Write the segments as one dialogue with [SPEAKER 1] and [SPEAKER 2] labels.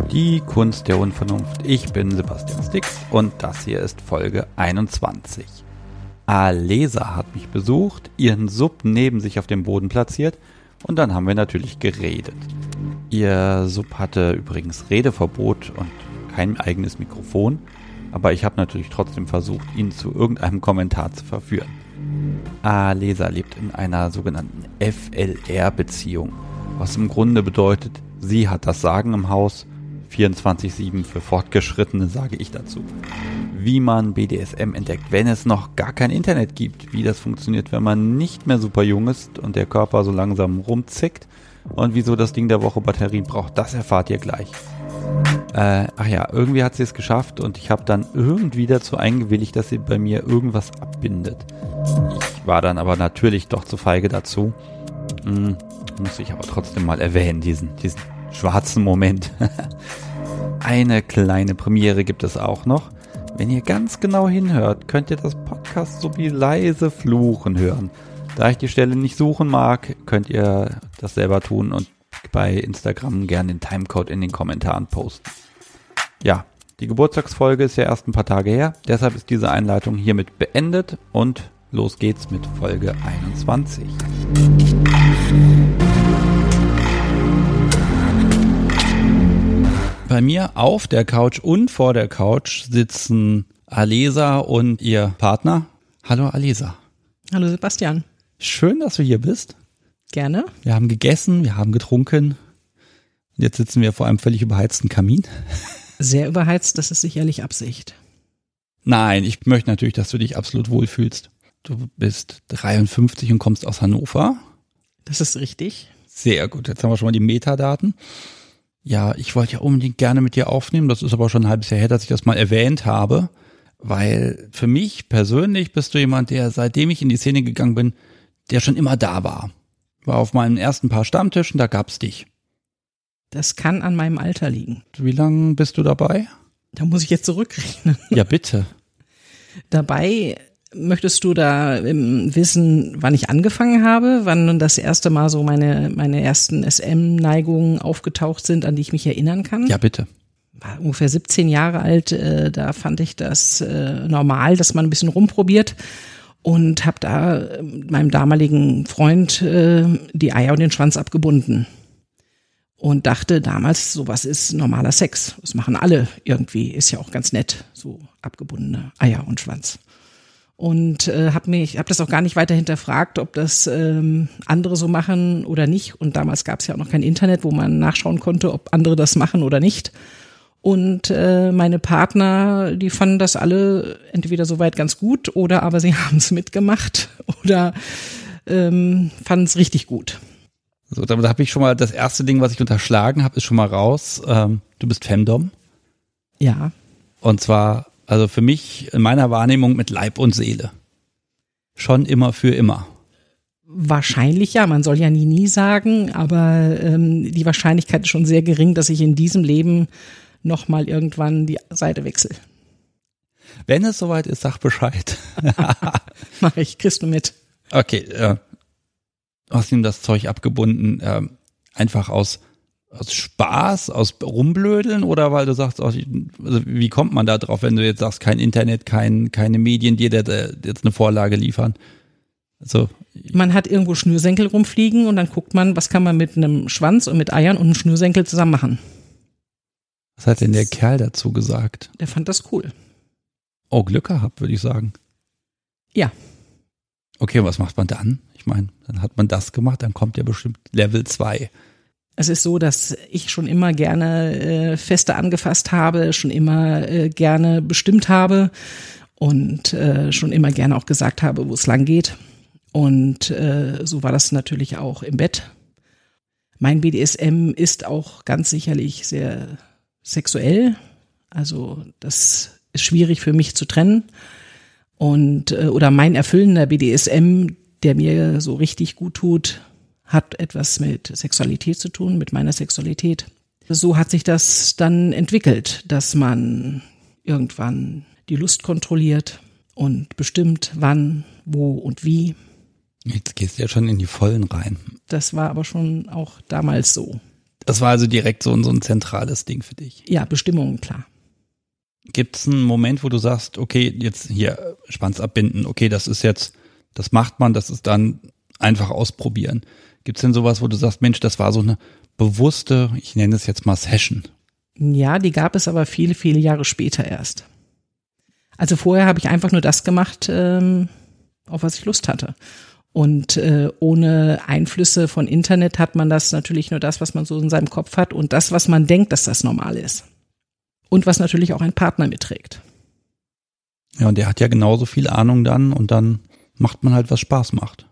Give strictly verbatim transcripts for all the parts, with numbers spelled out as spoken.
[SPEAKER 1] Die Kunst der Unvernunft. Ich bin Sebastian Stix und das hier ist Folge einundzwanzig. Alesa hat mich besucht, ihren Sub neben sich auf dem Boden platziert und dann haben wir natürlich geredet. Ihr Sub hatte übrigens Redeverbot und kein eigenes Mikrofon, aber ich habe natürlich trotzdem versucht, ihn zu irgendeinem Kommentar zu verführen. Alesa lebt in einer sogenannten F L R-Beziehung, was im Grunde bedeutet, sie hat das Sagen im Haus, vierundzwanzig sieben für Fortgeschrittene sage ich dazu. Wie man B D S M entdeckt, wenn es noch gar kein Internet gibt, wie das funktioniert, wenn man nicht mehr super jung ist und der Körper so langsam rumzickt und wieso das Ding der Woche Batterien braucht, das erfahrt ihr gleich. Äh, ach ja, irgendwie hat sie es geschafft und ich habe dann irgendwie dazu eingewilligt, dass sie bei mir irgendwas abbindet. Ich war dann aber natürlich doch zu feige dazu. Hm, muss ich aber trotzdem mal erwähnen, diesen, diesen schwarzen Moment. Eine kleine Premiere gibt es auch noch. Wenn ihr ganz genau hinhört, könnt ihr das Podcast so wie leise fluchen hören. Da ich die Stelle nicht suchen mag, könnt ihr das selber tun und bei Instagram gerne den Timecode in den Kommentaren posten. Ja, die Geburtstagsfolge ist ja erst ein paar Tage her, deshalb ist diese Einleitung hiermit beendet und los geht's mit Folge einundzwanzig. Bei mir auf der Couch und vor der Couch sitzen Alesa und ihr Partner. Hallo Alesa.
[SPEAKER 2] Hallo Sebastian.
[SPEAKER 1] Schön, dass du hier bist.
[SPEAKER 2] Gerne.
[SPEAKER 1] Wir haben gegessen, wir haben getrunken. Und jetzt sitzen wir vor einem völlig überheizten Kamin.
[SPEAKER 2] Sehr überheizt, das ist sicherlich Absicht.
[SPEAKER 1] Nein, ich möchte natürlich, dass du dich absolut wohlfühlst. Du bist dreiundfünfzig und kommst aus Hannover.
[SPEAKER 2] Das ist richtig.
[SPEAKER 1] Sehr gut, jetzt haben wir schon mal die Metadaten. Ja, ich wollte ja unbedingt gerne mit dir aufnehmen. Das ist aber schon ein halbes Jahr her, dass ich das mal erwähnt habe. Weil für mich persönlich bist du jemand, der, seitdem ich in die Szene gegangen bin, der schon immer da war. War auf meinen ersten paar Stammtischen, da gab's dich.
[SPEAKER 2] Das kann an meinem Alter liegen.
[SPEAKER 1] Wie lange bist du dabei?
[SPEAKER 2] Da muss ich jetzt zurückrechnen.
[SPEAKER 1] Ja, bitte.
[SPEAKER 2] Dabei möchtest du da wissen, wann ich angefangen habe, wann das erste Mal so meine, meine ersten S M-Neigungen aufgetaucht sind, an die ich mich erinnern kann?
[SPEAKER 1] Ja, bitte.
[SPEAKER 2] War ungefähr siebzehn Jahre alt, äh, da fand ich das äh, normal, dass man ein bisschen rumprobiert. Und habe da meinem damaligen Freund äh, die Eier und den Schwanz abgebunden. Und dachte damals, sowas ist normaler Sex. Das machen alle irgendwie, ist ja auch ganz nett, so abgebundene Eier und Schwanz. Und äh, habe mich, habe das auch gar nicht weiter hinterfragt, ob das ähm, andere so machen oder nicht. Und damals gab es ja auch noch kein Internet, wo man nachschauen konnte, ob andere das machen oder nicht. Und äh, meine Partner, die fanden das alle entweder soweit ganz gut oder aber sie haben es mitgemacht oder ähm, fanden es richtig gut.
[SPEAKER 1] So, damit habe ich schon mal das erste Ding, was ich unterschlagen habe, ist schon mal raus. Ähm, du bist Femdom.
[SPEAKER 2] Ja.
[SPEAKER 1] Und zwar, also für mich in meiner Wahrnehmung mit Leib und Seele. Schon immer für immer.
[SPEAKER 2] Wahrscheinlich ja, man soll ja nie nie sagen, aber ähm, die Wahrscheinlichkeit ist schon sehr gering, dass ich in diesem Leben noch mal irgendwann die Seite wechsle.
[SPEAKER 1] Wenn es soweit ist, sag Bescheid.
[SPEAKER 2] Mach ich, kriegst du mit.
[SPEAKER 1] Okay, äh, du hast ihm das Zeug abgebunden, äh, einfach aus aus Spaß, aus Rumblödeln oder weil du sagst, also wie kommt man da drauf, wenn du jetzt sagst, kein Internet, kein, keine Medien, die dir jetzt eine Vorlage liefern? Also,
[SPEAKER 2] man hat irgendwo Schnürsenkel rumfliegen und dann guckt man, was kann man mit einem Schwanz und mit Eiern und einem Schnürsenkel zusammen machen.
[SPEAKER 1] Was hat denn der Kerl dazu gesagt?
[SPEAKER 2] Der fand das cool.
[SPEAKER 1] Oh, Glück gehabt, würde ich sagen.
[SPEAKER 2] Ja.
[SPEAKER 1] Okay, was macht man dann? Ich meine, dann hat man das gemacht, dann kommt ja bestimmt Level zwei.
[SPEAKER 2] Es ist so, dass ich schon immer gerne äh, Feste angefasst habe, schon immer äh, gerne bestimmt habe und äh, schon immer gerne auch gesagt habe, wo es lang geht. Und äh, so war das natürlich auch im Bett. Mein B D S M ist auch ganz sicherlich sehr sexuell. Also das ist schwierig für mich zu trennen. Und äh, oder mein erfüllender B D S M, der mir so richtig gut tut, hat etwas mit Sexualität zu tun, mit meiner Sexualität. So hat sich das dann entwickelt, dass man irgendwann die Lust kontrolliert und bestimmt, wann, wo und wie.
[SPEAKER 1] Jetzt gehst du ja schon in die Vollen rein.
[SPEAKER 2] Das war aber schon auch damals so.
[SPEAKER 1] Das war also direkt so, so ein zentrales Ding für dich.
[SPEAKER 2] Ja, Bestimmungen, klar.
[SPEAKER 1] Gibt es einen Moment, wo du sagst, okay, jetzt hier Schwanz abbinden, okay, das ist jetzt, das macht man, das ist dann einfach ausprobieren. Gibt es denn sowas, wo du sagst, Mensch, das war so eine bewusste, ich nenne es jetzt mal Session?
[SPEAKER 2] Ja, die gab es aber viele, viele Jahre später erst. Also vorher habe ich einfach nur das gemacht, ähm, auf was ich Lust hatte. Und äh, ohne Einflüsse von Internet hat man das natürlich nur das, was man so in seinem Kopf hat und das, was man denkt, dass das normal ist. Und was natürlich auch ein Partner mitträgt.
[SPEAKER 1] Ja, und der hat ja genauso viel Ahnung dann und dann macht man halt, was Spaß macht.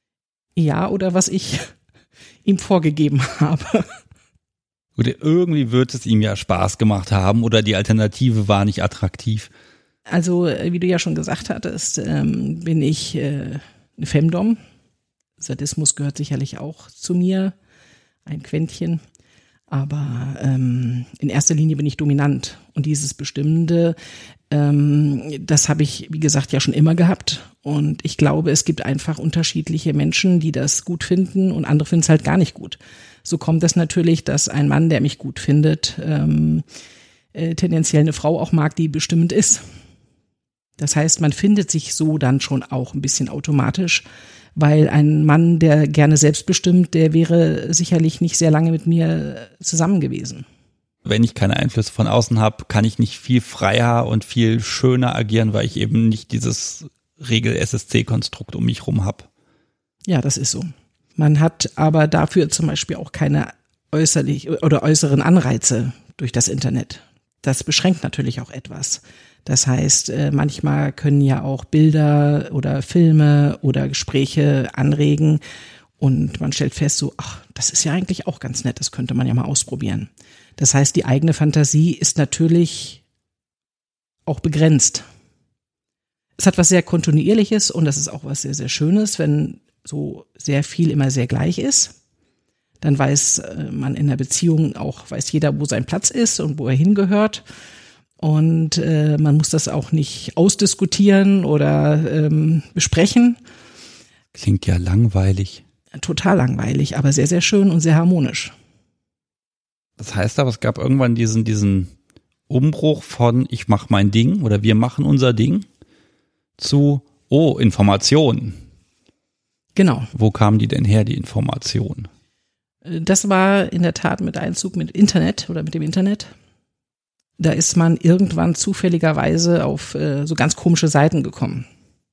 [SPEAKER 2] Ja, oder was ich ihm vorgegeben habe.
[SPEAKER 1] Gut, irgendwie wird es ihm ja Spaß gemacht haben oder die Alternative war nicht attraktiv.
[SPEAKER 2] Also, wie du ja schon gesagt hattest, ähm, bin ich äh, eine Femdom. Sadismus gehört sicherlich auch zu mir, ein Quäntchen. Aber ähm, in erster Linie bin ich dominant. Und dieses Bestimmende, ähm, das habe ich, wie gesagt, ja schon immer gehabt. Und ich glaube, es gibt einfach unterschiedliche Menschen, die das gut finden und andere finden es halt gar nicht gut. So kommt es natürlich, dass ein Mann, der mich gut findet, ähm, äh, tendenziell eine Frau auch mag, die bestimmend ist. Das heißt, man findet sich so dann schon auch ein bisschen automatisch, weil ein Mann, der gerne selbstbestimmt, der wäre sicherlich nicht sehr lange mit mir zusammen gewesen.
[SPEAKER 1] Wenn ich keine Einflüsse von außen habe, kann ich nicht viel freier und viel schöner agieren, weil ich eben nicht dieses Regel-S S C-Konstrukt um mich rum habe.
[SPEAKER 2] Ja, das ist so. Man hat aber dafür zum Beispiel auch keine äußerlich oder äußeren Anreize durch das Internet. Das beschränkt natürlich auch etwas. Das heißt, manchmal können ja auch Bilder oder Filme oder Gespräche anregen und man stellt fest so, ach, das ist ja eigentlich auch ganz nett, das könnte man ja mal ausprobieren. Das heißt, die eigene Fantasie ist natürlich auch begrenzt. Es hat was sehr Kontinuierliches und das ist auch was sehr, sehr Schönes, wenn so sehr viel immer sehr gleich ist. Dann weiß man in der Beziehung auch, weiß jeder, wo sein Platz ist und wo er hingehört. Und äh, man muss das auch nicht ausdiskutieren oder ähm, besprechen.
[SPEAKER 1] Klingt ja langweilig.
[SPEAKER 2] Total langweilig, aber sehr, sehr schön und sehr harmonisch.
[SPEAKER 1] Das heißt aber, es gab irgendwann diesen, diesen Umbruch von ich mache mein Ding oder wir machen unser Ding zu, oh, Informationen.
[SPEAKER 2] Genau.
[SPEAKER 1] Wo kamen die denn her, die Informationen?
[SPEAKER 2] Das war in der Tat mit Einzug mit Internet oder mit dem Internet. Da ist man irgendwann zufälligerweise auf äh, so ganz komische Seiten gekommen.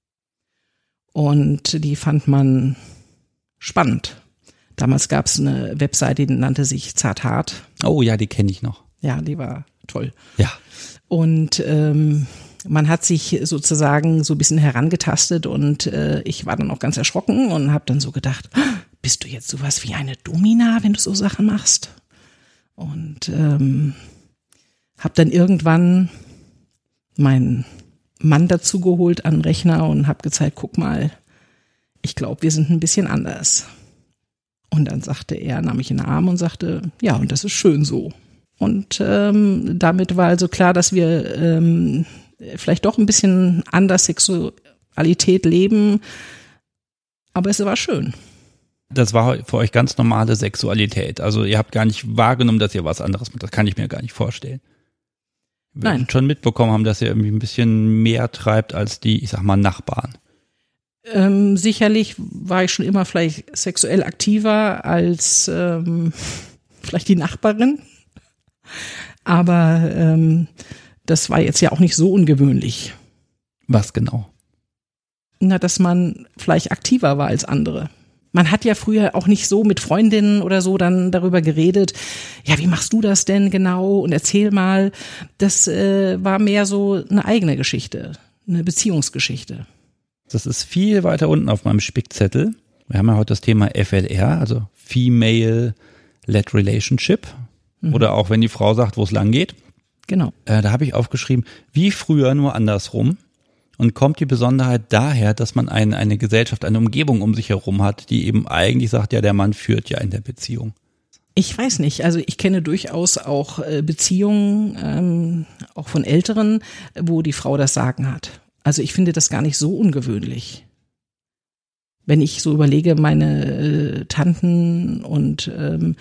[SPEAKER 2] Und die fand man spannend. Damals gab es eine Webseite, die nannte sich Zarthart.
[SPEAKER 1] Oh ja, die kenne ich noch.
[SPEAKER 2] Ja, die war toll.
[SPEAKER 1] Ja.
[SPEAKER 2] Und ähm, man hat sich sozusagen so ein bisschen herangetastet und äh, ich war dann auch ganz erschrocken und habe dann so gedacht, bist du jetzt sowas wie eine Domina, wenn du so Sachen machst? Und ähm, habe dann irgendwann meinen Mann dazu geholt an den Rechner und habe gezeigt, guck mal, ich glaube, wir sind ein bisschen anders. Und dann sagte er, nahm mich in den Arm und sagte, ja, und das ist schön so. Und ähm, damit war also klar, dass wir ähm, vielleicht doch ein bisschen anders Sexualität leben, aber es war schön.
[SPEAKER 1] Das war für euch ganz normale Sexualität. Also ihr habt gar nicht wahrgenommen, dass ihr was anderes macht. Das kann ich mir gar nicht vorstellen. Wir
[SPEAKER 2] Nein.
[SPEAKER 1] schon mitbekommen haben, dass ihr irgendwie ein bisschen mehr treibt als die, ich sag mal, Nachbarn.
[SPEAKER 2] Ähm, sicherlich war ich schon immer vielleicht sexuell aktiver als ähm, vielleicht die Nachbarin. Aber ähm, das war jetzt ja auch nicht so ungewöhnlich.
[SPEAKER 1] Was genau?
[SPEAKER 2] Na, dass man vielleicht aktiver war als andere. Man hat ja früher auch nicht so mit Freundinnen oder so dann darüber geredet, ja, wie machst du das denn genau und erzähl mal. Das äh, war mehr so eine eigene Geschichte, eine Beziehungsgeschichte.
[SPEAKER 1] Das ist viel weiter unten auf meinem Spickzettel. Wir haben ja heute das Thema F L R, also Female-Led Relationship. Mhm. Oder auch wenn die Frau sagt, wo es lang geht.
[SPEAKER 2] Genau.
[SPEAKER 1] Äh, da habe ich aufgeschrieben, wie früher, nur andersrum. Und kommt die Besonderheit daher, dass man ein, eine Gesellschaft, eine Umgebung um sich herum hat, die eben eigentlich sagt, ja, der Mann führt ja in der Beziehung.
[SPEAKER 2] Ich weiß nicht, also ich kenne durchaus auch Beziehungen, ähm, auch von Älteren, wo die Frau das Sagen hat. Also ich finde das gar nicht so ungewöhnlich. Wenn ich so überlege, meine äh, Tanten und ähm,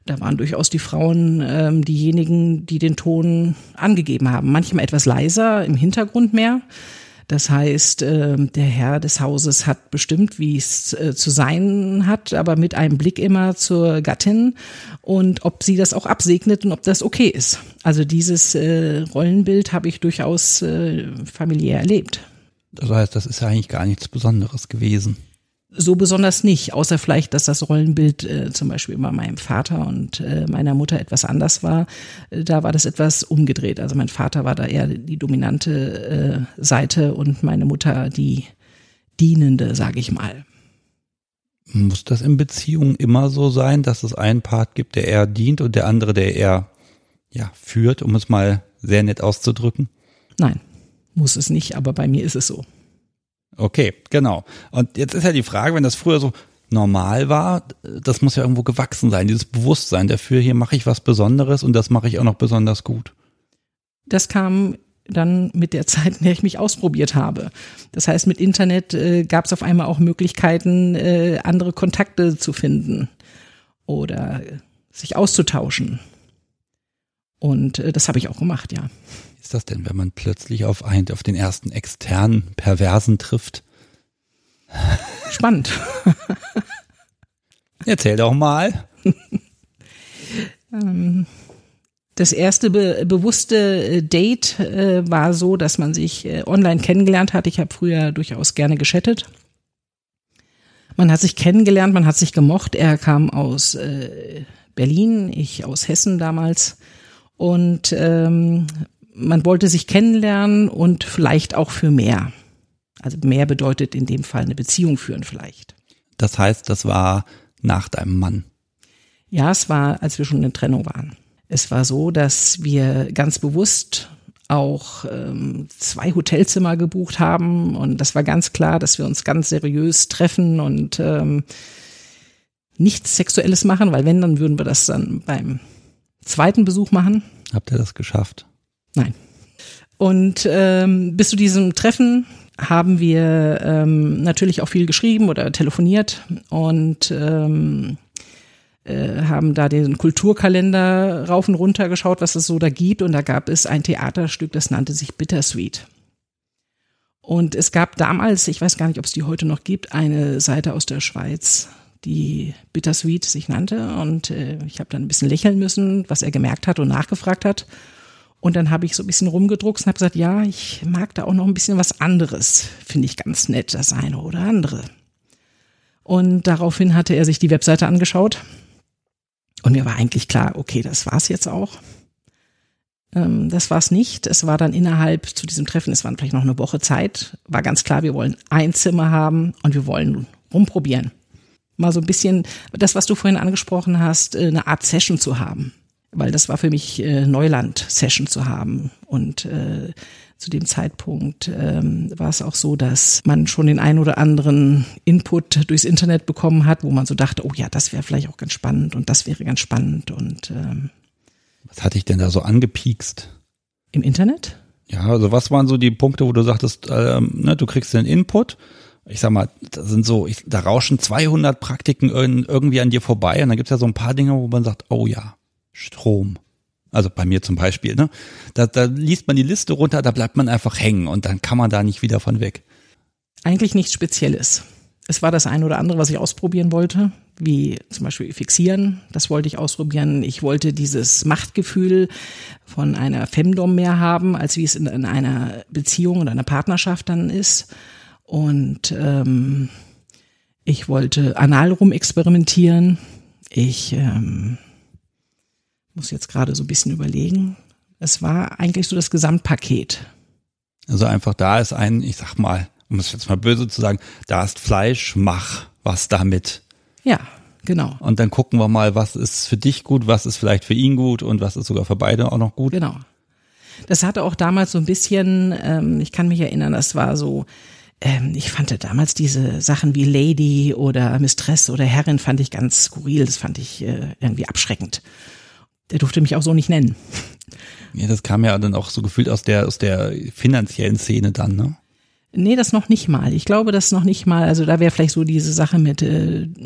[SPEAKER 2] Da waren durchaus die Frauen ähm, diejenigen, die den Ton angegeben haben. Manchmal etwas leiser, im Hintergrund mehr. Das heißt, äh, der Herr des Hauses hat bestimmt, wie es äh, zu sein hat, aber mit einem Blick immer zur Gattin und ob sie das auch absegnet und ob das okay ist. Also dieses äh, Rollenbild habe ich durchaus äh, familiär erlebt.
[SPEAKER 1] Das heißt, das ist ja eigentlich gar nichts Besonderes gewesen.
[SPEAKER 2] So besonders nicht, außer vielleicht, dass das Rollenbild äh, zum Beispiel bei meinem Vater und äh, meiner Mutter etwas anders war. Äh, da war das etwas umgedreht. Also mein Vater war da eher die dominante äh, Seite und meine Mutter die dienende, sage ich mal.
[SPEAKER 1] Muss das in Beziehungen immer so sein, dass es einen Part gibt, der eher dient und der andere, der eher ja, führt, um es mal sehr nett auszudrücken?
[SPEAKER 2] Nein, muss es nicht, aber bei mir ist es so.
[SPEAKER 1] Okay, genau. Und jetzt ist ja die Frage, wenn das früher so normal war, das muss ja irgendwo gewachsen sein, dieses Bewusstsein dafür, hier mache ich was Besonderes und das mache ich auch noch besonders gut.
[SPEAKER 2] Das kam dann mit der Zeit, in der ich mich ausprobiert habe. Das heißt, mit Internet äh, gab es auf einmal auch Möglichkeiten, äh, andere Kontakte zu finden oder äh, sich auszutauschen. Und äh, das habe ich auch gemacht, ja.
[SPEAKER 1] Wie ist das denn, wenn man plötzlich auf einen, auf den ersten externen Perversen trifft?
[SPEAKER 2] Spannend.
[SPEAKER 1] Erzähl doch mal.
[SPEAKER 2] Das erste be- bewusste Date äh, war so, dass man sich äh, online kennengelernt hat. Ich habe früher durchaus gerne geschattet. Man hat sich kennengelernt, man hat sich gemocht. Er kam aus äh, Berlin, ich aus Hessen damals. Und ähm, man wollte sich kennenlernen und vielleicht auch für mehr. Also mehr bedeutet in dem Fall eine Beziehung führen vielleicht.
[SPEAKER 1] Das heißt, das war nach deinem Mann?
[SPEAKER 2] Ja, es war, als wir schon in Trennung waren. Es war so, dass wir ganz bewusst auch ähm, zwei Hotelzimmer gebucht haben und das war ganz klar, dass wir uns ganz seriös treffen und ähm, nichts Sexuelles machen, weil wenn, dann würden wir das dann beim zweiten Besuch machen.
[SPEAKER 1] Habt ihr das geschafft?
[SPEAKER 2] Nein. Und ähm, bis zu diesem Treffen haben wir ähm, natürlich auch viel geschrieben oder telefoniert und ähm, äh, haben da den Kulturkalender rauf und runter geschaut, was es so da gibt. Und da gab es ein Theaterstück, das nannte sich Bittersweet. Und es gab damals, ich weiß gar nicht, ob es die heute noch gibt, eine Seite aus der Schweiz, die Bittersweet sich nannte. Und äh, ich habe dann ein bisschen lächeln müssen, was er gemerkt hat und nachgefragt hat. Und dann habe ich so ein bisschen rumgedruckst und habe gesagt, ja, ich mag da auch noch ein bisschen was anderes. Finde ich ganz nett, das eine oder andere. Und daraufhin hatte er sich die Webseite angeschaut. Und mir war eigentlich klar, okay, das war's jetzt auch. Ähm, das war's nicht. Es war dann innerhalb zu diesem Treffen, es waren vielleicht noch eine Woche Zeit, war ganz klar, wir wollen ein Zimmer haben und wir wollen rumprobieren. Mal so ein bisschen, das, was du vorhin angesprochen hast, eine Art Session zu haben. Weil das war für mich äh, Neuland, Session zu haben. Und äh, zu dem Zeitpunkt ähm, war es auch so, dass man schon den ein oder anderen Input durchs Internet bekommen hat, wo man so dachte, oh ja, das wäre vielleicht auch ganz spannend und das wäre ganz spannend. Und ähm,
[SPEAKER 1] was hat dich denn da so angepiekst?
[SPEAKER 2] Im Internet?
[SPEAKER 1] Ja, also was waren so die Punkte, wo du sagtest, ähm, ne, du kriegst den Input. Ich sag mal, da sind so, ich, da rauschen zweihundert Praktiken irgendwie an dir vorbei und dann gibt's ja so ein paar Dinge, wo man sagt, oh ja, Strom. Also bei mir zum Beispiel, ne? Da, da liest man die Liste runter, da bleibt man einfach hängen und dann kann man da nicht wieder von weg.
[SPEAKER 2] Eigentlich nichts Spezielles. Es war das eine oder andere, was ich ausprobieren wollte, wie zum Beispiel Fixieren, das wollte ich ausprobieren. Ich wollte dieses Machtgefühl von einer Femdom mehr haben, als wie es in, in einer Beziehung oder einer Partnerschaft dann ist. Und ähm, ich wollte anal rumexperimentieren. Ich ähm, muss jetzt gerade so ein bisschen überlegen. Es war eigentlich so das Gesamtpaket.
[SPEAKER 1] Also einfach da ist ein, ich sag mal, um es jetzt mal böse zu sagen, da ist Fleisch, mach was damit.
[SPEAKER 2] Ja, genau.
[SPEAKER 1] Und dann gucken wir mal, was ist für dich gut, was ist vielleicht für ihn gut und was ist sogar für beide auch noch gut.
[SPEAKER 2] Genau. Das hatte auch damals so ein bisschen, ähm, ich kann mich erinnern, das war so, ähm, ich fand damals diese Sachen wie Lady oder Mistress oder Herrin fand ich ganz skurril, das fand ich äh, irgendwie abschreckend. Der durfte mich auch so nicht nennen.
[SPEAKER 1] Ja, das kam ja dann auch so gefühlt aus der aus der finanziellen Szene dann, ne?
[SPEAKER 2] Nee, das noch nicht mal. Ich glaube, das noch nicht mal. Also da wäre vielleicht so diese Sache mit äh,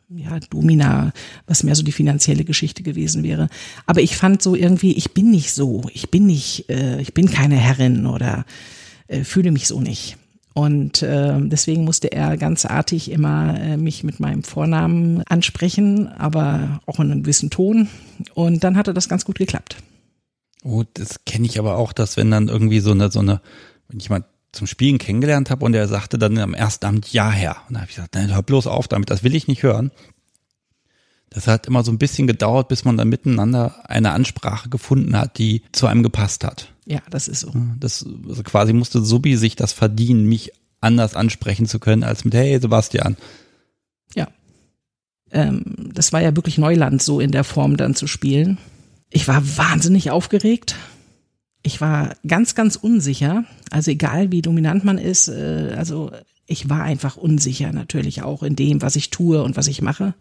[SPEAKER 2] ja, Domina, was mehr so die finanzielle Geschichte gewesen wäre. Aber ich fand so irgendwie, ich bin nicht so, ich bin nicht, äh, ich bin keine Herrin oder äh, fühle mich so nicht. Und äh, deswegen musste er ganz artig immer äh, mich mit meinem Vornamen ansprechen, aber auch in einem gewissen Ton. Und dann hatte das ganz gut geklappt.
[SPEAKER 1] Oh, das kenne ich aber auch, dass wenn dann irgendwie so eine, so eine, wenn ich mal zum Spielen kennengelernt habe und er sagte dann am ersten Abend, ja Herr. Und da habe ich gesagt, nein, hör bloß auf damit, das will ich nicht hören. Das hat immer so ein bisschen gedauert, bis man dann miteinander eine Ansprache gefunden hat, die zu einem gepasst hat.
[SPEAKER 2] Ja, das ist so.
[SPEAKER 1] Das, also quasi musste Subi sich das verdienen, mich anders ansprechen zu können als mit Hey Sebastian.
[SPEAKER 2] Ja. Ähm, das war ja wirklich Neuland, so in der Form dann zu spielen. Ich war wahnsinnig aufgeregt. Ich war ganz, ganz unsicher. Also egal, wie dominant man ist, äh, also ich war einfach unsicher natürlich auch in dem, was ich tue und was ich mache.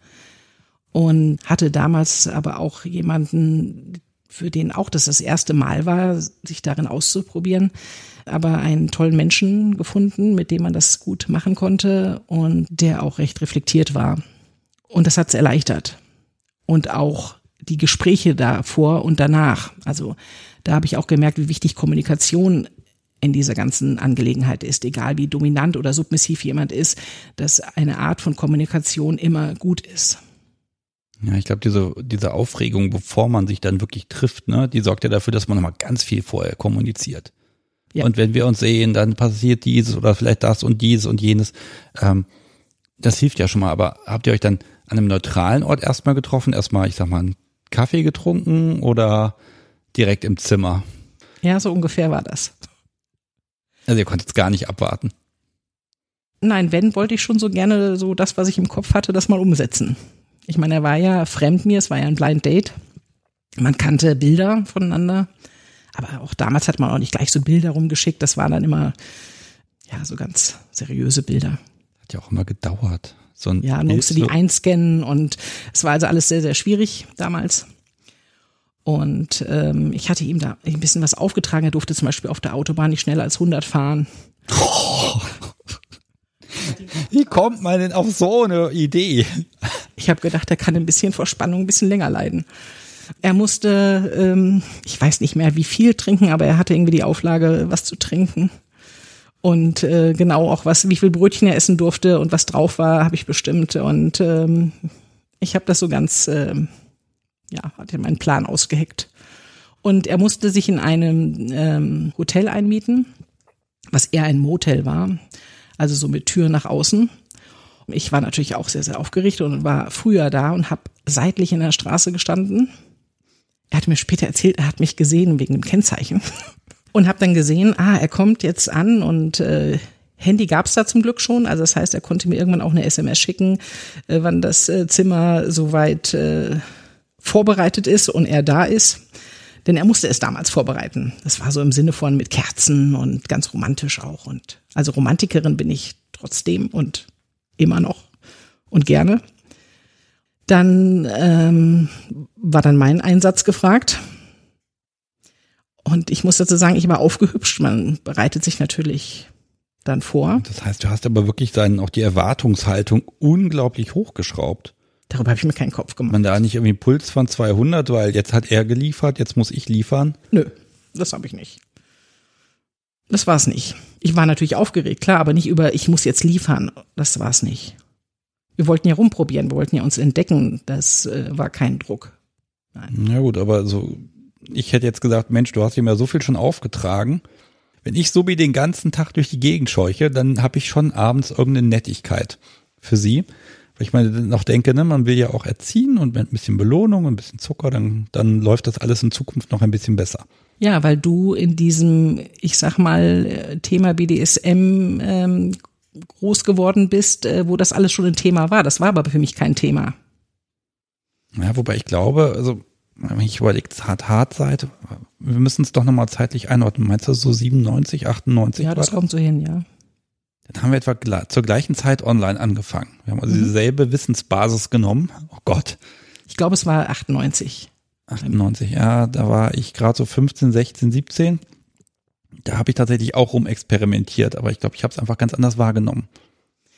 [SPEAKER 2] Und hatte damals aber auch jemanden, für den auch das das erste Mal war, sich darin auszuprobieren, aber einen tollen Menschen gefunden, mit dem man das gut machen konnte und der auch recht reflektiert war. Und das hat's erleichtert. Und auch die Gespräche davor und danach. Also da habe ich auch gemerkt, wie wichtig Kommunikation in dieser ganzen Angelegenheit ist. Egal wie dominant oder submissiv jemand ist, dass eine Art von Kommunikation immer gut ist.
[SPEAKER 1] Ja, ich glaube, diese, diese Aufregung, bevor man sich dann wirklich trifft, ne, die sorgt ja dafür, dass man nochmal ganz viel vorher kommuniziert. Ja. Und wenn wir uns sehen, dann passiert dieses oder vielleicht das und dieses und jenes. Ähm, das hilft ja schon mal. Aber habt ihr euch dann an einem neutralen Ort erstmal getroffen? Erstmal, ich sag mal, einen Kaffee getrunken oder direkt im Zimmer?
[SPEAKER 2] Ja, so ungefähr war das.
[SPEAKER 1] Also ihr konntet es gar nicht abwarten.
[SPEAKER 2] Nein, wenn, wollte ich schon so gerne so das, was ich im Kopf hatte, das mal umsetzen. Ich meine, er war ja fremd mir, es war ja ein Blind Date. Man kannte Bilder voneinander, aber auch damals hat man auch nicht gleich so Bilder rumgeschickt. Das waren dann immer, ja, so ganz seriöse Bilder.
[SPEAKER 1] Hat ja auch immer gedauert. So ein
[SPEAKER 2] ja, man musste die einscannen und es war also alles sehr, sehr schwierig damals. Und ähm, ich hatte ihm da ein bisschen was aufgetragen. Er durfte zum Beispiel auf der Autobahn nicht schneller als hundert fahren.
[SPEAKER 1] Oh. Wie kommt man denn auf so eine Idee?
[SPEAKER 2] Ich habe gedacht, er kann ein bisschen vor Spannung ein bisschen länger leiden. Er musste, ähm, ich weiß nicht mehr wie viel trinken, aber er hatte irgendwie die Auflage, was zu trinken. Und äh, genau auch was, wie viel Brötchen er essen durfte und was drauf war, habe ich bestimmt. Und ähm, ich habe das so ganz, ähm, ja, hatte meinen Plan ausgeheckt. Und er musste sich in einem ähm, Hotel einmieten, was eher ein Motel war, also so mit Tür nach außen. Ich war natürlich auch sehr, sehr aufgeregt und war früher da und habe seitlich in der Straße gestanden. Er hat mir später erzählt, er hat mich gesehen wegen dem Kennzeichen und habe dann gesehen, ah, er kommt jetzt an und äh, Handy gab's da zum Glück schon. Also das heißt, er konnte mir irgendwann auch eine S M S schicken, äh, wann das äh, Zimmer soweit äh, vorbereitet ist und er da ist. Denn er musste es damals vorbereiten. Das war so im Sinne von mit Kerzen und ganz romantisch auch. Und also Romantikerin bin ich trotzdem und immer noch und gerne. Dann ähm, war dann mein Einsatz gefragt. Und ich muss dazu sagen, ich war aufgehübscht. Man bereitet sich natürlich dann vor.
[SPEAKER 1] Das heißt, du hast aber wirklich dann auch die Erwartungshaltung unglaublich hochgeschraubt.
[SPEAKER 2] Darüber habe ich mir keinen Kopf gemacht.
[SPEAKER 1] Man da nicht irgendwie einen Puls von zweihundert, weil jetzt hat er geliefert, jetzt muss ich liefern?
[SPEAKER 2] Nö, das habe ich nicht. Das war es nicht. Ich war natürlich aufgeregt, klar, aber nicht über, ich muss jetzt liefern. Das war es nicht. Wir wollten ja rumprobieren, wir wollten ja uns entdecken. Das äh, war kein Druck. Nein.
[SPEAKER 1] Na gut, aber so, ich hätte jetzt gesagt, Mensch, du hast ihm ja so viel schon aufgetragen. Wenn ich so wie den ganzen Tag durch die Gegend scheuche, dann habe ich schon abends irgendeine Nettigkeit für sie. Weil ich meine, noch denke, ne, man will ja auch erziehen und mit ein bisschen Belohnung, ein bisschen Zucker, dann, dann läuft das alles in Zukunft noch ein bisschen besser.
[SPEAKER 2] Ja, weil du in diesem, ich sag mal, Thema B D S M ähm, groß geworden bist, äh, wo das alles schon ein Thema war. Das war aber für mich kein Thema.
[SPEAKER 1] Ja, wobei ich glaube, also wenn ich überlege, hart hart seid, wir müssen es doch nochmal zeitlich einordnen. Meinst du so siebenundneunzig, achtundneunzig?
[SPEAKER 2] Ja, das kommt so hin, ja.
[SPEAKER 1] Dann haben wir etwa zur gleichen Zeit online angefangen. Wir haben also mhm. dieselbe Wissensbasis genommen. Oh Gott.
[SPEAKER 2] Ich glaube, es war achtundneunzig.
[SPEAKER 1] achtundneunzig, ja, da war ich gerade so fünfzehn, sechzehn, siebzehn. Da habe ich tatsächlich auch rumexperimentiert, aber ich glaube, ich habe es einfach ganz anders wahrgenommen.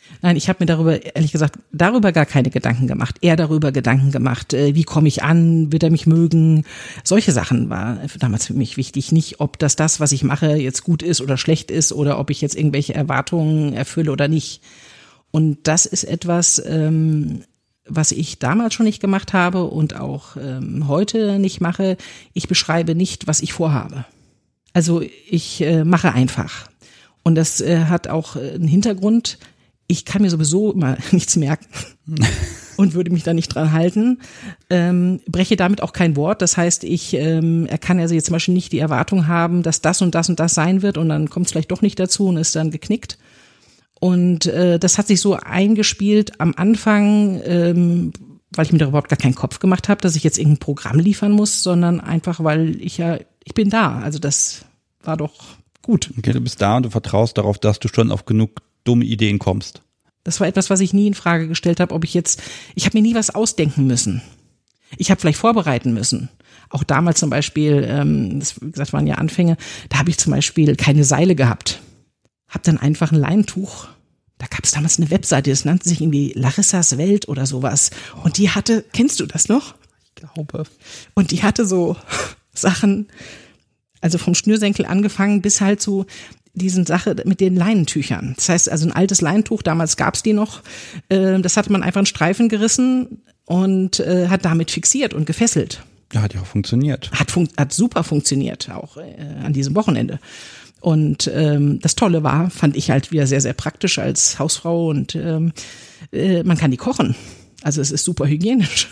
[SPEAKER 2] Nein, ich habe mir darüber, ehrlich gesagt, darüber gar keine Gedanken gemacht. Eher darüber Gedanken gemacht, äh, wie komme ich an, wird er mich mögen? Solche Sachen war damals für mich wichtig. Nicht, ob das das, was ich mache, jetzt gut ist oder schlecht ist oder ob ich jetzt irgendwelche Erwartungen erfülle oder nicht. Und das ist etwas, ähm, was ich damals schon nicht gemacht habe und auch ähm, heute nicht mache. Ich beschreibe nicht, was ich vorhabe. Also ich äh, mache einfach. Und das äh, hat auch äh, einen Hintergrund. Ich kann mir sowieso immer nichts merken und würde mich da nicht dran halten. Ähm, breche damit auch kein Wort. Das heißt, ich ähm, er kann also jetzt zum Beispiel nicht die Erwartung haben, dass das und das und das sein wird und dann kommt es vielleicht doch nicht dazu und ist dann geknickt. Und äh, das hat sich so eingespielt am Anfang, ähm, weil ich mir da überhaupt gar keinen Kopf gemacht habe, dass ich jetzt irgendein Programm liefern muss, sondern einfach, weil ich ja, ich bin da. Also das war doch gut.
[SPEAKER 1] Okay, du bist da und du vertraust darauf, dass du schon auf genug dumme Ideen kommst.
[SPEAKER 2] Das war etwas, was ich nie in Frage gestellt habe, ob ich jetzt, ich habe mir nie was ausdenken müssen. Ich habe vielleicht vorbereiten müssen. Auch damals zum Beispiel, ähm, das wie gesagt waren ja Anfänge, da habe ich zum Beispiel keine Seile gehabt. Hab dann einfach ein Leintuch. Da gab es damals eine Webseite, das nannte sich irgendwie Larissas Welt oder sowas. Und die hatte, kennst du das noch?
[SPEAKER 1] Ich glaube.
[SPEAKER 2] Und die hatte so Sachen, also vom Schnürsenkel angefangen bis halt zu diesen Sache mit den Leinentüchern. Das heißt, also ein altes Leintuch, damals gab's die noch, äh, das hatte man einfach einen Streifen gerissen und äh, hat damit fixiert und gefesselt.
[SPEAKER 1] Ja, hat ja auch funktioniert.
[SPEAKER 2] Hat, fun- hat super funktioniert, auch äh, an diesem Wochenende. Und ähm, das Tolle war, fand ich halt wieder sehr, sehr praktisch als Hausfrau und ähm, äh, man kann die kochen. Also es ist super hygienisch.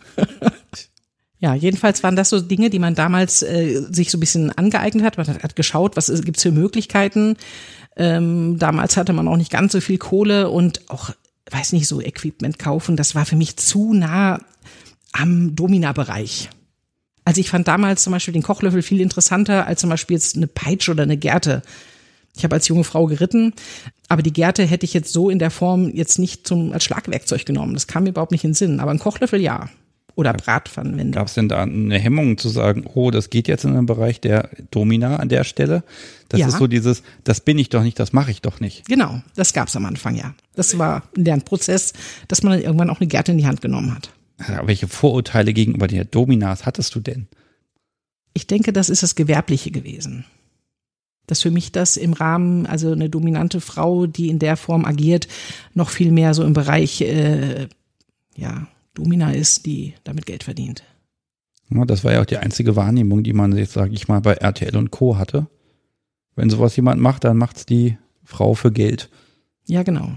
[SPEAKER 2] Ja, jedenfalls waren das so Dinge, die man damals äh, sich so ein bisschen angeeignet hat. Man hat, hat geschaut, was ist, gibt's für Möglichkeiten. Ähm, damals hatte man auch nicht ganz so viel Kohle und auch, weiß nicht, so Equipment kaufen. Das war für mich zu nah am Domina-Bereich. Also ich fand damals zum Beispiel den Kochlöffel viel interessanter als zum Beispiel jetzt eine Peitsche oder eine Gerte. Ich habe als junge Frau geritten, aber die Gerte hätte ich jetzt so in der Form jetzt nicht zum als Schlagwerkzeug genommen. Das kam mir überhaupt nicht in den Sinn. Aber ein Kochlöffel ja. Oder Bratpfannenwender.
[SPEAKER 1] Gab es denn da eine Hemmung zu sagen, oh, das geht jetzt in den Bereich der Domina an der Stelle? Das
[SPEAKER 2] ja. ist
[SPEAKER 1] so dieses, das bin ich doch nicht, das mache ich doch nicht.
[SPEAKER 2] Genau, das gab es am Anfang, ja. Das war ein Lernprozess, dass man dann irgendwann auch eine Gerte in die Hand genommen hat.
[SPEAKER 1] Ja, welche Vorurteile gegenüber der Dominas hattest du denn?
[SPEAKER 2] Ich denke, das ist das Gewerbliche gewesen. Dass für mich das im Rahmen, also eine dominante Frau, die in der Form agiert, noch viel mehr so im Bereich, äh, ja, Domina ist, die damit Geld verdient.
[SPEAKER 1] Ja, das war ja auch die einzige Wahrnehmung, die man jetzt, sage ich mal, bei R T L und Co. hatte. Wenn sowas jemand macht, dann macht's die Frau für Geld.
[SPEAKER 2] Ja, genau.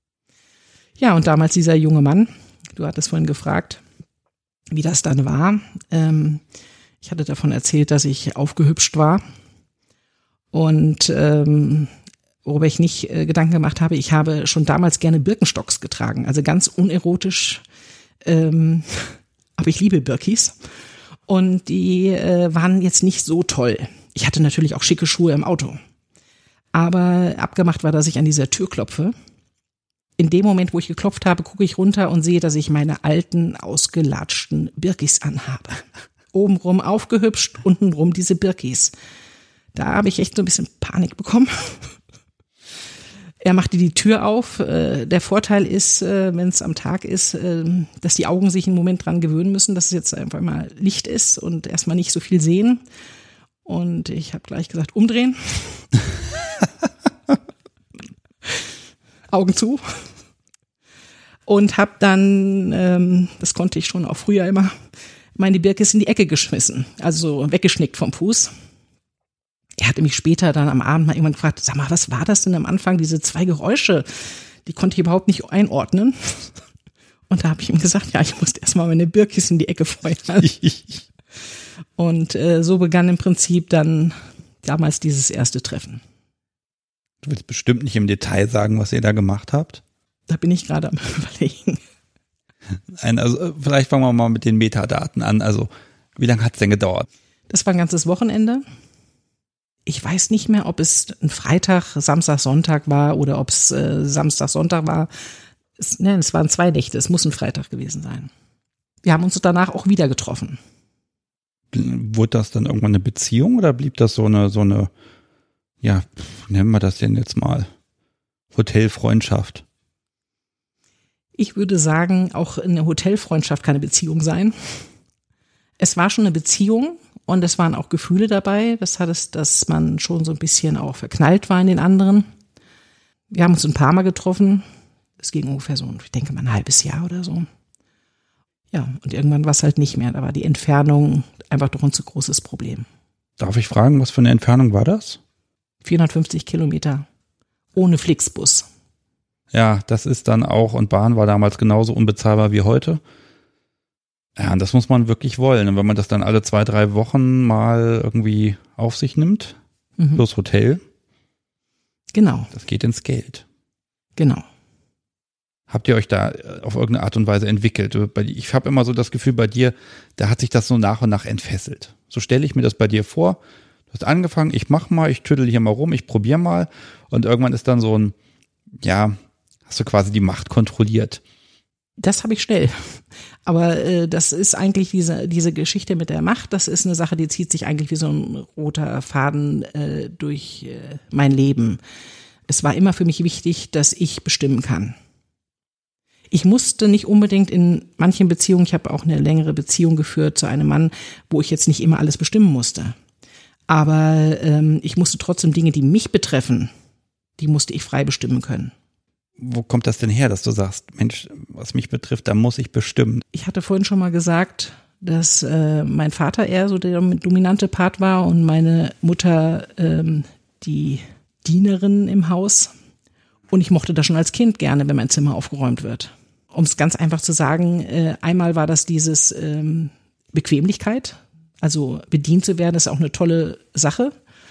[SPEAKER 2] Ja, und damals dieser junge Mann, du hattest vorhin gefragt, wie das dann war. Ähm, ich hatte davon erzählt, dass ich aufgehübscht war. Und ähm, worüber ich nicht äh, Gedanken gemacht habe, ich habe schon damals gerne Birkenstocks getragen, also ganz unerotisch. Ähm, aber ich liebe Birkis und die äh, waren jetzt nicht so toll. Ich hatte natürlich auch schicke Schuhe im Auto. Aber abgemacht war, dass ich an dieser Tür klopfe. In dem Moment, wo ich geklopft habe, gucke ich runter und sehe, dass ich meine alten, ausgelatschten Birkis anhabe. Obenrum aufgehübscht, untenrum diese Birkis. Da habe ich echt so ein bisschen Panik bekommen. Er machte die Tür auf. Der Vorteil ist, wenn es am Tag ist, dass die Augen sich einen Moment dran gewöhnen müssen, dass es jetzt einfach mal Licht ist und erstmal nicht so viel sehen. Und ich habe gleich gesagt, umdrehen. Augen zu. Und habe dann, das konnte ich schon auch früher immer, meine Birkis in die Ecke geschmissen. Also weggeschnickt vom Fuß. Er hatte mich später dann am Abend mal irgendwann gefragt, sag mal, was war das denn am Anfang, diese zwei Geräusche? Die konnte ich überhaupt nicht einordnen. Und da habe ich ihm gesagt, ja, ich musste erstmal meine Birkis in die Ecke feuern. Und äh, so begann im Prinzip dann damals dieses erste Treffen.
[SPEAKER 1] Du willst bestimmt nicht im Detail sagen, was ihr da gemacht habt?
[SPEAKER 2] Da bin ich gerade am Überlegen.
[SPEAKER 1] Ein, also vielleicht fangen wir mal mit den Metadaten an. Also wie lange hat es denn gedauert?
[SPEAKER 2] Das war ein ganzes Wochenende. Ich weiß nicht mehr, ob es ein Freitag, Samstag, Sonntag war oder ob es äh, Samstag, Sonntag war. Es, nein, es waren zwei Nächte, es muss ein Freitag gewesen sein. Wir haben uns danach auch wieder getroffen.
[SPEAKER 1] Wurde das dann irgendwann eine Beziehung oder blieb das so eine, so eine, ja, nennen wir das denn jetzt mal, Hotelfreundschaft?
[SPEAKER 2] Ich würde sagen, auch eine Hotelfreundschaft kann eine Beziehung sein. Es war schon eine Beziehung und es waren auch Gefühle dabei. Das hat es, dass man schon so ein bisschen auch verknallt war in den anderen. Wir haben uns ein paar Mal getroffen. Es ging ungefähr so, ich denke mal ein halbes Jahr oder so. Ja, und irgendwann war es halt nicht mehr. Da war die Entfernung einfach doch ein zu großes Problem.
[SPEAKER 1] Darf ich fragen, was für eine Entfernung war das?
[SPEAKER 2] vierhundertfünfzig Kilometer. Ohne Flixbus.
[SPEAKER 1] Ja, das ist dann auch, und Bahn war damals genauso unbezahlbar wie heute. Ja, und das muss man wirklich wollen. Und wenn man das dann alle zwei, drei Wochen mal irgendwie auf sich nimmt, mhm. plus Hotel.
[SPEAKER 2] Genau.
[SPEAKER 1] Das geht ins Geld.
[SPEAKER 2] Genau.
[SPEAKER 1] Habt ihr euch da auf irgendeine Art und Weise entwickelt? Ich habe immer so das Gefühl, bei dir, da hat sich das so nach und nach entfesselt. So stelle ich mir das bei dir vor. Du hast angefangen, ich mach mal, ich tüttel hier mal rum, ich probiere mal. Und irgendwann ist dann so ein, ja, hast du quasi die Macht kontrolliert.
[SPEAKER 2] Das habe ich schnell. Aber äh, das ist eigentlich diese diese Geschichte mit der Macht, das ist eine Sache, die zieht sich eigentlich wie so ein roter Faden äh, durch äh, mein Leben. Es war immer für mich wichtig, dass ich bestimmen kann. Ich musste nicht unbedingt in manchen Beziehungen, ich habe auch eine längere Beziehung geführt zu einem Mann, wo ich jetzt nicht immer alles bestimmen musste. Aber ähm, ich musste trotzdem Dinge, die mich betreffen, die musste ich frei bestimmen können.
[SPEAKER 1] Wo kommt das denn her, dass du sagst, Mensch, was mich betrifft, da muss ich bestimmen?
[SPEAKER 2] Ich hatte vorhin schon mal gesagt, dass äh, mein Vater eher so der dominante Part war und meine Mutter ähm, die Dienerin im Haus. Und ich mochte das schon als Kind gerne, wenn mein Zimmer aufgeräumt wird. Um es ganz einfach zu sagen, äh, einmal war das dieses ähm, Bequemlichkeit, also bedient zu werden, ist auch eine tolle Sache.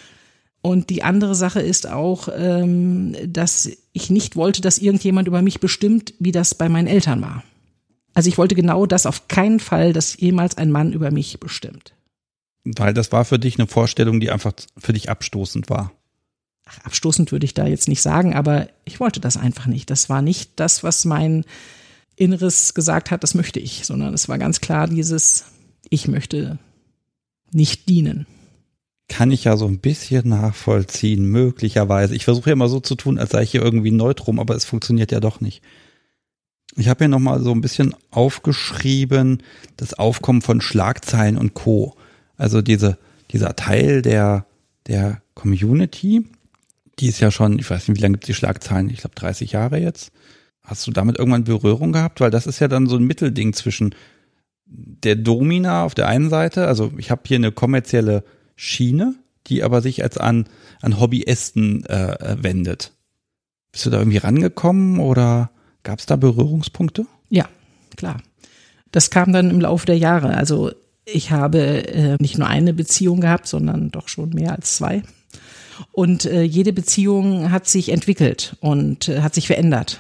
[SPEAKER 2] Und die andere Sache ist auch, ähm, dass ich nicht wollte, dass irgendjemand über mich bestimmt, wie das bei meinen Eltern war. Also ich wollte genau das auf keinen Fall, dass jemals ein Mann über mich bestimmt.
[SPEAKER 1] Weil das war für dich eine Vorstellung, die einfach für dich abstoßend war.
[SPEAKER 2] Ach, abstoßend würde ich da jetzt nicht sagen, aber ich wollte das einfach nicht. Das war nicht das, was mein Inneres gesagt hat, das möchte ich, sondern es war ganz klar dieses, ich möchte nicht dienen.
[SPEAKER 1] Kann ich ja so ein bisschen nachvollziehen, möglicherweise. Ich versuche ja immer so zu tun, als sei ich hier irgendwie neutrum, aber es funktioniert ja doch nicht. Ich habe hier nochmal so ein bisschen aufgeschrieben, das Aufkommen von Schlagzeilen und Co. Also diese, dieser Teil der, der Community, die ist ja schon, ich weiß nicht, wie lange gibt es die Schlagzeilen? Ich glaube dreißig Jahre jetzt. Hast du damit irgendwann Berührung gehabt? Weil das ist ja dann so ein Mittelding zwischen der Domina auf der einen Seite, also ich habe hier eine kommerzielle Schiene, die aber sich als an, an Hobbyisten äh, wendet. Bist du da irgendwie rangekommen oder gab es da Berührungspunkte?
[SPEAKER 2] Ja, klar. Das kam dann im Laufe der Jahre. Also ich habe äh, nicht nur eine Beziehung gehabt, sondern doch schon mehr als zwei. Und äh, jede Beziehung hat sich entwickelt und äh, hat sich verändert.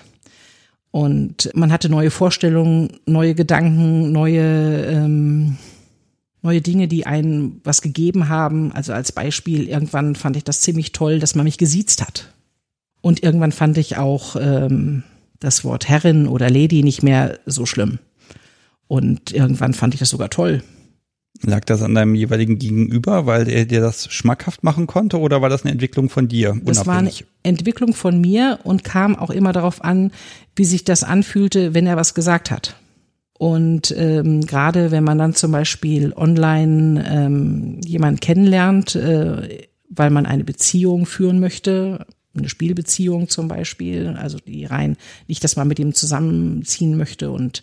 [SPEAKER 2] Und man hatte neue Vorstellungen, neue Gedanken, neue ähm, neue Dinge, die einen was gegeben haben. Also als Beispiel, irgendwann fand ich das ziemlich toll, dass man mich gesiezt hat. Und irgendwann fand ich auch ähm, das Wort Herrin oder Lady nicht mehr so schlimm. Und irgendwann fand ich das sogar toll.
[SPEAKER 1] Lag das an deinem jeweiligen Gegenüber, weil er dir das schmackhaft machen konnte, oder war das eine Entwicklung von dir? Unabhängig?
[SPEAKER 2] Das war eine Entwicklung von mir und kam auch immer darauf an, wie sich das anfühlte, wenn er was gesagt hat. Und ähm, gerade wenn man dann zum Beispiel online ähm, jemanden kennenlernt, äh, weil man eine Beziehung führen möchte, eine Spielbeziehung zum Beispiel, also die rein, nicht, dass man mit ihm zusammenziehen möchte und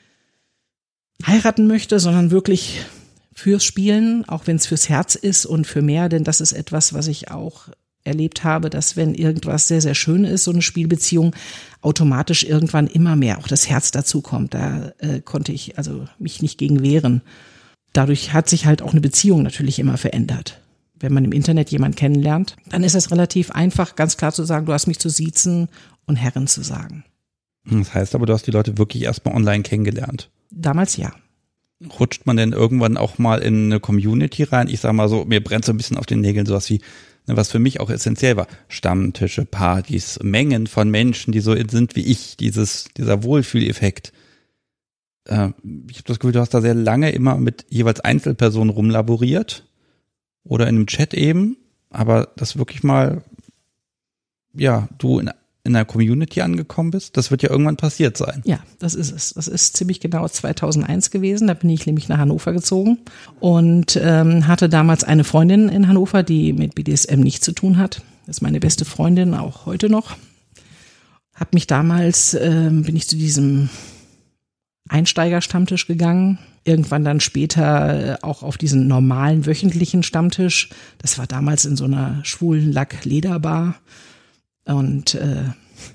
[SPEAKER 2] heiraten möchte, sondern wirklich fürs Spielen, auch wenn es fürs Herz ist und für mehr, denn das ist etwas, was ich auch erlebt habe, dass wenn irgendwas sehr, sehr schön ist, so eine Spielbeziehung, automatisch irgendwann immer mehr auch das Herz dazu kommt. Da äh, konnte ich also mich nicht gegen wehren. Dadurch hat sich halt auch eine Beziehung natürlich immer verändert. Wenn man im Internet jemanden kennenlernt, dann ist es relativ einfach, ganz klar zu sagen, du hast mich zu siezen und Herrin zu sagen.
[SPEAKER 1] Das heißt aber, du hast die Leute wirklich erstmal online kennengelernt.
[SPEAKER 2] Damals ja.
[SPEAKER 1] Rutscht man denn irgendwann auch mal in eine Community rein? Ich sag mal so, mir brennt so ein bisschen auf den Nägeln sowas wie, was für mich auch essentiell war. Stammtische, Partys, Mengen von Menschen, die so sind wie ich, dieses, dieser Wohlfühleffekt. Äh, ich habe das Gefühl, du hast da sehr lange immer mit jeweils Einzelpersonen rumlaboriert oder in einem Chat eben, aber das wirklich mal, ja, du in in der Community angekommen bist? Das wird ja irgendwann passiert sein.
[SPEAKER 2] Ja, das ist es. Das ist ziemlich genau zweitausendeins gewesen. Da bin ich nämlich nach Hannover gezogen und ähm, hatte damals eine Freundin in Hannover, die mit B D S M nichts zu tun hat. Das ist meine beste Freundin, auch heute noch. Hab mich damals, ähm, bin ich zu diesem Einsteigerstammtisch gegangen. Irgendwann dann später auch auf diesen normalen wöchentlichen Stammtisch. Das war damals in so einer schwulen Lack-Lederbar. Und äh,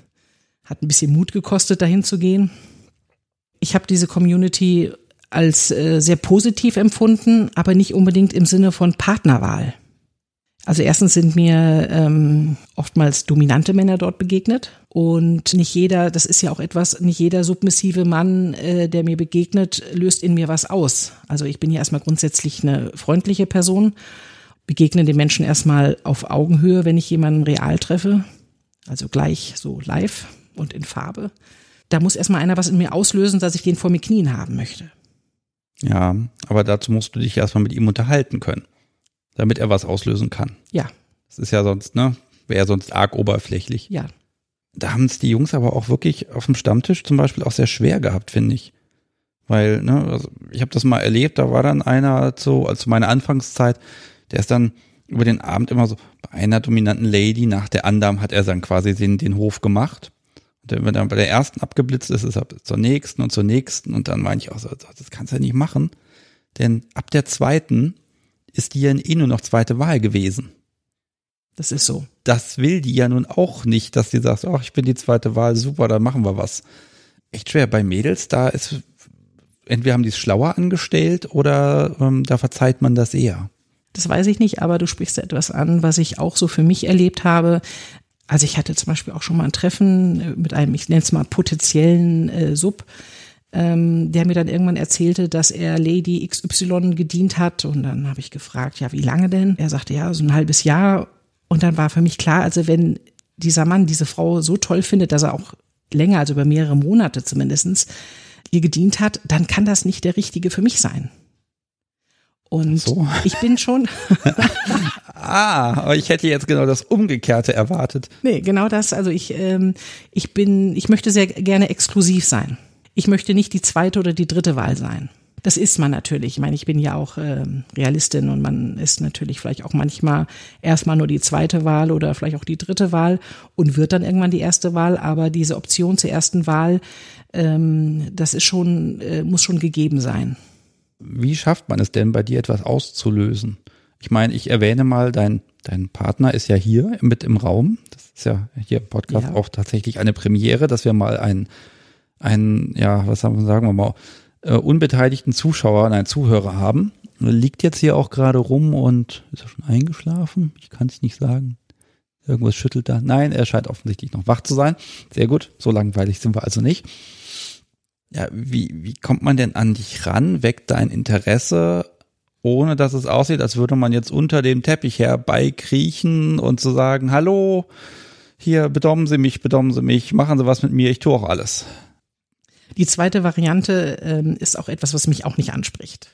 [SPEAKER 2] hat ein bisschen Mut gekostet, dahin zu gehen. Ich habe diese Community als äh, sehr positiv empfunden, aber nicht unbedingt im Sinne von Partnerwahl. Also erstens sind mir ähm, oftmals dominante Männer dort begegnet und nicht jeder, das ist ja auch etwas, nicht jeder submissive Mann, äh, der mir begegnet, löst in mir was aus. Also ich bin ja erstmal grundsätzlich eine freundliche Person, begegne den Menschen erstmal auf Augenhöhe, wenn ich jemanden real treffe. Also gleich so live und in Farbe. Da muss erstmal einer was in mir auslösen, dass ich den vor mir knien haben möchte.
[SPEAKER 1] Ja, aber dazu musst du dich erstmal mit ihm unterhalten können, damit er was auslösen kann.
[SPEAKER 2] Ja.
[SPEAKER 1] Das ist ja sonst, ne, wäre sonst arg oberflächlich.
[SPEAKER 2] Ja.
[SPEAKER 1] Da haben es die Jungs aber auch wirklich auf dem Stammtisch zum Beispiel auch sehr schwer gehabt, finde ich. Weil, ne, also ich habe das mal erlebt, da war dann einer zu, also zu meiner Anfangszeit, der ist dann über den Abend immer so bei einer dominanten Lady nach der anderen hat er dann quasi den, den Hof gemacht. Und wenn er dann bei der ersten abgeblitzt ist, ist er zur nächsten und zur nächsten. Und dann meine ich auch so, das kannst du ja nicht machen. Denn ab der zweiten ist die ja eh nur noch zweite Wahl gewesen.
[SPEAKER 2] Das ist so.
[SPEAKER 1] Das will die ja nun auch nicht, dass die sagt, ach, ich bin die zweite Wahl, super, dann machen wir was. Echt schwer. Bei Mädels, da ist, entweder haben die es schlauer angestellt oder ähm, da verzeiht man das eher.
[SPEAKER 2] Das weiß ich nicht, aber du sprichst etwas an, was ich auch so für mich erlebt habe. Also ich hatte zum Beispiel auch schon mal ein Treffen mit einem, ich nenne es mal potenziellen äh, Sub, ähm, der mir dann irgendwann erzählte, dass er Lady X Y gedient hat. Und dann habe ich gefragt, ja, wie lange denn? Er sagte, ja, so ein halbes Jahr. Und dann war für mich klar, also wenn dieser Mann diese Frau so toll findet, dass er auch länger, also über mehrere Monate zumindestens, ihr gedient hat, dann kann das nicht der Richtige für mich sein. Und so. Ich bin schon.
[SPEAKER 1] ah, aber ich hätte jetzt genau das Umgekehrte erwartet.
[SPEAKER 2] Nee, genau das. Also ich, ähm, ich bin, ich möchte sehr gerne exklusiv sein. Ich möchte nicht die zweite oder die dritte Wahl sein. Das ist man natürlich. Ich meine, ich bin ja auch ähm, Realistin und man ist natürlich vielleicht auch manchmal erstmal nur die zweite Wahl oder vielleicht auch die dritte Wahl und wird dann irgendwann die erste Wahl. Aber diese Option zur ersten Wahl, ähm, das ist schon, äh, muss schon gegeben sein.
[SPEAKER 1] Wie schafft man es denn, bei dir etwas auszulösen? Ich meine, ich erwähne mal, dein, dein Partner ist ja hier mit im Raum. Das ist ja hier im Podcast ja. auch tatsächlich eine Premiere, dass wir mal einen, einen, ja, was sagen wir mal, uh, unbeteiligten Zuschauer, nein, Zuhörer haben. Liegt jetzt hier auch gerade rum und ist er schon eingeschlafen? Ich kann es nicht sagen. Irgendwas schüttelt da. Nein, er scheint offensichtlich noch wach zu sein. Sehr gut, so langweilig sind wir also nicht. Ja, wie, wie kommt man denn an dich ran? Weckt dein Interesse, ohne dass es aussieht, als würde man jetzt unter dem Teppich herbeikriechen und zu sagen, hallo, hier, bedommen Sie mich, bedommen Sie mich, machen Sie was mit mir, ich tue auch alles.
[SPEAKER 2] Die zweite Variante ähm, ist auch etwas, was mich auch nicht anspricht.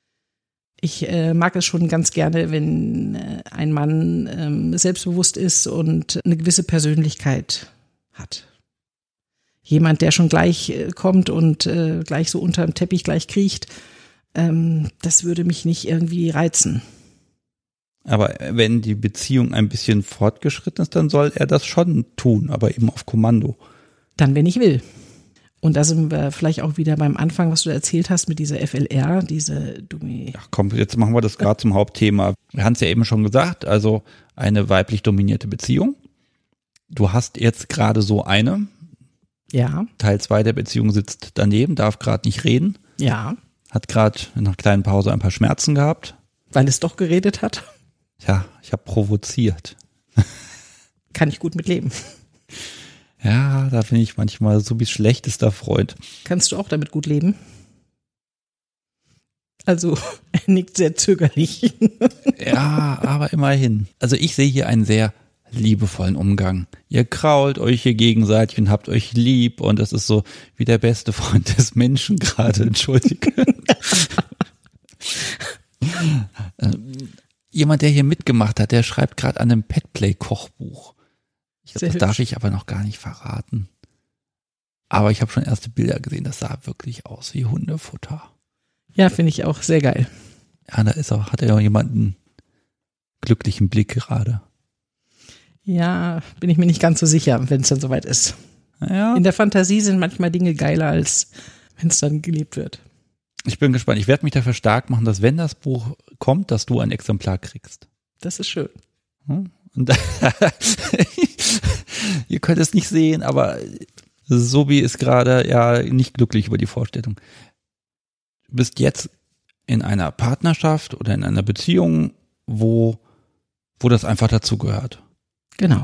[SPEAKER 2] Ich äh, mag es schon ganz gerne, wenn äh, ein Mann ähm, selbstbewusst ist und eine gewisse Persönlichkeit hat. Jemand, der schon gleich äh, kommt und äh, gleich so unter dem Teppich gleich kriecht, ähm, das würde mich nicht irgendwie reizen.
[SPEAKER 1] Aber wenn die Beziehung ein bisschen fortgeschritten ist, dann soll er das schon tun, aber eben auf Kommando.
[SPEAKER 2] Dann, wenn ich will. Und da sind wir vielleicht auch wieder beim Anfang, was du erzählt hast mit dieser F L R, diese Dumi.
[SPEAKER 1] Ach komm, jetzt machen wir das gerade zum Hauptthema. Wir haben es ja eben schon gesagt, also eine weiblich dominierte Beziehung. Du hast jetzt gerade so eine.
[SPEAKER 2] Ja.
[SPEAKER 1] Teil zwei der Beziehung sitzt daneben, darf gerade nicht reden.
[SPEAKER 2] Ja.
[SPEAKER 1] Hat gerade in einer kleinen Pause ein paar Schmerzen gehabt.
[SPEAKER 2] Weil es doch geredet hat?
[SPEAKER 1] Ja, ich habe provoziert.
[SPEAKER 2] Kann ich gut mitleben.
[SPEAKER 1] Ja, da bin ich manchmal so wie schlechtester Freund.
[SPEAKER 2] Kannst du auch damit gut leben? Also, er nickt sehr zögerlich.
[SPEAKER 1] Ja, aber immerhin. Also ich sehe hier einen sehr liebevollen Umgang. Ihr krault euch hier gegenseitig und habt euch lieb und das ist so wie der beste Freund des Menschen gerade, entschuldige. Jemand, der hier mitgemacht hat, der schreibt gerade an einem Petplay-Kochbuch. Ich glaub, das darf ich aber noch gar nicht verraten. Aber ich habe schon erste Bilder gesehen, das sah wirklich aus wie Hundefutter.
[SPEAKER 2] Ja, finde ich auch sehr geil.
[SPEAKER 1] Ja, da ist auch, hat ja auch jemand einen glücklichen Blick gerade.
[SPEAKER 2] Ja, bin ich mir nicht ganz so sicher, wenn es dann soweit ist.
[SPEAKER 1] Ja.
[SPEAKER 2] In der Fantasie sind manchmal Dinge geiler, als wenn es dann gelebt wird.
[SPEAKER 1] Ich bin gespannt. Ich werde mich dafür stark machen, dass wenn das Buch kommt, dass du ein Exemplar kriegst.
[SPEAKER 2] Das ist schön.
[SPEAKER 1] Hm? Und ihr könnt es nicht sehen, aber Sobi ist gerade ja nicht glücklich über die Vorstellung. Du bist jetzt in einer Partnerschaft oder in einer Beziehung, wo, wo das einfach dazugehört.
[SPEAKER 2] Genau.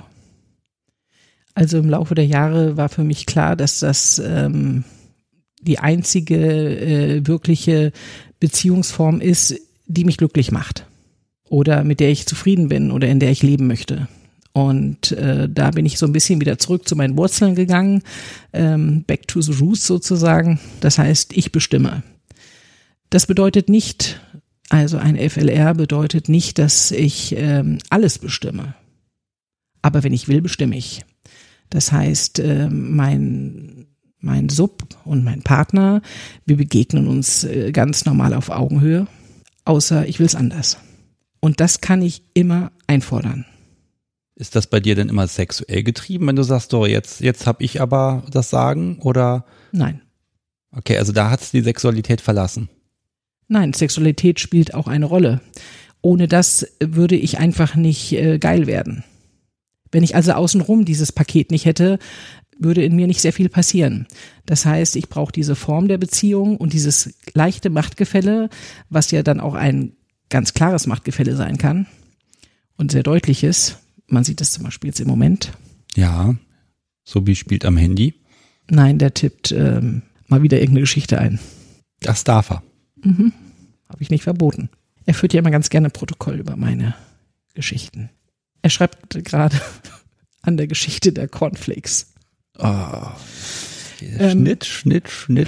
[SPEAKER 2] Also im Laufe der Jahre war für mich klar, dass das ähm, die einzige äh, wirkliche Beziehungsform ist, die mich glücklich macht oder mit der ich zufrieden bin oder in der ich leben möchte. Und äh, da bin ich so ein bisschen wieder zurück zu meinen Wurzeln gegangen, ähm, back to the roots sozusagen. Das heißt, ich bestimme. Das bedeutet nicht, also ein F L R bedeutet nicht, dass ich ähm, alles bestimme. Aber wenn ich will, bestimme ich. Das heißt, äh, mein, mein Sub und mein Partner, wir begegnen uns äh, ganz normal auf Augenhöhe, außer ich will es anders. Und das kann ich immer einfordern.
[SPEAKER 1] Ist das bei dir denn immer sexuell getrieben, wenn du sagst, so jetzt, jetzt habe ich aber das Sagen, oder?
[SPEAKER 2] Nein.
[SPEAKER 1] Okay, also da hat es die Sexualität verlassen.
[SPEAKER 2] Nein, Sexualität spielt auch eine Rolle. Ohne das würde ich einfach nicht äh, geil werden. Wenn ich also außenrum dieses Paket nicht hätte, würde in mir nicht sehr viel passieren. Das heißt, ich brauche diese Form der Beziehung und dieses leichte Machtgefälle, was ja dann auch ein ganz klares Machtgefälle sein kann und sehr deutliches. Man sieht es zum Beispiel jetzt im Moment.
[SPEAKER 1] Ja, Sobi spielt am Handy.
[SPEAKER 2] Nein, der tippt ähm, mal wieder irgendeine Geschichte ein.
[SPEAKER 1] Das darf er.
[SPEAKER 2] Mhm. Habe ich nicht verboten. Er führt ja immer ganz gerne Protokoll über meine Geschichten. Er schreibt gerade an der Geschichte der Cornflakes.
[SPEAKER 1] Oh.
[SPEAKER 2] Ähm.
[SPEAKER 1] Schnitt, Schnitt, Schnitt.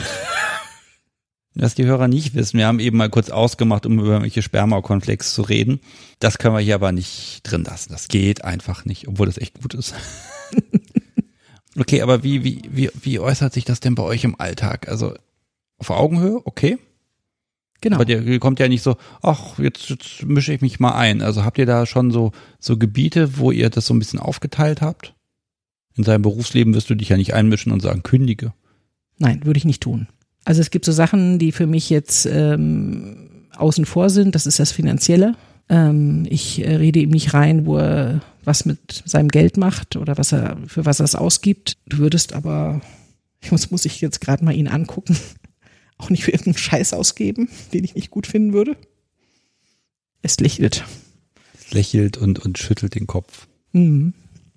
[SPEAKER 1] Was die Hörer nicht wissen, wir haben eben mal kurz ausgemacht, um über welche Sperma-Cornflakes zu reden. Das können wir hier aber nicht drin lassen. Das geht einfach nicht, obwohl das echt gut ist. Okay, aber wie, wie, wie, wie äußert sich das denn bei euch im Alltag? Also auf Augenhöhe, okay.
[SPEAKER 2] Genau.
[SPEAKER 1] Aber der kommt ja nicht so, ach, jetzt, jetzt mische ich mich mal ein. Also habt ihr da schon so, so Gebiete, wo ihr das so ein bisschen aufgeteilt habt? In seinem Berufsleben wirst du dich ja nicht einmischen und sagen, kündige.
[SPEAKER 2] Nein, würde ich nicht tun. Also es gibt so Sachen, die für mich jetzt ähm, außen vor sind. Das ist das Finanzielle. Ähm, ich äh, rede ihm nicht rein, wo er was mit seinem Geld macht oder was er für was er es ausgibt. Du würdest aber, ich muss, muss ich jetzt gerade mal ihn angucken, auch nicht für irgendeinen Scheiß ausgeben, den ich nicht gut finden würde. Es lächelt.
[SPEAKER 1] Es lächelt und, und schüttelt den Kopf.
[SPEAKER 2] Mhm.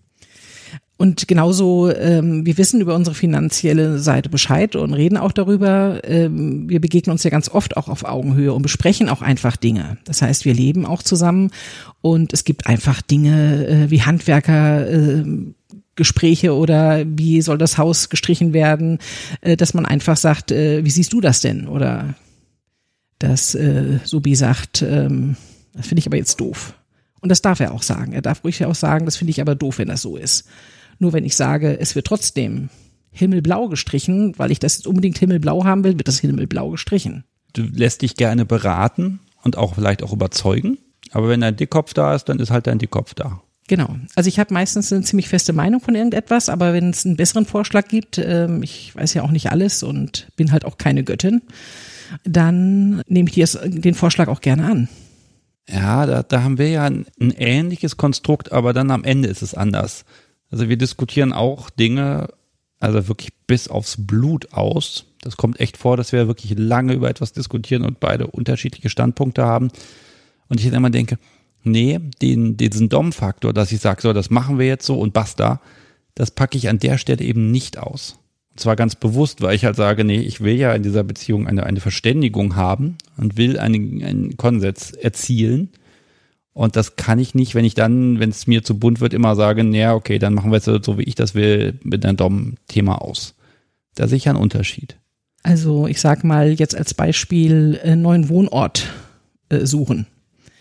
[SPEAKER 2] Und genauso, ähm, wir wissen über unsere finanzielle Seite Bescheid und reden auch darüber. Ähm, wir begegnen uns ja ganz oft auch auf Augenhöhe und besprechen auch einfach Dinge. Das heißt, wir leben auch zusammen und es gibt einfach Dinge äh, wie Handwerker, äh, Gespräche oder wie soll das Haus gestrichen werden, äh, dass man einfach sagt, äh, wie siehst du das denn? Oder dass äh, Sobi sagt, ähm, das finde ich aber jetzt doof. Und das darf er auch sagen. Er darf ruhig auch sagen, das finde ich aber doof, wenn das so ist. Nur wenn ich sage, es wird trotzdem himmelblau gestrichen, weil ich das jetzt unbedingt himmelblau haben will, wird das himmelblau gestrichen.
[SPEAKER 1] Du lässt dich gerne beraten und auch vielleicht auch überzeugen. Aber wenn ein Dickkopf da ist, dann ist halt dein Dickkopf da.
[SPEAKER 2] Genau. Also ich habe meistens eine ziemlich feste Meinung von irgendetwas, aber wenn es einen besseren Vorschlag gibt, ähm, ich weiß ja auch nicht alles und bin halt auch keine Göttin, dann nehme ich dir den Vorschlag auch gerne an.
[SPEAKER 1] Ja, da, da haben wir ja ein, ein ähnliches Konstrukt, aber dann am Ende ist es anders. Also wir diskutieren auch Dinge, also wirklich bis aufs Blut aus. Das kommt echt vor, dass wir wirklich lange über etwas diskutieren und beide unterschiedliche Standpunkte haben. Und ich dann immer denke, nee, den, diesen Dom-Faktor, dass ich sage, so, das machen wir jetzt so und basta, das packe ich an der Stelle eben nicht aus. Und zwar ganz bewusst, weil ich halt sage, nee, ich will ja in dieser Beziehung eine, eine Verständigung haben und will einen, einen Konsens erzielen. Und das kann ich nicht, wenn ich dann, wenn es mir zu bunt wird, immer sage, naja, okay, dann machen wir es so, so wie ich das will, mit einem Dom-Thema aus. Da sehe ich einen Unterschied.
[SPEAKER 2] Also ich sag mal jetzt als Beispiel äh, neuen Wohnort äh, suchen.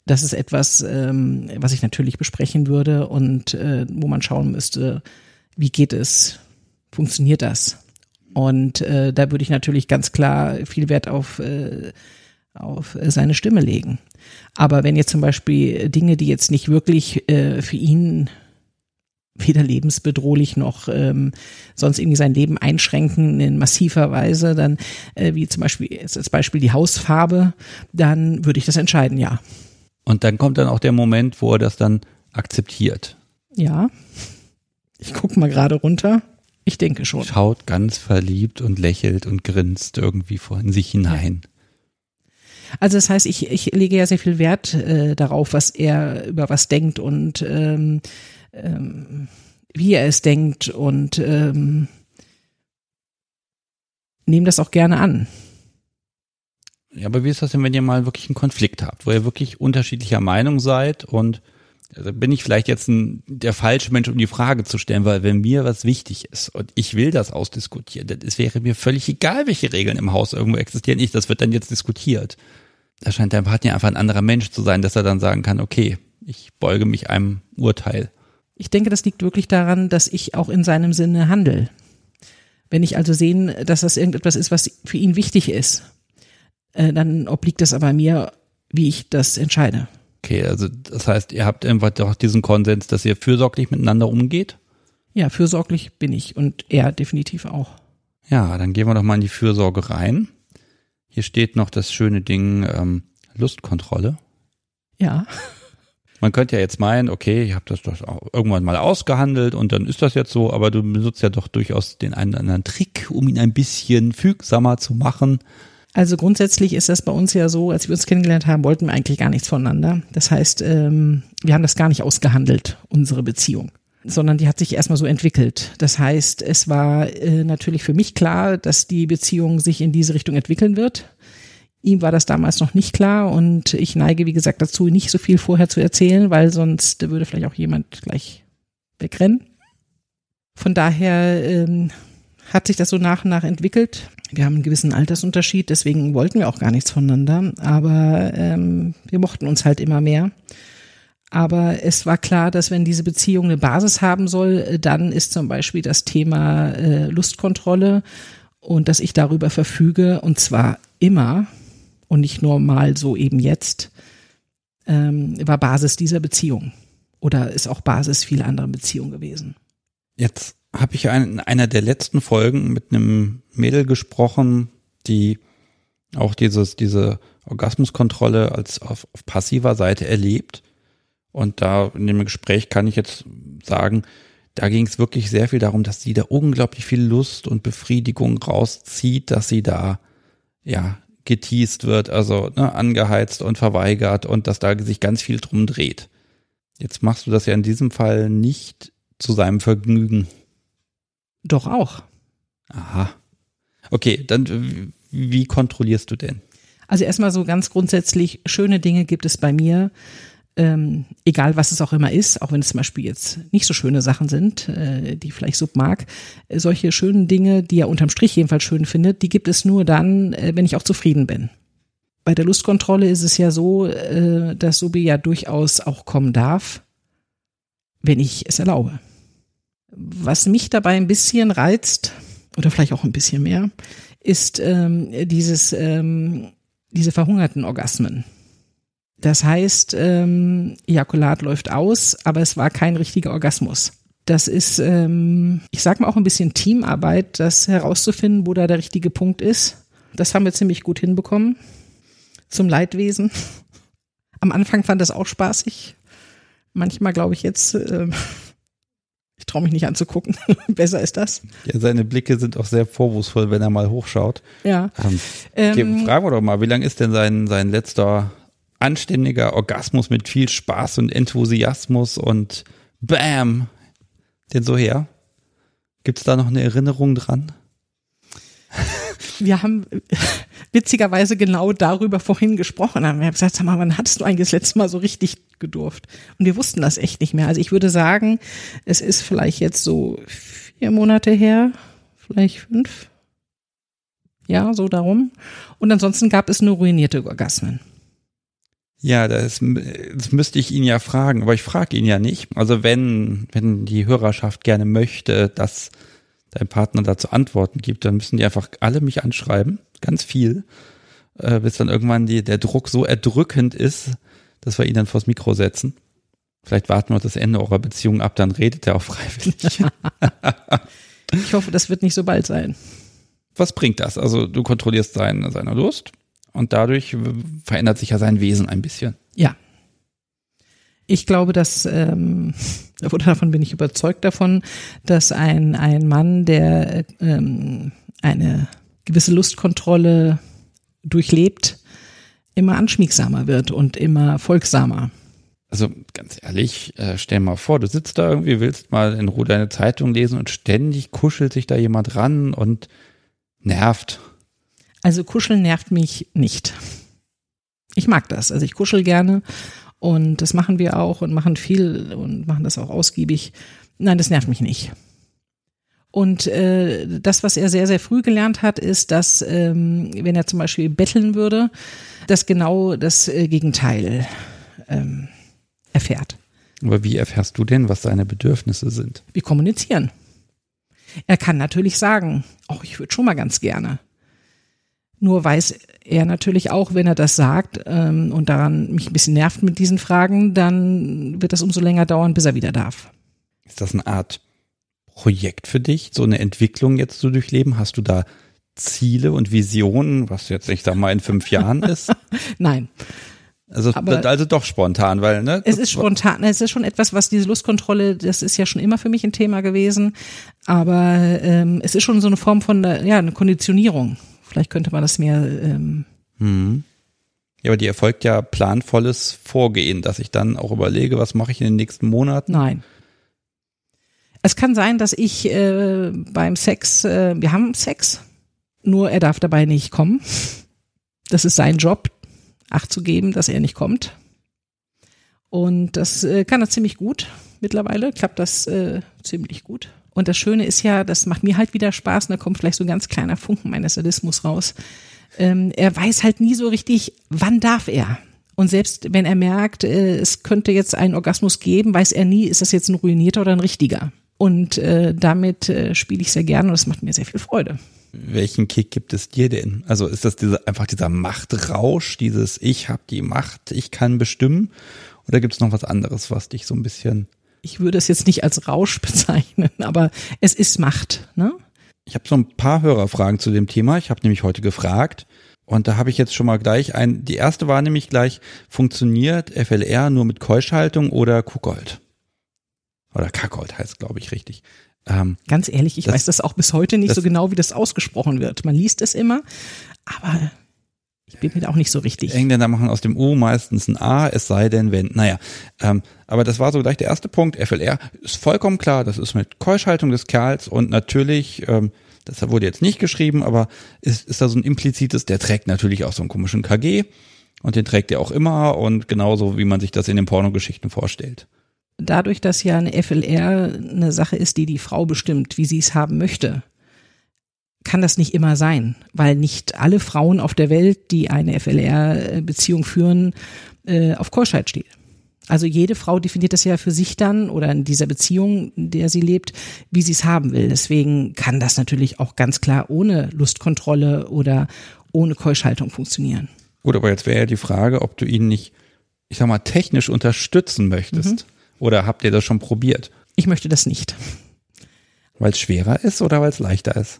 [SPEAKER 2] Das ist etwas, ähm, was ich natürlich besprechen würde und äh, wo man schauen müsste, wie geht es, funktioniert das? Und äh, da würde ich natürlich ganz klar viel Wert auf, äh, auf seine Stimme legen. Aber wenn jetzt zum Beispiel Dinge, die jetzt nicht wirklich äh, für ihn weder lebensbedrohlich noch ähm, sonst irgendwie sein Leben einschränken in massiver Weise, dann äh, wie zum Beispiel jetzt als Beispiel die Hausfarbe, dann würde ich das entscheiden, ja.
[SPEAKER 1] Und dann kommt dann auch der Moment, wo er das dann akzeptiert.
[SPEAKER 2] Ja, ich gucke mal gerade runter. Ich denke schon.
[SPEAKER 1] Schaut ganz verliebt und lächelt und grinst irgendwie vor in sich hinein.
[SPEAKER 2] Also das heißt, ich, ich lege ja sehr viel Wert äh, darauf, was er über was denkt und ähm, ähm, wie er es denkt und ähm, nehme das auch gerne an.
[SPEAKER 1] Ja, aber wie ist das denn, wenn ihr mal wirklich einen Konflikt habt, wo ihr wirklich unterschiedlicher Meinung seid und also bin ich vielleicht jetzt ein, der falsche Mensch, um die Frage zu stellen, weil wenn mir was wichtig ist und ich will das ausdiskutieren, das wäre mir völlig egal, welche Regeln im Haus irgendwo existieren. Ich, das wird dann jetzt diskutiert. Da scheint dein Partner einfach ein anderer Mensch zu sein, dass er dann sagen kann, okay, ich beuge mich einem Urteil.
[SPEAKER 2] Ich denke, das liegt wirklich daran, dass ich auch in seinem Sinne handle. Wenn ich also sehen, dass das irgendetwas ist, was für ihn wichtig ist, äh, dann obliegt das aber mir, wie ich das entscheide.
[SPEAKER 1] Okay, also das heißt, ihr habt einfach doch diesen Konsens, dass ihr fürsorglich miteinander umgeht?
[SPEAKER 2] Ja, fürsorglich bin ich und er definitiv auch.
[SPEAKER 1] Ja, dann gehen wir doch mal in die Fürsorge rein. Hier steht noch das schöne Ding ähm, Lustkontrolle.
[SPEAKER 2] Ja.
[SPEAKER 1] Man könnte ja jetzt meinen, okay, ich habe das doch auch irgendwann mal ausgehandelt und dann ist das jetzt so, aber du benutzt ja doch durchaus den einen oder anderen Trick, um ihn ein bisschen fügsamer zu machen.
[SPEAKER 2] Also grundsätzlich ist das bei uns ja so, als wir uns kennengelernt haben, wollten wir eigentlich gar nichts voneinander. Das heißt, ähm, wir haben das gar nicht ausgehandelt, unsere Beziehung, sondern die hat sich erstmal so entwickelt. Das heißt, es war äh, natürlich für mich klar, dass die Beziehung sich in diese Richtung entwickeln wird. Ihm war das damals noch nicht klar und ich neige, wie gesagt, dazu, nicht so viel vorher zu erzählen, weil sonst würde vielleicht auch jemand gleich wegrennen. Von daher ähm, hat sich das so nach und nach entwickelt. Wir haben einen gewissen Altersunterschied, deswegen wollten wir auch gar nichts voneinander, aber ähm, wir mochten uns halt immer mehr. Aber es war klar, dass wenn diese Beziehung eine Basis haben soll, dann ist zum Beispiel das Thema äh, Lustkontrolle und dass ich darüber verfüge und zwar immer und nicht nur mal so eben jetzt, ähm, war Basis dieser Beziehung oder ist auch Basis vieler anderer Beziehungen gewesen.
[SPEAKER 1] Jetzt habe ich in einer der letzten Folgen mit einem Mädel gesprochen, die auch dieses diese Orgasmuskontrolle als auf, auf passiver Seite erlebt. Und da in dem Gespräch kann ich jetzt sagen, da ging es wirklich sehr viel darum, dass sie da unglaublich viel Lust und Befriedigung rauszieht, dass sie da ja geteast wird, also ne, angeheizt und verweigert und dass da sich ganz viel drum dreht. Jetzt machst du das ja in diesem Fall nicht zu seinem Vergnügen.
[SPEAKER 2] Doch auch.
[SPEAKER 1] Aha. Okay, dann wie kontrollierst du denn?
[SPEAKER 2] Also erstmal so ganz grundsätzlich, schöne Dinge gibt es bei mir, ähm, egal was es auch immer ist, auch wenn es zum Beispiel jetzt nicht so schöne Sachen sind, äh, die vielleicht Sub mag, äh, solche schönen Dinge, die er unterm Strich jedenfalls schön findet, die gibt es nur dann, äh, wenn ich auch zufrieden bin. Bei der Lustkontrolle ist es ja so, äh, dass Subi ja durchaus auch kommen darf, wenn ich es erlaube. Was mich dabei ein bisschen reizt, oder vielleicht auch ein bisschen mehr, ist ähm, dieses, ähm, diese verhungerten Orgasmen. Das heißt, ähm, Ejakulat läuft aus, aber es war kein richtiger Orgasmus. Das ist, ähm, ich sag mal, auch ein bisschen Teamarbeit, das herauszufinden, wo da der richtige Punkt ist. Das haben wir ziemlich gut hinbekommen. Zum Leidwesen. Am Anfang fand das auch spaßig. Manchmal glaube ich jetzt, äh, ich traue mich nicht anzugucken. Besser ist das.
[SPEAKER 1] Ja, seine Blicke sind auch sehr vorwurfsvoll, wenn er mal hochschaut.
[SPEAKER 2] Ja.
[SPEAKER 1] Ähm, okay, ähm, fragen wir doch mal, wie lang ist denn sein, sein letzter anständiger Orgasmus mit viel Spaß und Enthusiasmus und Bam, denn so her? Gibt's da noch eine Erinnerung dran?
[SPEAKER 2] Wir haben witzigerweise genau darüber vorhin gesprochen. Wir haben gesagt, sag mal, wann hattest du eigentlich das letzte Mal so richtig gedurft? Und wir wussten das echt nicht mehr. Also ich würde sagen, es ist vielleicht jetzt so vier Monate her, vielleicht fünf. Ja, so darum. Und ansonsten gab es nur ruinierte Orgasmen.
[SPEAKER 1] Ja, das, das müsste ich ihn ja fragen, aber ich frage ihn ja nicht. Also wenn, wenn die Hörerschaft gerne möchte, dass dein Partner dazu Antworten gibt, dann müssen die einfach alle mich anschreiben, ganz viel, äh, bis dann irgendwann die, der Druck so erdrückend ist, dass wir ihn dann vors Mikro setzen. Vielleicht warten wir das Ende eurer Beziehung ab, dann redet er auch freiwillig.
[SPEAKER 2] Ich hoffe, das wird nicht so bald sein.
[SPEAKER 1] Was bringt das? Also du kontrollierst seine, seine Lust und dadurch verändert sich ja sein Wesen ein bisschen.
[SPEAKER 2] Ja. Ich glaube, dass, ähm, oder davon bin ich überzeugt davon, dass ein, ein Mann, der ähm, eine gewisse Lustkontrolle durchlebt, immer anschmiegsamer wird und immer folgsamer.
[SPEAKER 1] Also ganz ehrlich, äh, stell mal vor, du sitzt da irgendwie, willst mal in Ruhe deine Zeitung lesen und ständig kuschelt sich da jemand ran und nervt.
[SPEAKER 2] Also kuscheln nervt mich nicht. Ich mag das, also ich kuschel gerne und das machen wir auch und machen viel und machen das auch ausgiebig. Nein, das nervt mich nicht. Und äh, das, was er sehr, sehr früh gelernt hat, ist, dass ähm, wenn er zum Beispiel betteln würde, dass genau das äh, Gegenteil ähm, erfährt.
[SPEAKER 1] Aber wie erfährst du denn, was seine Bedürfnisse sind?
[SPEAKER 2] Wir kommunizieren. Er kann natürlich sagen, oh, ich würde schon mal ganz gerne. Nur weiß er natürlich auch, wenn er das sagt ähm, und daran mich ein bisschen nervt mit diesen Fragen, dann wird das umso länger dauern, bis er wieder darf.
[SPEAKER 1] Ist das eine Art Projekt für dich, so eine Entwicklung jetzt zu durchleben? Hast du da Ziele und Visionen, was jetzt, ich sag mal, in fünf Jahren ist?
[SPEAKER 2] Nein.
[SPEAKER 1] Also,
[SPEAKER 2] Aber
[SPEAKER 1] also doch spontan, weil, ne?
[SPEAKER 2] Es ist spontan, es ist schon etwas, was diese Lustkontrolle, das ist ja schon immer für mich ein Thema gewesen, aber ähm, es ist schon so eine Form von, ja, eine Konditionierung. Vielleicht könnte man das mehr. Ähm
[SPEAKER 1] hm. Ja, aber die erfolgt ja planvolles Vorgehen, dass ich dann auch überlege, was mache ich in den nächsten Monaten?
[SPEAKER 2] Nein. Es kann sein, dass ich äh, beim Sex, äh, wir haben Sex, nur er darf dabei nicht kommen. Das ist sein Job, Acht zu geben, dass er nicht kommt. Und das äh, kann er ziemlich gut. Mittlerweile klappt das äh, ziemlich gut. Und das Schöne ist ja, das macht mir halt wieder Spaß, und da kommt vielleicht so ein ganz kleiner Funken meines Sadismus raus. Ähm, er weiß halt nie so richtig, wann darf er. Und selbst wenn er merkt, äh, es könnte jetzt einen Orgasmus geben, weiß er nie, ist das jetzt ein ruinierter oder ein richtiger. Und äh, damit äh, spiele ich sehr gerne und das macht mir sehr viel Freude.
[SPEAKER 1] Welchen Kick gibt es dir denn? Also ist das diese, einfach dieser Machtrausch, dieses Ich habe die Macht, ich kann bestimmen? Oder gibt es noch was anderes, was dich so ein bisschen...
[SPEAKER 2] Ich würde es jetzt nicht als Rausch bezeichnen, aber es ist Macht, ne?
[SPEAKER 1] Ich habe so ein paar Hörerfragen zu dem Thema. Ich habe nämlich heute gefragt und da habe ich jetzt schon mal gleich ein, die erste war nämlich gleich, funktioniert F L R nur mit Keuschhaltung oder Kuckold? Oder Kackold heißt, glaube ich, richtig. Ähm,
[SPEAKER 2] Ganz ehrlich, ich
[SPEAKER 1] das,
[SPEAKER 2] weiß das auch bis heute nicht
[SPEAKER 1] das,
[SPEAKER 2] so genau, wie das ausgesprochen wird. Man liest es immer, aber ich bin mir da auch nicht so richtig.
[SPEAKER 1] Engländer machen aus dem U meistens ein A, es sei denn, wenn, naja. Ähm, aber das war so gleich der erste Punkt. F L R ist vollkommen klar, das ist mit Keuschhaltung des Kerls und natürlich, ähm, das wurde jetzt nicht geschrieben, aber ist, ist da so ein implizites, der trägt natürlich auch so einen komischen K G und den trägt er auch immer und genauso, wie man sich das in den Pornogeschichten vorstellt.
[SPEAKER 2] Dadurch, dass ja eine F L R eine Sache ist, die die Frau bestimmt, wie sie es haben möchte, kann das nicht immer sein, weil nicht alle Frauen auf der Welt, die eine F L R-Beziehung führen, äh, auf Keuschheit stehen. Also jede Frau definiert das ja für sich dann oder in dieser Beziehung, in der sie lebt, wie sie es haben will. Deswegen kann das natürlich auch ganz klar ohne Lustkontrolle oder ohne Keuschhaltung funktionieren.
[SPEAKER 1] Gut, aber jetzt wäre ja die Frage, ob du ihn nicht, ich sag mal, technisch unterstützen möchtest. Mhm. Oder habt ihr das schon probiert?
[SPEAKER 2] Ich möchte das nicht.
[SPEAKER 1] Weil es schwerer ist oder weil es leichter ist?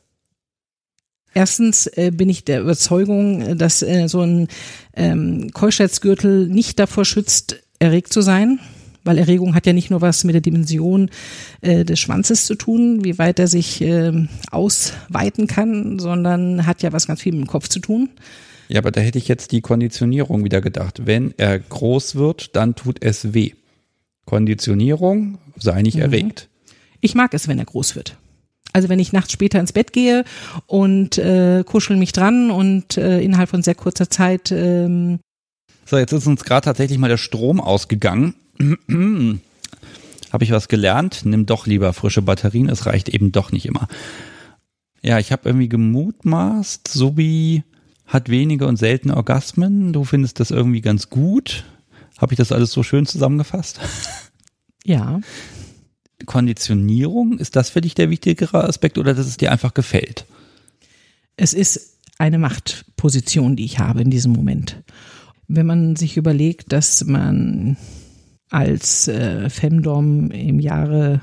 [SPEAKER 2] Erstens äh, bin ich der Überzeugung, dass äh, so ein ähm, Keuschheitsgürtel nicht davor schützt, erregt zu sein, weil Erregung hat ja nicht nur was mit der Dimension äh, des Schwanzes zu tun, wie weit er sich äh, ausweiten kann, sondern hat ja was ganz viel mit dem Kopf zu tun.
[SPEAKER 1] Ja, aber da hätte ich jetzt die Konditionierung wieder gedacht. Wenn er groß wird, dann tut es weh. Konditionierung, sei nicht mhm. erregt.
[SPEAKER 2] Ich mag es, wenn er groß wird. Also wenn ich nachts später ins Bett gehe und äh, kuschel mich dran und äh, innerhalb von sehr kurzer Zeit. Ähm
[SPEAKER 1] so, jetzt ist uns gerade tatsächlich mal der Strom ausgegangen. Habe ich was gelernt? Nimm doch lieber frische Batterien, es reicht eben doch nicht immer. Ja, ich habe irgendwie gemutmaßt, Subi hat wenige und seltene Orgasmen. Du findest das irgendwie ganz gut. Habe ich das alles so schön zusammengefasst?
[SPEAKER 2] Ja.
[SPEAKER 1] Konditionierung, ist das für dich der wichtigere Aspekt oder dass es dir einfach gefällt?
[SPEAKER 2] Es ist eine Machtposition, die ich habe in diesem Moment. Wenn man sich überlegt, dass man als äh, Femdom im Jahre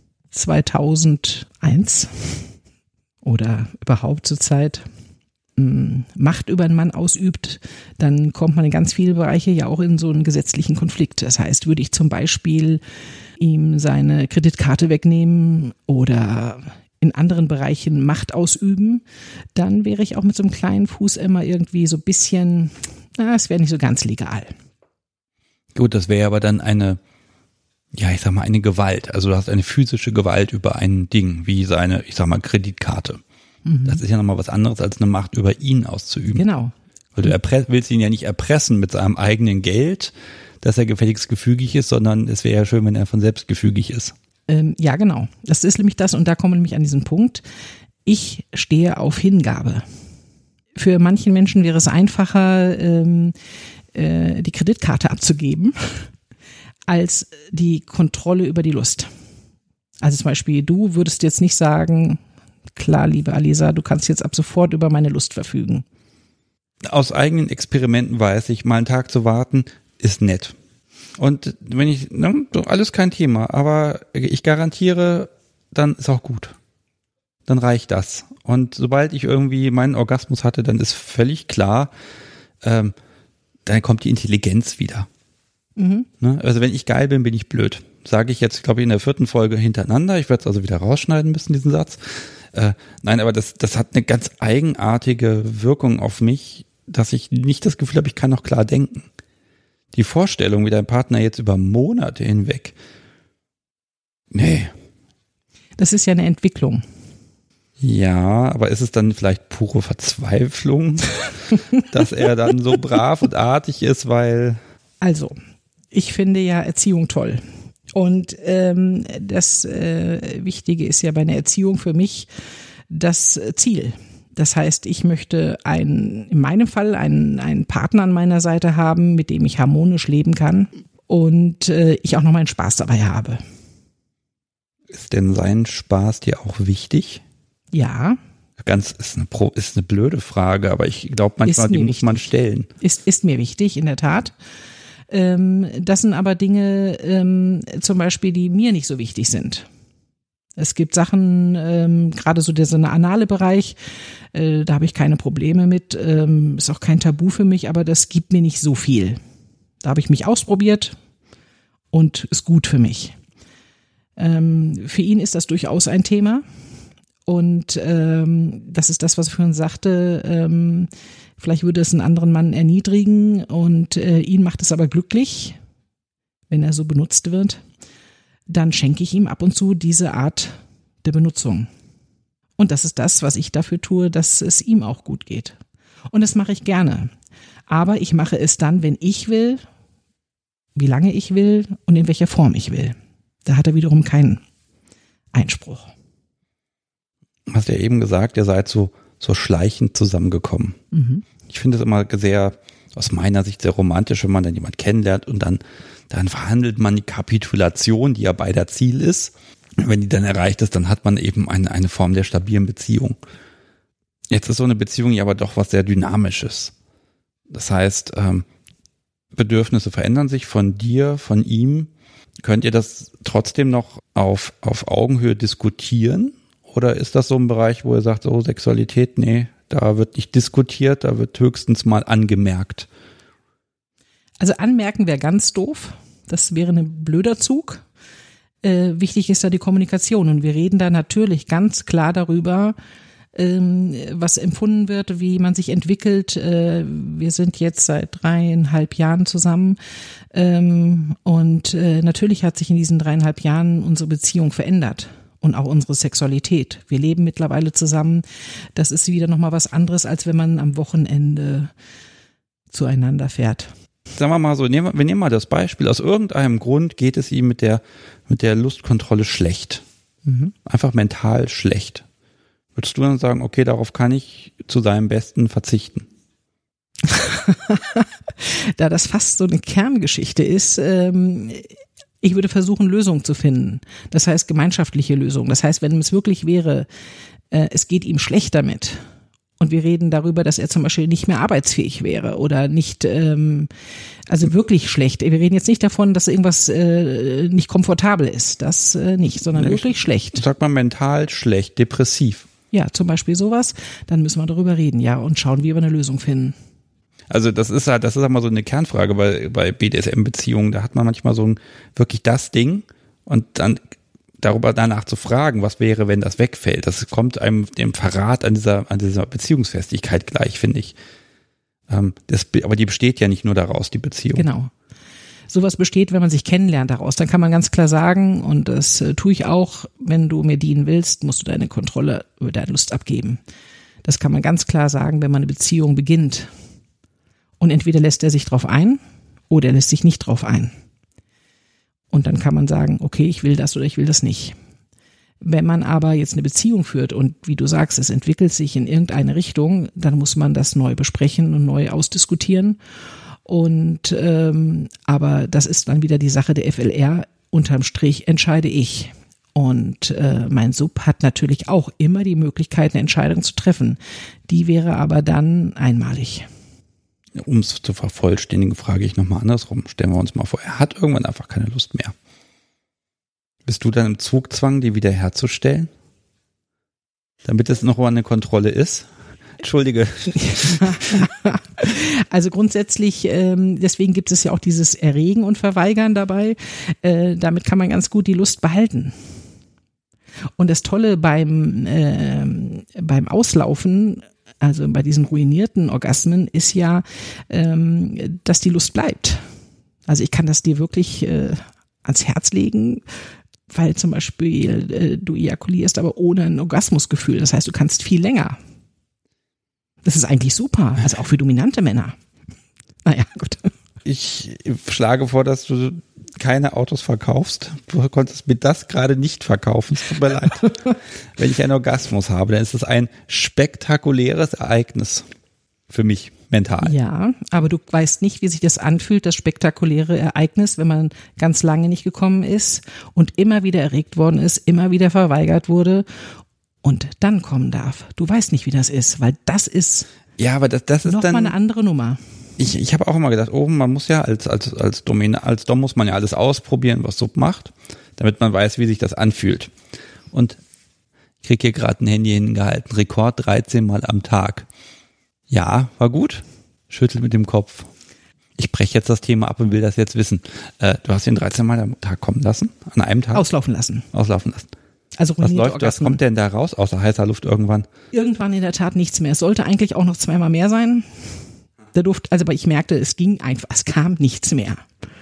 [SPEAKER 2] zweitausendeins oder überhaupt zur Zeit mh, Macht über einen Mann ausübt, dann kommt man in ganz viele Bereiche ja auch in so einen gesetzlichen Konflikt. Das heißt, würde ich zum Beispiel ihm seine Kreditkarte wegnehmen oder in anderen Bereichen Macht ausüben, dann wäre ich auch mit so einem kleinen Fuß immer irgendwie so ein bisschen, na, es wäre nicht so ganz legal.
[SPEAKER 1] Gut, das wäre aber dann eine, ja, ich sag mal, eine Gewalt. Also du hast eine physische Gewalt über ein Ding, wie seine, ich sag mal, Kreditkarte. Mhm. Das ist ja nochmal was anderes, als eine Macht über ihn auszuüben.
[SPEAKER 2] Genau.
[SPEAKER 1] Weil du erpress- willst ihn ja nicht erpressen mit seinem eigenen Geld, dass er gefälligst gefügig ist, sondern es wäre ja schön, wenn er von selbst gefügig ist.
[SPEAKER 2] Ähm, ja, genau. Das ist nämlich das und da kommen wir nämlich an diesen Punkt. Ich stehe auf Hingabe. Für manchen Menschen wäre es einfacher, ähm, äh, die Kreditkarte abzugeben, als die Kontrolle über die Lust. Also zum Beispiel, du würdest jetzt nicht sagen, klar, liebe Alisa, du kannst jetzt ab sofort über meine Lust verfügen.
[SPEAKER 1] Aus eigenen Experimenten weiß ich, mal einen Tag zu warten, ist nett. Und wenn ich, ne, alles kein Thema, aber ich garantiere, dann ist auch gut. Dann reicht das. Und sobald ich irgendwie meinen Orgasmus hatte, dann ist völlig klar, ähm, dann kommt die Intelligenz wieder. Mhm. Ne? Also wenn ich geil bin, bin ich blöd. Sage ich jetzt, glaube ich, in der vierten Folge hintereinander. Ich werde es also wieder rausschneiden müssen, diesen Satz. Äh, nein, aber das, das hat eine ganz eigenartige Wirkung auf mich, dass ich nicht das Gefühl habe, ich kann noch klar denken. Die Vorstellung, wie dein Partner jetzt über Monate hinweg. Nee.
[SPEAKER 2] Das ist ja eine Entwicklung.
[SPEAKER 1] Ja, aber ist es dann vielleicht pure Verzweiflung, dass er dann so brav und artig ist, weil...
[SPEAKER 2] Also, ich finde ja Erziehung toll. Und ähm, das äh, Wichtige ist ja bei einer Erziehung für mich das Ziel. Das heißt, ich möchte einen, in meinem Fall einen, einen Partner an meiner Seite haben, mit dem ich harmonisch leben kann und äh, ich auch noch meinen Spaß dabei habe.
[SPEAKER 1] Ist denn sein Spaß dir auch wichtig?
[SPEAKER 2] Ja.
[SPEAKER 1] Ganz ist eine, Pro, ist eine blöde Frage, aber ich glaube manchmal, die muss man stellen.
[SPEAKER 2] Ist, ist mir wichtig, in der Tat. Ähm, das sind aber Dinge, ähm, zum Beispiel, die mir nicht so wichtig sind. Es gibt Sachen, ähm, gerade so der so eine anale Bereich, äh, da habe ich keine Probleme mit, ähm, ist auch kein Tabu für mich, aber das gibt mir nicht so viel. Da habe ich mich ausprobiert und ist gut für mich. Ähm, für ihn ist das durchaus ein Thema und ähm, das ist das, was ich vorhin sagte, ähm, vielleicht würde es einen anderen Mann erniedrigen und äh, ihn macht es aber glücklich, wenn er so benutzt wird. Dann schenke ich ihm ab und zu diese Art der Benutzung. Und das ist das, was ich dafür tue, dass es ihm auch gut geht. Und das mache ich gerne. Aber ich mache es dann, wenn ich will, wie lange ich will und in welcher Form ich will. Da hat er wiederum keinen Einspruch.
[SPEAKER 1] Du hast ja eben gesagt, ihr seid so, so schleichend zusammengekommen. Mhm. Ich finde es immer sehr, aus meiner Sicht sehr romantisch, wenn man dann jemanden kennenlernt und dann Dann verhandelt man die Kapitulation, die ja beider Ziel ist. Wenn die dann erreicht ist, dann hat man eben eine, eine Form der stabilen Beziehung. Jetzt ist so eine Beziehung ja aber doch was sehr Dynamisches. Das heißt, ähm, Bedürfnisse verändern sich von dir, von ihm. Könnt ihr das trotzdem noch auf, auf Augenhöhe diskutieren? Oder ist das so ein Bereich, wo ihr sagt, so Sexualität, nee, da wird nicht diskutiert, da wird höchstens mal angemerkt?
[SPEAKER 2] Also anmerken wäre ganz doof. Das wäre ein blöder Zug. Äh, wichtig ist da die Kommunikation. Und wir reden da natürlich ganz klar darüber, ähm, was empfunden wird, wie man sich entwickelt. Äh, wir sind jetzt seit dreieinhalb Jahren zusammen. Ähm, und äh, natürlich hat sich in diesen dreieinhalb Jahren unsere Beziehung verändert. Und auch unsere Sexualität. Wir leben mittlerweile zusammen. Das ist wieder nochmal was anderes, als wenn man am Wochenende zueinander fährt.
[SPEAKER 1] Sagen wir mal so, nehmen wir, wir nehmen mal das Beispiel, aus irgendeinem Grund geht es ihm mit der, mit der Lustkontrolle schlecht. Mhm. Einfach mental schlecht. Würdest du dann sagen, okay, darauf kann ich zu seinem Besten verzichten?
[SPEAKER 2] da das fast so eine Kerngeschichte ist, ähm, ich würde versuchen, Lösungen zu finden. Das heißt, gemeinschaftliche Lösungen. Das heißt, wenn es wirklich wäre, äh, es geht ihm schlecht damit und wir reden darüber, dass er zum Beispiel nicht mehr arbeitsfähig wäre oder nicht, ähm, also wirklich schlecht. Wir reden jetzt nicht davon, dass irgendwas äh, nicht komfortabel ist. Das äh, nicht, sondern
[SPEAKER 1] Nee,
[SPEAKER 2] wirklich schlecht.
[SPEAKER 1] Sagt man mental schlecht, depressiv.
[SPEAKER 2] Ja, zum Beispiel sowas. Dann müssen wir darüber reden, ja, und schauen, wie wir eine Lösung finden.
[SPEAKER 1] Also das ist halt, das ist halt mal so eine Kernfrage bei, bei B D S M-Beziehungen. Da hat man manchmal so ein, wirklich das Ding und dann darüber danach zu fragen, was wäre, wenn das wegfällt. Das kommt einem dem Verrat an dieser, an dieser Beziehungsfestigkeit gleich, finde ich. Ähm, das, aber die besteht ja nicht nur daraus, die Beziehung.
[SPEAKER 2] Genau. Sowas besteht, wenn man sich kennenlernt daraus. Dann kann man ganz klar sagen, und das äh, tue ich auch, wenn du mir dienen willst, musst du deine Kontrolle über deine Lust abgeben. Das kann man ganz klar sagen, wenn man eine Beziehung beginnt. Und entweder lässt er sich drauf ein oder er lässt sich nicht drauf ein. Und dann kann man sagen, okay, ich will das oder ich will das nicht. Wenn man aber jetzt eine Beziehung führt und wie du sagst, es entwickelt sich in irgendeine Richtung, dann muss man das neu besprechen und neu ausdiskutieren. Und ähm, aber das ist dann wieder die Sache der F L R. Unterm Strich entscheide ich. Und äh, mein Sub hat natürlich auch immer die Möglichkeit, eine Entscheidung zu treffen. Die wäre aber dann einmalig.
[SPEAKER 1] Um es zu vervollständigen, frage ich nochmal andersrum. Stellen wir uns mal vor, er hat irgendwann einfach keine Lust mehr. Bist du dann im Zugzwang, die wiederherzustellen? Damit es noch mal eine Kontrolle ist? Entschuldige.
[SPEAKER 2] Also grundsätzlich, ähm, deswegen gibt es ja auch dieses Erregen und Verweigern dabei. Äh, damit kann man ganz gut die Lust behalten. Und das Tolle beim, äh, beim Auslaufen, also bei diesen ruinierten Orgasmen, ist ja, ähm, dass die Lust bleibt. Also ich kann das dir wirklich äh, ans Herz legen, weil zum Beispiel äh, du ejakulierst, aber ohne ein Orgasmusgefühl. Das heißt, du kannst viel länger. Das ist eigentlich super, also auch für dominante Männer. Naja, gut.
[SPEAKER 1] Ich schlage vor, dass du keine Autos verkaufst. Du konntest mir das gerade nicht verkaufen. Es tut mir leid. Wenn ich einen Orgasmus habe, dann ist das ein spektakuläres Ereignis für mich mental.
[SPEAKER 2] Ja, aber du weißt nicht, wie sich das anfühlt, das spektakuläre Ereignis, wenn man ganz lange nicht gekommen ist und immer wieder erregt worden ist, immer wieder verweigert wurde und dann kommen darf. Du weißt nicht, wie das ist, weil das ist
[SPEAKER 1] ja, aber das, das ist
[SPEAKER 2] noch
[SPEAKER 1] dann
[SPEAKER 2] mal eine andere Nummer.
[SPEAKER 1] Ich, ich habe auch immer gedacht, oh, man muss ja als als als Domin, als Dom muss man ja alles ausprobieren, was Sub macht, damit man weiß, wie sich das anfühlt. Und ich krieg hier gerade ein Handy hingehalten, Rekord dreizehn Mal am Tag. Ja, war gut. Schüttelt mit dem Kopf. Ich breche jetzt das Thema ab und will das jetzt wissen. Äh, du hast ihn dreizehn Mal am Tag kommen lassen? An einem Tag?
[SPEAKER 2] Auslaufen lassen.
[SPEAKER 1] Auslaufen lassen.
[SPEAKER 2] Also
[SPEAKER 1] was läuft,
[SPEAKER 2] Orgasmen.
[SPEAKER 1] was kommt denn da raus außer heißer Luft irgendwann?
[SPEAKER 2] Irgendwann in der Tat nichts mehr. Es sollte eigentlich auch noch zweimal mehr sein. Da durfte, also aber ich merkte, es ging einfach, es kam nichts mehr.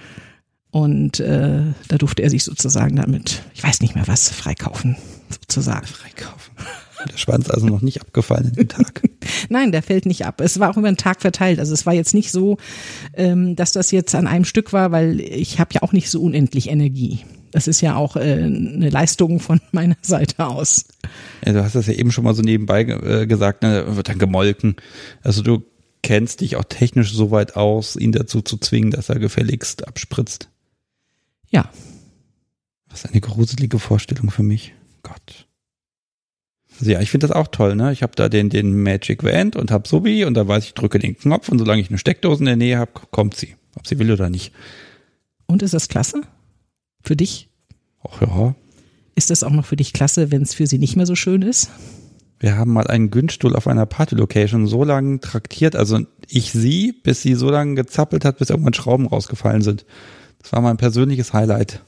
[SPEAKER 2] Und äh, da durfte er sich sozusagen damit, ich weiß nicht mehr was, freikaufen, sozusagen.
[SPEAKER 1] Freikaufen. Der Schwanz also noch nicht abgefallen in dem Tag.
[SPEAKER 2] Nein, der fällt nicht ab. Es war auch über den Tag verteilt. Also es war jetzt nicht so, ähm, dass das jetzt an einem Stück war, weil ich habe ja auch nicht so unendlich Energie. Das ist ja auch äh, eine Leistung von meiner Seite aus.
[SPEAKER 1] Ja, du hast das ja eben schon mal so nebenbei äh, gesagt, ne, wird dann gemolken. Also du kennst dich auch technisch so weit aus, ihn dazu zu zwingen, dass er gefälligst abspritzt.
[SPEAKER 2] Ja.
[SPEAKER 1] Was eine gruselige Vorstellung für mich. Gott. Also ja, ich finde das auch toll, ne? Ich habe da den den Magic Wand und hab Subi und da weiß ich, drücke den Knopf und solange ich eine Steckdose in der Nähe habe, kommt sie. Ob sie will oder nicht.
[SPEAKER 2] Und ist das klasse? Für dich?
[SPEAKER 1] Ach ja.
[SPEAKER 2] Ist das auch noch für dich klasse, wenn es für sie nicht mehr so schön ist?
[SPEAKER 1] Wir haben mal einen Günststuhl auf einer Party-Location so lange traktiert, also ich sie, bis sie so lange gezappelt hat, bis irgendwann Schrauben rausgefallen sind. Das war mein persönliches Highlight.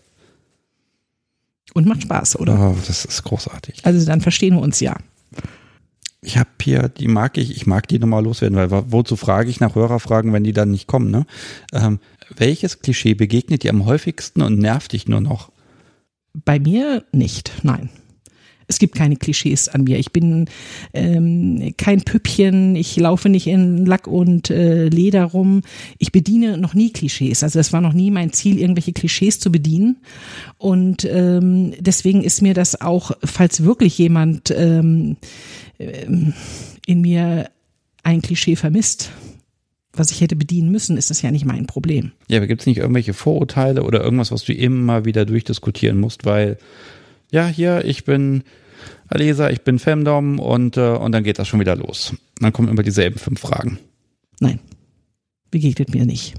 [SPEAKER 2] Und macht Spaß, oder?
[SPEAKER 1] Oh, das ist großartig.
[SPEAKER 2] Also dann verstehen wir uns ja.
[SPEAKER 1] Ich habe hier, die mag ich, ich mag die nochmal loswerden, weil wozu frage ich nach Hörerfragen, wenn die dann nicht kommen, ne? Ähm, welches Klischee begegnet dir am häufigsten und nervt dich nur noch?
[SPEAKER 2] Bei mir nicht, nein. Es gibt keine Klischees an mir. Ich bin ähm, kein Püppchen, ich laufe nicht in Lack und äh, Leder rum. Ich bediene noch nie Klischees. Also das war noch nie mein Ziel, irgendwelche Klischees zu bedienen. Und ähm, deswegen ist mir das auch, falls wirklich jemand ähm, in mir ein Klischee vermisst, was ich hätte bedienen müssen, ist das ja nicht mein Problem.
[SPEAKER 1] Ja, aber gibt es nicht irgendwelche Vorurteile oder irgendwas, was du immer wieder durchdiskutieren musst, weil, ja, hier, ich bin Alesa, ich bin Femdom und, äh, und dann geht das schon wieder los. Dann kommen immer dieselben fünf Fragen.
[SPEAKER 2] Nein, begegnet mir nicht.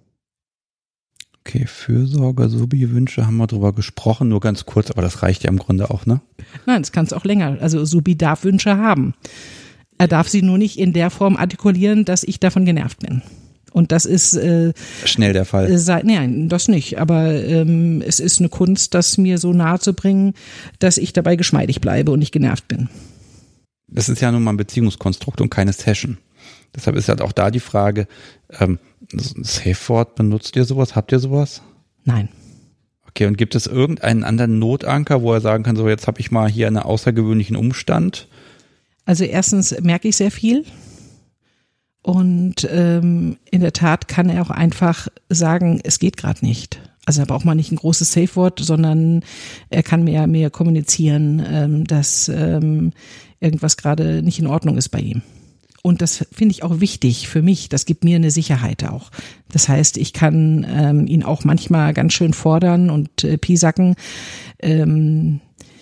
[SPEAKER 1] Okay, Fürsorge, Subi-Wünsche haben wir drüber gesprochen, nur ganz kurz, aber das reicht ja im Grunde auch, ne?
[SPEAKER 2] Nein, das kann es auch länger. Also Subi darf Wünsche haben. Er darf sie nur nicht in der Form artikulieren, dass ich davon genervt bin. Und das ist äh,
[SPEAKER 1] schnell der Fall.
[SPEAKER 2] Äh, sei, nein, das nicht. Aber ähm, es ist eine Kunst, das mir so nahe zu bringen, dass ich dabei geschmeidig bleibe und nicht genervt bin.
[SPEAKER 1] Das ist ja nun mal ein Beziehungskonstrukt und keine Session. Deshalb ist halt auch da die Frage, ähm, Safe-Word, benutzt ihr sowas? Habt ihr sowas?
[SPEAKER 2] Nein.
[SPEAKER 1] Okay, und gibt es irgendeinen anderen Notanker, wo er sagen kann, so jetzt habe ich mal hier einen außergewöhnlichen Umstand?
[SPEAKER 2] Also erstens merke ich sehr viel und ähm, in der Tat kann er auch einfach sagen, es geht gerade nicht. Also er braucht mal nicht ein großes Safe-Wort, sondern er kann mir, mir kommunizieren, ähm, dass ähm, irgendwas gerade nicht in Ordnung ist bei ihm. Und das finde ich auch wichtig für mich. Das gibt mir eine Sicherheit auch. Das heißt, ich kann ähm, ihn auch manchmal ganz schön fordern und äh, piesacken. Ähm,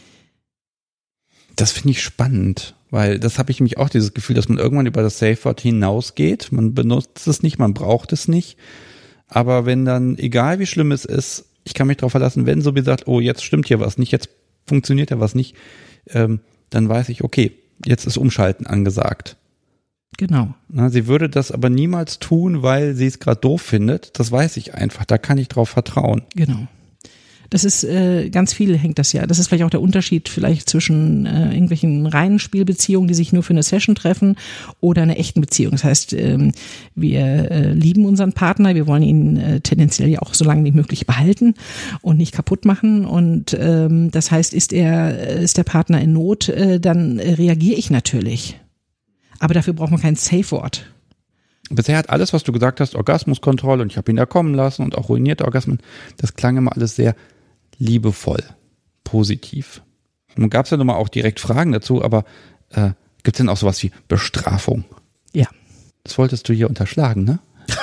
[SPEAKER 1] das finde ich spannend, weil das habe ich nämlich auch dieses Gefühl, dass man irgendwann über das Safe-Wort hinausgeht. Man benutzt es nicht, man braucht es nicht. Aber wenn dann, egal wie schlimm es ist, ich kann mich darauf verlassen, wenn so wie sagt, oh, jetzt stimmt hier was nicht, jetzt funktioniert ja was nicht, ähm, dann weiß ich, okay, jetzt ist Umschalten angesagt.
[SPEAKER 2] Genau.
[SPEAKER 1] Na, sie würde das aber niemals tun, weil sie es gerade doof findet. Das weiß ich einfach. Da kann ich drauf vertrauen.
[SPEAKER 2] Genau. Das ist äh, ganz viel hängt das ja. Das ist vielleicht auch der Unterschied vielleicht zwischen äh, irgendwelchen reinen Spielbeziehungen, die sich nur für eine Session treffen, oder einer echten Beziehung. Das heißt, ähm, wir äh, lieben unseren Partner, wir wollen ihn äh, tendenziell ja auch so lange wie möglich behalten und nicht kaputt machen. Und ähm, das heißt, ist er ist der Partner in Not, äh, dann äh, reagiere ich natürlich. Aber dafür braucht man kein Safe-Wort.
[SPEAKER 1] Bisher hat alles, was du gesagt hast, Orgasmuskontrolle und ich habe ihn da kommen lassen und auch ruinierte Orgasmen, das klang immer alles sehr liebevoll, positiv. Nun gab es ja nochmal auch direkt Fragen dazu, aber äh, gibt es denn auch sowas wie Bestrafung?
[SPEAKER 2] Ja.
[SPEAKER 1] Das wolltest du hier unterschlagen, ne?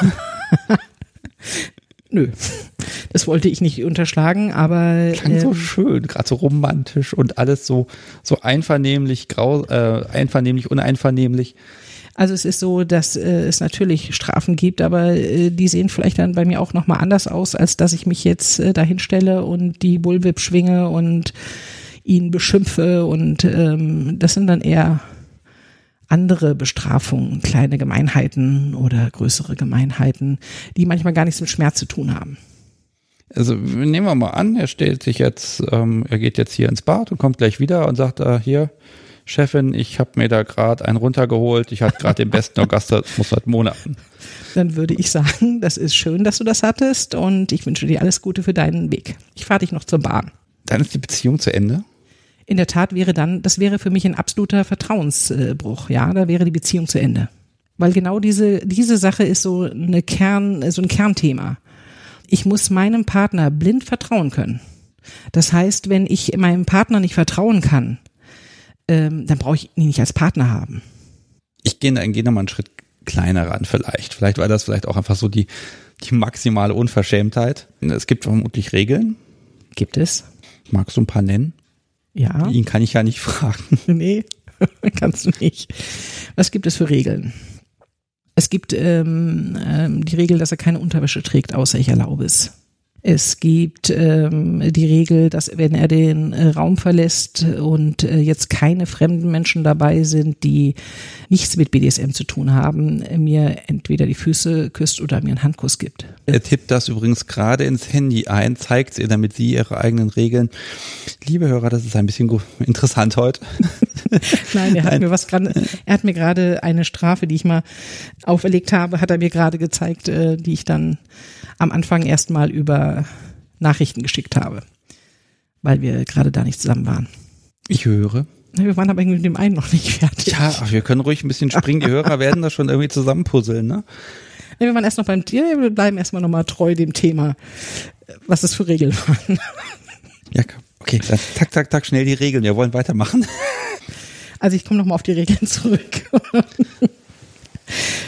[SPEAKER 2] Nö, das wollte ich nicht unterschlagen, aber
[SPEAKER 1] klang ähm, so schön, gerade so romantisch und alles so so einvernehmlich, grau, äh, einvernehmlich, uneinvernehmlich.
[SPEAKER 2] Also es ist so, dass äh, es natürlich Strafen gibt, aber äh, die sehen vielleicht dann bei mir auch nochmal anders aus, als dass ich mich jetzt äh, dahin stelle und die Bullwhip schwinge und ihn beschimpfe und ähm, das sind dann eher andere Bestrafungen, kleine Gemeinheiten oder größere Gemeinheiten, die manchmal gar nichts mit Schmerz zu tun haben.
[SPEAKER 1] Also nehmen wir mal an, er stellt sich jetzt, ähm, er geht jetzt hier ins Bad und kommt gleich wieder und sagt, äh, hier, Chefin, ich habe mir da gerade einen runtergeholt, ich hatte gerade den besten Orgasmus seit Monaten.
[SPEAKER 2] Dann würde ich sagen, das ist schön, dass du das hattest und ich wünsche dir alles Gute für deinen Weg. Ich fahre dich noch zur Bahn.
[SPEAKER 1] Dann ist die Beziehung zu Ende?
[SPEAKER 2] In der Tat wäre dann, das wäre für mich ein absoluter Vertrauensbruch, ja, da wäre die Beziehung zu Ende. Weil genau diese, diese Sache ist so eine Kern, so ein Kernthema. Ich muss meinem Partner blind vertrauen können. Das heißt, wenn ich meinem Partner nicht vertrauen kann, ähm, dann brauche ich ihn nicht als Partner haben.
[SPEAKER 1] Ich gehe geh noch mal einen Schritt kleiner ran vielleicht. Vielleicht war das vielleicht auch einfach so die, die maximale Unverschämtheit. Es gibt vermutlich Regeln.
[SPEAKER 2] Gibt es?
[SPEAKER 1] Magst du ein paar nennen?
[SPEAKER 2] Ja.
[SPEAKER 1] Ihn kann ich ja nicht fragen.
[SPEAKER 2] Nee, kannst du nicht. Was gibt es für Regeln? Es gibt ähm, ähm, die Regel, dass er keine Unterwäsche trägt, außer ich erlaube es. Es gibt ähm, die Regel, dass wenn er den äh, Raum verlässt und äh, jetzt keine fremden Menschen dabei sind, die nichts mit B D S M zu tun haben, äh, mir entweder die Füße küsst oder mir einen Handkuss gibt.
[SPEAKER 1] Er tippt das übrigens gerade ins Handy ein, zeigt ihr, damit Sie Ihre eigenen Regeln. Liebe Hörer, das ist ein bisschen interessant heute.
[SPEAKER 2] Nein, er hat Nein. mir was gerade, er hat mir gerade eine Strafe, die ich mal auferlegt habe, hat er mir gerade gezeigt, äh, die ich dann am Anfang erstmal über Nachrichten geschickt habe, weil wir gerade da nicht zusammen waren.
[SPEAKER 1] Ich höre.
[SPEAKER 2] Wir waren aber irgendwie mit dem einen noch nicht fertig.
[SPEAKER 1] Ja, ach, wir können ruhig ein bisschen springen. Die Hörer werden das schon irgendwie zusammenpuzzeln, ne?
[SPEAKER 2] Wir waren erst noch beim Tier, wir bleiben erstmal nochmal treu dem Thema, was es für Regeln waren.
[SPEAKER 1] Ja, okay, dann zack, zack, zack, schnell die Regeln. Wir wollen weitermachen.
[SPEAKER 2] Also ich komme nochmal auf die Regeln zurück.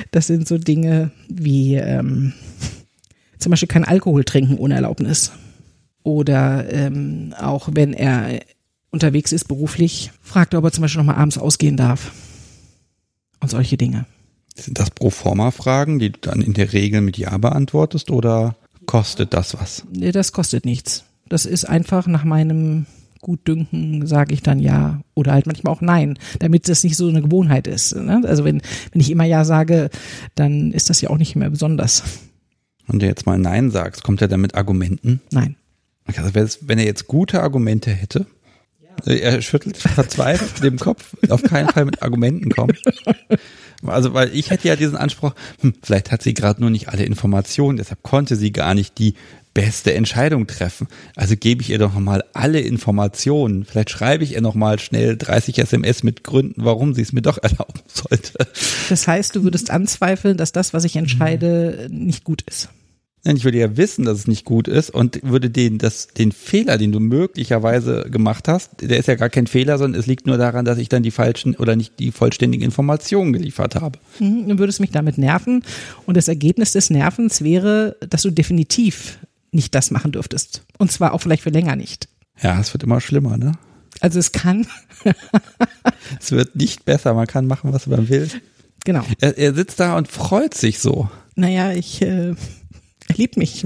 [SPEAKER 2] Das sind so Dinge wie ähm, zum Beispiel kein Alkohol trinken ohne Erlaubnis. Oder ähm, auch wenn er unterwegs ist beruflich, fragt er, ob er zum Beispiel noch mal abends ausgehen darf. Und solche Dinge.
[SPEAKER 1] Sind das Proforma-Fragen, die du dann in der Regel mit Ja beantwortest oder kostet das was?
[SPEAKER 2] Nee, das kostet nichts. Das ist einfach nach meinem Gutdünken, sage ich dann Ja oder halt manchmal auch Nein, damit das nicht so eine Gewohnheit ist. Ne? Also wenn, wenn ich immer Ja sage, dann ist das ja auch nicht mehr besonders.
[SPEAKER 1] Und du jetzt mal Nein sagst, kommt er dann mit Argumenten?
[SPEAKER 2] Nein.
[SPEAKER 1] Also wenn er jetzt gute Argumente hätte, er schüttelt verzweifelt mit dem Kopf, auf keinen Fall mit Argumenten kommen. Also, weil ich hätte ja diesen Anspruch, hm, vielleicht hat sie gerade nur nicht alle Informationen, deshalb konnte sie gar nicht die beste Entscheidung treffen. Also gebe ich ihr doch nochmal alle Informationen. Vielleicht schreibe ich ihr nochmal schnell dreißig S M S mit Gründen, warum sie es mir doch erlauben sollte.
[SPEAKER 2] Das heißt, du würdest anzweifeln, dass das, was ich entscheide, nicht gut ist.
[SPEAKER 1] Ich würde ja wissen, dass es nicht gut ist und würde den, das, den Fehler, den du möglicherweise gemacht hast, der ist ja gar kein Fehler, sondern es liegt nur daran, dass ich dann die falschen oder nicht die vollständigen Informationen geliefert habe.
[SPEAKER 2] Mhm, dann würde es mich damit nerven und das Ergebnis des Nervens wäre, dass du definitiv nicht das machen dürftest. Und zwar auch vielleicht für länger nicht.
[SPEAKER 1] Ja, es wird immer schlimmer, ne?
[SPEAKER 2] Also es kann.
[SPEAKER 1] Es wird nicht besser, man kann machen, was man will.
[SPEAKER 2] Genau.
[SPEAKER 1] Er, er sitzt da und freut sich so.
[SPEAKER 2] Naja, ich... Äh Er liebt mich.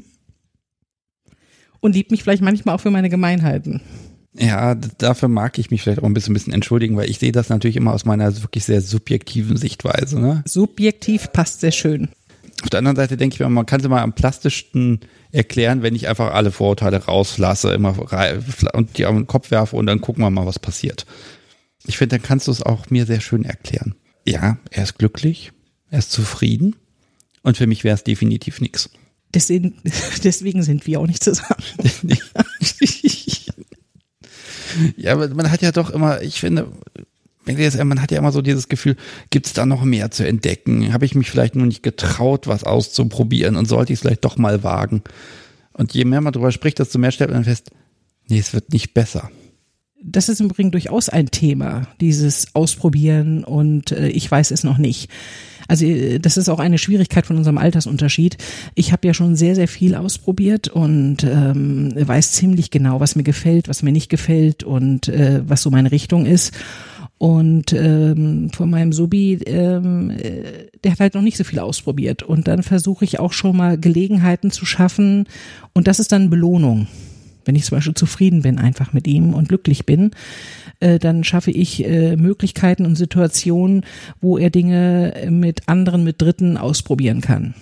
[SPEAKER 2] Und liebt mich vielleicht manchmal auch für meine Gemeinheiten.
[SPEAKER 1] Ja, dafür mag ich mich vielleicht auch ein bisschen, ein bisschen entschuldigen, weil ich sehe das natürlich immer aus meiner wirklich sehr subjektiven Sichtweise. Ne?
[SPEAKER 2] Subjektiv passt sehr schön.
[SPEAKER 1] Auf der anderen Seite denke ich mir, man kann es mal am plastischsten erklären, wenn ich einfach alle Vorurteile rauslasse, immer und die auf den Kopf werfe und dann gucken wir mal, was passiert. Ich finde, dann kannst du es auch mir sehr schön erklären. Ja, er ist glücklich, er ist zufrieden. Und für mich wäre es definitiv nichts.
[SPEAKER 2] Deswegen, deswegen sind wir auch nicht zusammen.
[SPEAKER 1] Ja, aber man hat ja doch immer, ich finde, man hat ja immer so dieses Gefühl, gibt es da noch mehr zu entdecken? Habe ich mich vielleicht nur nicht getraut, was auszuprobieren und sollte ich es vielleicht doch mal wagen? Und je mehr man darüber spricht, desto mehr stellt man fest, nee, es wird nicht besser.
[SPEAKER 2] Das ist im Übrigen durchaus ein Thema, dieses Ausprobieren und äh, ich weiß es noch nicht. Also das ist auch eine Schwierigkeit von unserem Altersunterschied. Ich habe ja schon sehr, sehr viel ausprobiert und ähm, weiß ziemlich genau, was mir gefällt, was mir nicht gefällt und äh, was so meine Richtung ist. Und ähm, von meinem Subi, ähm, der hat halt noch nicht so viel ausprobiert. Und dann versuche ich auch schon mal Gelegenheiten zu schaffen und das ist dann Belohnung. Wenn ich zum Beispiel zufrieden bin einfach mit ihm und glücklich bin, äh, dann schaffe ich äh, Möglichkeiten und Situationen, wo er Dinge mit anderen, mit Dritten ausprobieren kann.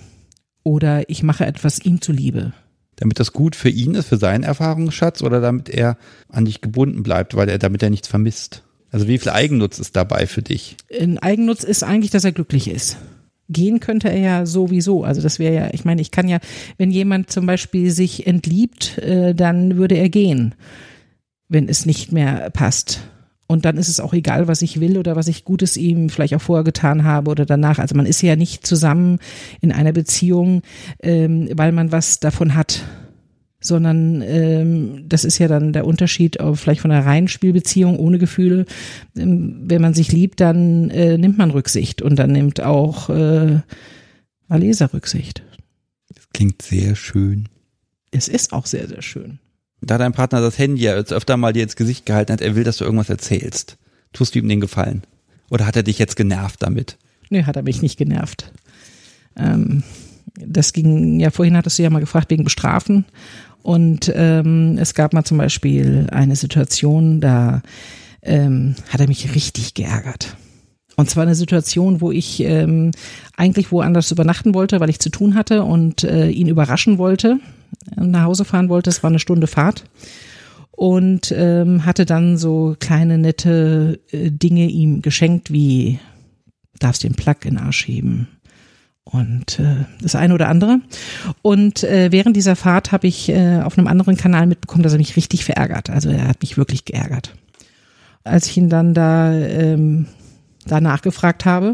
[SPEAKER 2] Oder ich mache etwas ihm zuliebe.
[SPEAKER 1] Damit das gut für ihn ist, für seinen Erfahrungsschatz oder damit er an dich gebunden bleibt, weil er damit er nichts vermisst? Also wie viel Eigennutz ist dabei für dich?
[SPEAKER 2] Ein Eigennutz ist eigentlich, dass er glücklich ist. Gehen könnte er ja sowieso, also das wäre ja, ich meine, ich kann ja, wenn jemand zum Beispiel sich entliebt, äh, dann würde er gehen, wenn es nicht mehr passt. Und dann ist es auch egal, was ich will oder was ich Gutes ihm vielleicht auch vorher getan habe oder danach. Also man ist ja nicht zusammen in einer Beziehung, ähm, weil man was davon hat, sondern ähm, das ist ja dann der Unterschied auf vielleicht von einer reinen Spielbeziehung ohne Gefühle. Ähm, wenn man sich liebt, dann äh, nimmt man Rücksicht und dann nimmt auch äh, Alesa Rücksicht.
[SPEAKER 1] Das klingt sehr schön.
[SPEAKER 2] Es ist auch sehr, sehr schön.
[SPEAKER 1] Da dein Partner das Handy ja jetzt öfter mal dir ins Gesicht gehalten hat, er will, dass du irgendwas erzählst. Tust du ihm den Gefallen? Oder hat er dich jetzt genervt damit?
[SPEAKER 2] Nö, hat er mich nicht genervt. Ähm, das ging, ja vorhin hattest du ja mal gefragt wegen Bestrafen. Und ähm, es gab mal zum Beispiel eine Situation, da ähm, hat er mich richtig geärgert. Und zwar eine Situation, wo ich ähm, eigentlich woanders übernachten wollte, weil ich zu tun hatte und äh, ihn überraschen wollte, nach Hause fahren wollte. Es war eine Stunde Fahrt. Und ähm, hatte dann so kleine nette äh, Dinge ihm geschenkt, wie darfst den Plug in den Arsch heben. Und äh, das eine oder andere. Und äh, während dieser Fahrt habe ich äh, auf einem anderen Kanal mitbekommen, dass er mich richtig verärgert. Also er hat mich wirklich geärgert. Als ich ihn dann da, ähm, da nachgefragt habe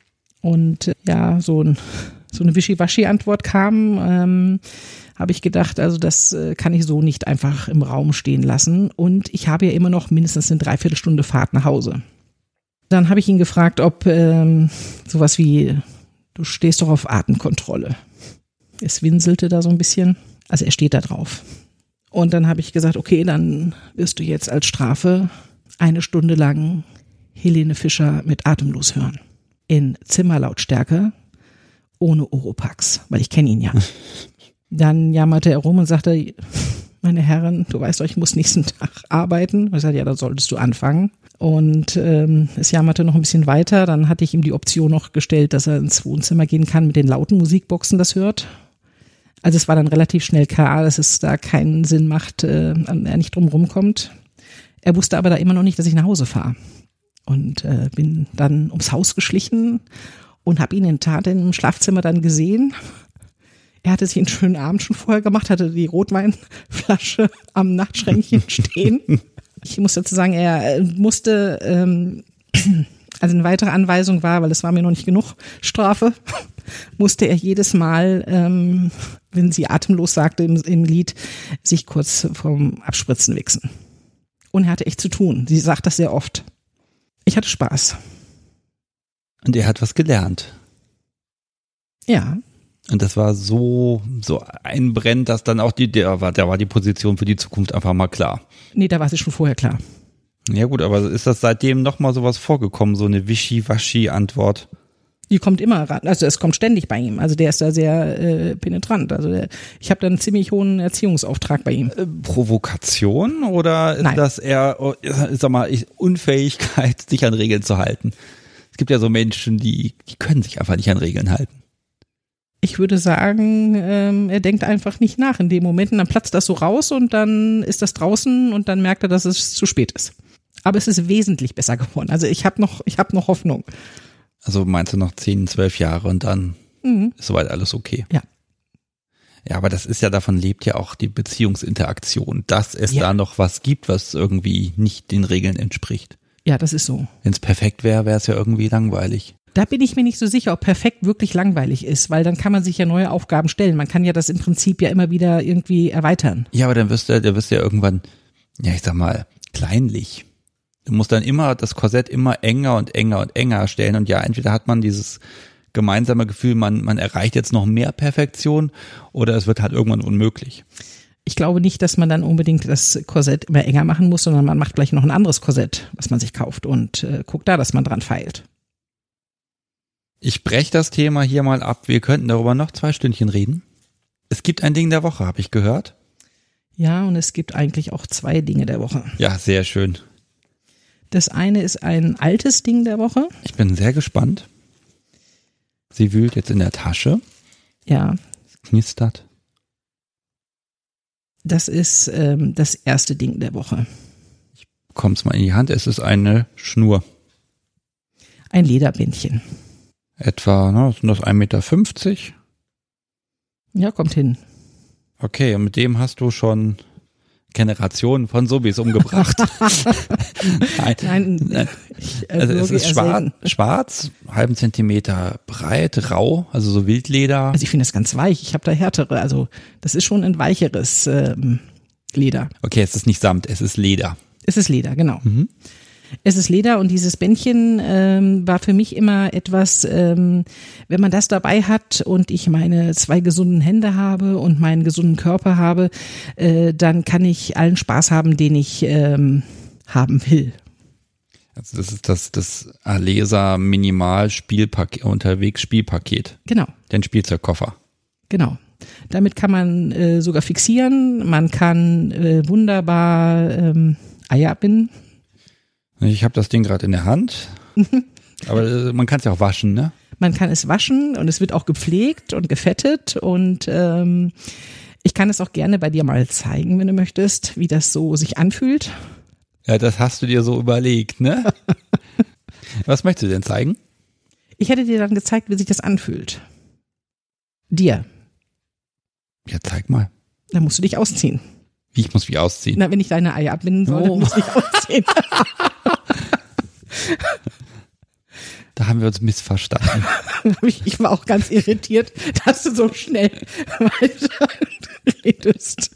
[SPEAKER 2] und äh, ja, so, ein, so eine Wischiwaschi-Antwort kam, ähm, habe ich gedacht, also das äh, kann ich so nicht einfach im Raum stehen lassen. Und ich habe ja immer noch mindestens eine Dreiviertelstunde Fahrt nach Hause. Dann habe ich ihn gefragt, ob ähm, sowas wie du stehst doch auf Atemkontrolle. Es winselte da so ein bisschen. Also er steht da drauf. Und dann habe ich gesagt, okay, dann wirst du jetzt als Strafe eine Stunde lang Helene Fischer mit Atemlos hören. In Zimmerlautstärke, ohne Oropax, weil ich kenne ihn ja. Dann jammerte er rum und sagte, meine Herren, du weißt doch, ich muss nächsten Tag arbeiten. Ich sagte, ja, dann solltest du anfangen. Und ähm, es jammerte noch ein bisschen weiter. Dann hatte ich ihm die Option noch gestellt, dass er ins Wohnzimmer gehen kann, mit den lauten Musikboxen das hört. Also es war dann relativ schnell klar, dass es da keinen Sinn macht, äh, er nicht drum rumkommt. Er wusste aber da immer noch nicht, dass ich nach Hause fahre. Und äh, bin dann ums Haus geschlichen und habe ihn in Tat im Schlafzimmer dann gesehen. Er hatte sich einen schönen Abend schon vorher gemacht, hatte die Rotweinflasche am Nachtschränkchen stehen. Ich muss dazu sagen, er musste, ähm, also eine weitere Anweisung war, weil es war mir noch nicht genug Strafe, musste er jedes Mal, ähm, wenn sie atemlos sagte im, im Lied, sich kurz vom Abspritzen wichsen. Und er hatte echt zu tun. Sie sagt das sehr oft. Ich hatte Spaß.
[SPEAKER 1] Und er hat was gelernt.
[SPEAKER 2] Ja.
[SPEAKER 1] Und das war so, so einbrennt, dass dann auch die, der war, da war die Position für die Zukunft einfach mal klar.
[SPEAKER 2] Nee, da war sie schon vorher klar.
[SPEAKER 1] Ja gut, aber ist das seitdem nochmal sowas vorgekommen, so eine Wischi-Waschi-Antwort?
[SPEAKER 2] Die kommt immer ran, also es kommt ständig bei ihm. Also der ist da sehr äh, penetrant. Also der, ich habe da einen ziemlich hohen Erziehungsauftrag bei ihm.
[SPEAKER 1] Äh, Provokation oder ist
[SPEAKER 2] Nein.
[SPEAKER 1] das eher, oh, sag mal, ich, Unfähigkeit, sich an Regeln zu halten? Es gibt ja so Menschen, die, die können sich einfach nicht an Regeln halten.
[SPEAKER 2] Ich würde sagen, ähm, er denkt einfach nicht nach in dem Moment und dann platzt das so raus und dann ist das draußen und dann merkt er, dass es zu spät ist. Aber es ist wesentlich besser geworden. Also ich habe noch, ich habe noch Hoffnung.
[SPEAKER 1] Also meinst du noch zehn, zwölf Jahre und dann
[SPEAKER 2] Mhm.
[SPEAKER 1] ist soweit alles okay?
[SPEAKER 2] Ja.
[SPEAKER 1] Ja, aber das ist ja, davon lebt ja auch die Beziehungsinteraktion, dass es
[SPEAKER 2] Ja.
[SPEAKER 1] da noch was gibt, was irgendwie nicht den Regeln entspricht.
[SPEAKER 2] Ja, das ist so.
[SPEAKER 1] Wenn es perfekt wäre, wäre es ja irgendwie langweilig.
[SPEAKER 2] Da bin ich mir nicht so sicher, ob perfekt wirklich langweilig ist, weil dann kann man sich ja neue Aufgaben stellen. Man kann ja das im Prinzip ja immer wieder irgendwie erweitern.
[SPEAKER 1] Ja, aber dann wirst du, da wirst du ja irgendwann, ja, ich sag mal, kleinlich. Du musst dann immer das Korsett immer enger und enger und enger stellen und ja, entweder hat man dieses gemeinsame Gefühl, man, man erreicht jetzt noch mehr Perfektion oder es wird halt irgendwann unmöglich.
[SPEAKER 2] Ich glaube nicht, dass man dann unbedingt das Korsett immer enger machen muss, sondern man macht gleich noch ein anderes Korsett, was man sich kauft und äh, guckt da, dass man dran feilt.
[SPEAKER 1] Ich breche das Thema hier mal ab. Wir könnten darüber noch zwei Stündchen reden. Es gibt ein Ding der Woche, habe ich gehört.
[SPEAKER 2] Ja, und es gibt eigentlich auch zwei Dinge der Woche.
[SPEAKER 1] Ja, sehr schön.
[SPEAKER 2] Das eine ist ein altes Ding der Woche.
[SPEAKER 1] Ich bin sehr gespannt. Sie wühlt jetzt in der Tasche.
[SPEAKER 2] Ja,
[SPEAKER 1] Es knistert.
[SPEAKER 2] das ist ähm, das erste Ding der Woche.
[SPEAKER 1] Kommt's mal in die Hand. Es ist eine Schnur.
[SPEAKER 2] Ein Lederbändchen.
[SPEAKER 1] Etwa, ne, sind das ein Meter fünfzig?
[SPEAKER 2] Ja, kommt hin.
[SPEAKER 1] Okay, und mit dem hast du schon Generationen von Subis umgebracht. Nein,
[SPEAKER 2] Nein,
[SPEAKER 1] nein.
[SPEAKER 2] ich, äh,
[SPEAKER 1] Also es
[SPEAKER 2] wirklich
[SPEAKER 1] ist schwarz,
[SPEAKER 2] selten.
[SPEAKER 1] schwarz, halben Zentimeter breit, rau, also so Wildleder.
[SPEAKER 2] Also ich finde das ganz weich. Ich habe da härtere. Also das ist schon ein weicheres ähm, Leder.
[SPEAKER 1] Okay, es ist nicht Samt, es ist Leder.
[SPEAKER 2] Es ist Leder, genau.
[SPEAKER 1] Mhm.
[SPEAKER 2] Es ist Leder und dieses Bändchen ähm, war für mich immer etwas, ähm, wenn man das dabei hat und ich meine zwei gesunden Hände habe und meinen gesunden Körper habe, äh, dann kann ich allen Spaß haben, den ich ähm, haben will.
[SPEAKER 1] Also das ist das, das Alesa Minimal Spielpaket, unterwegs Spielpaket.
[SPEAKER 2] Genau,
[SPEAKER 1] Den Spielzeugkoffer.
[SPEAKER 2] genau. Damit kann man äh, sogar fixieren, man kann äh, wunderbar ähm, Eier abbinden.
[SPEAKER 1] Ich habe das Ding gerade in der Hand. Aber äh, man kann es ja auch waschen, ne?
[SPEAKER 2] Man kann es waschen und es wird auch gepflegt und gefettet und ähm, ich kann es auch gerne bei dir mal zeigen, wenn du möchtest, wie das so sich anfühlt.
[SPEAKER 1] Ja, das hast du dir so überlegt, ne? Was möchtest du denn zeigen?
[SPEAKER 2] Ich hätte dir dann gezeigt, wie sich das anfühlt. Dir.
[SPEAKER 1] Ja, zeig mal.
[SPEAKER 2] Da musst du dich ausziehen.
[SPEAKER 1] Wie, ich muss mich ausziehen.
[SPEAKER 2] Na, wenn ich deine Eier abbinden soll,
[SPEAKER 1] Oh.
[SPEAKER 2] dann musst du dich ausziehen.
[SPEAKER 1] Da haben wir uns missverstanden.
[SPEAKER 2] Ich war auch ganz irritiert, dass du so schnell weiter redest.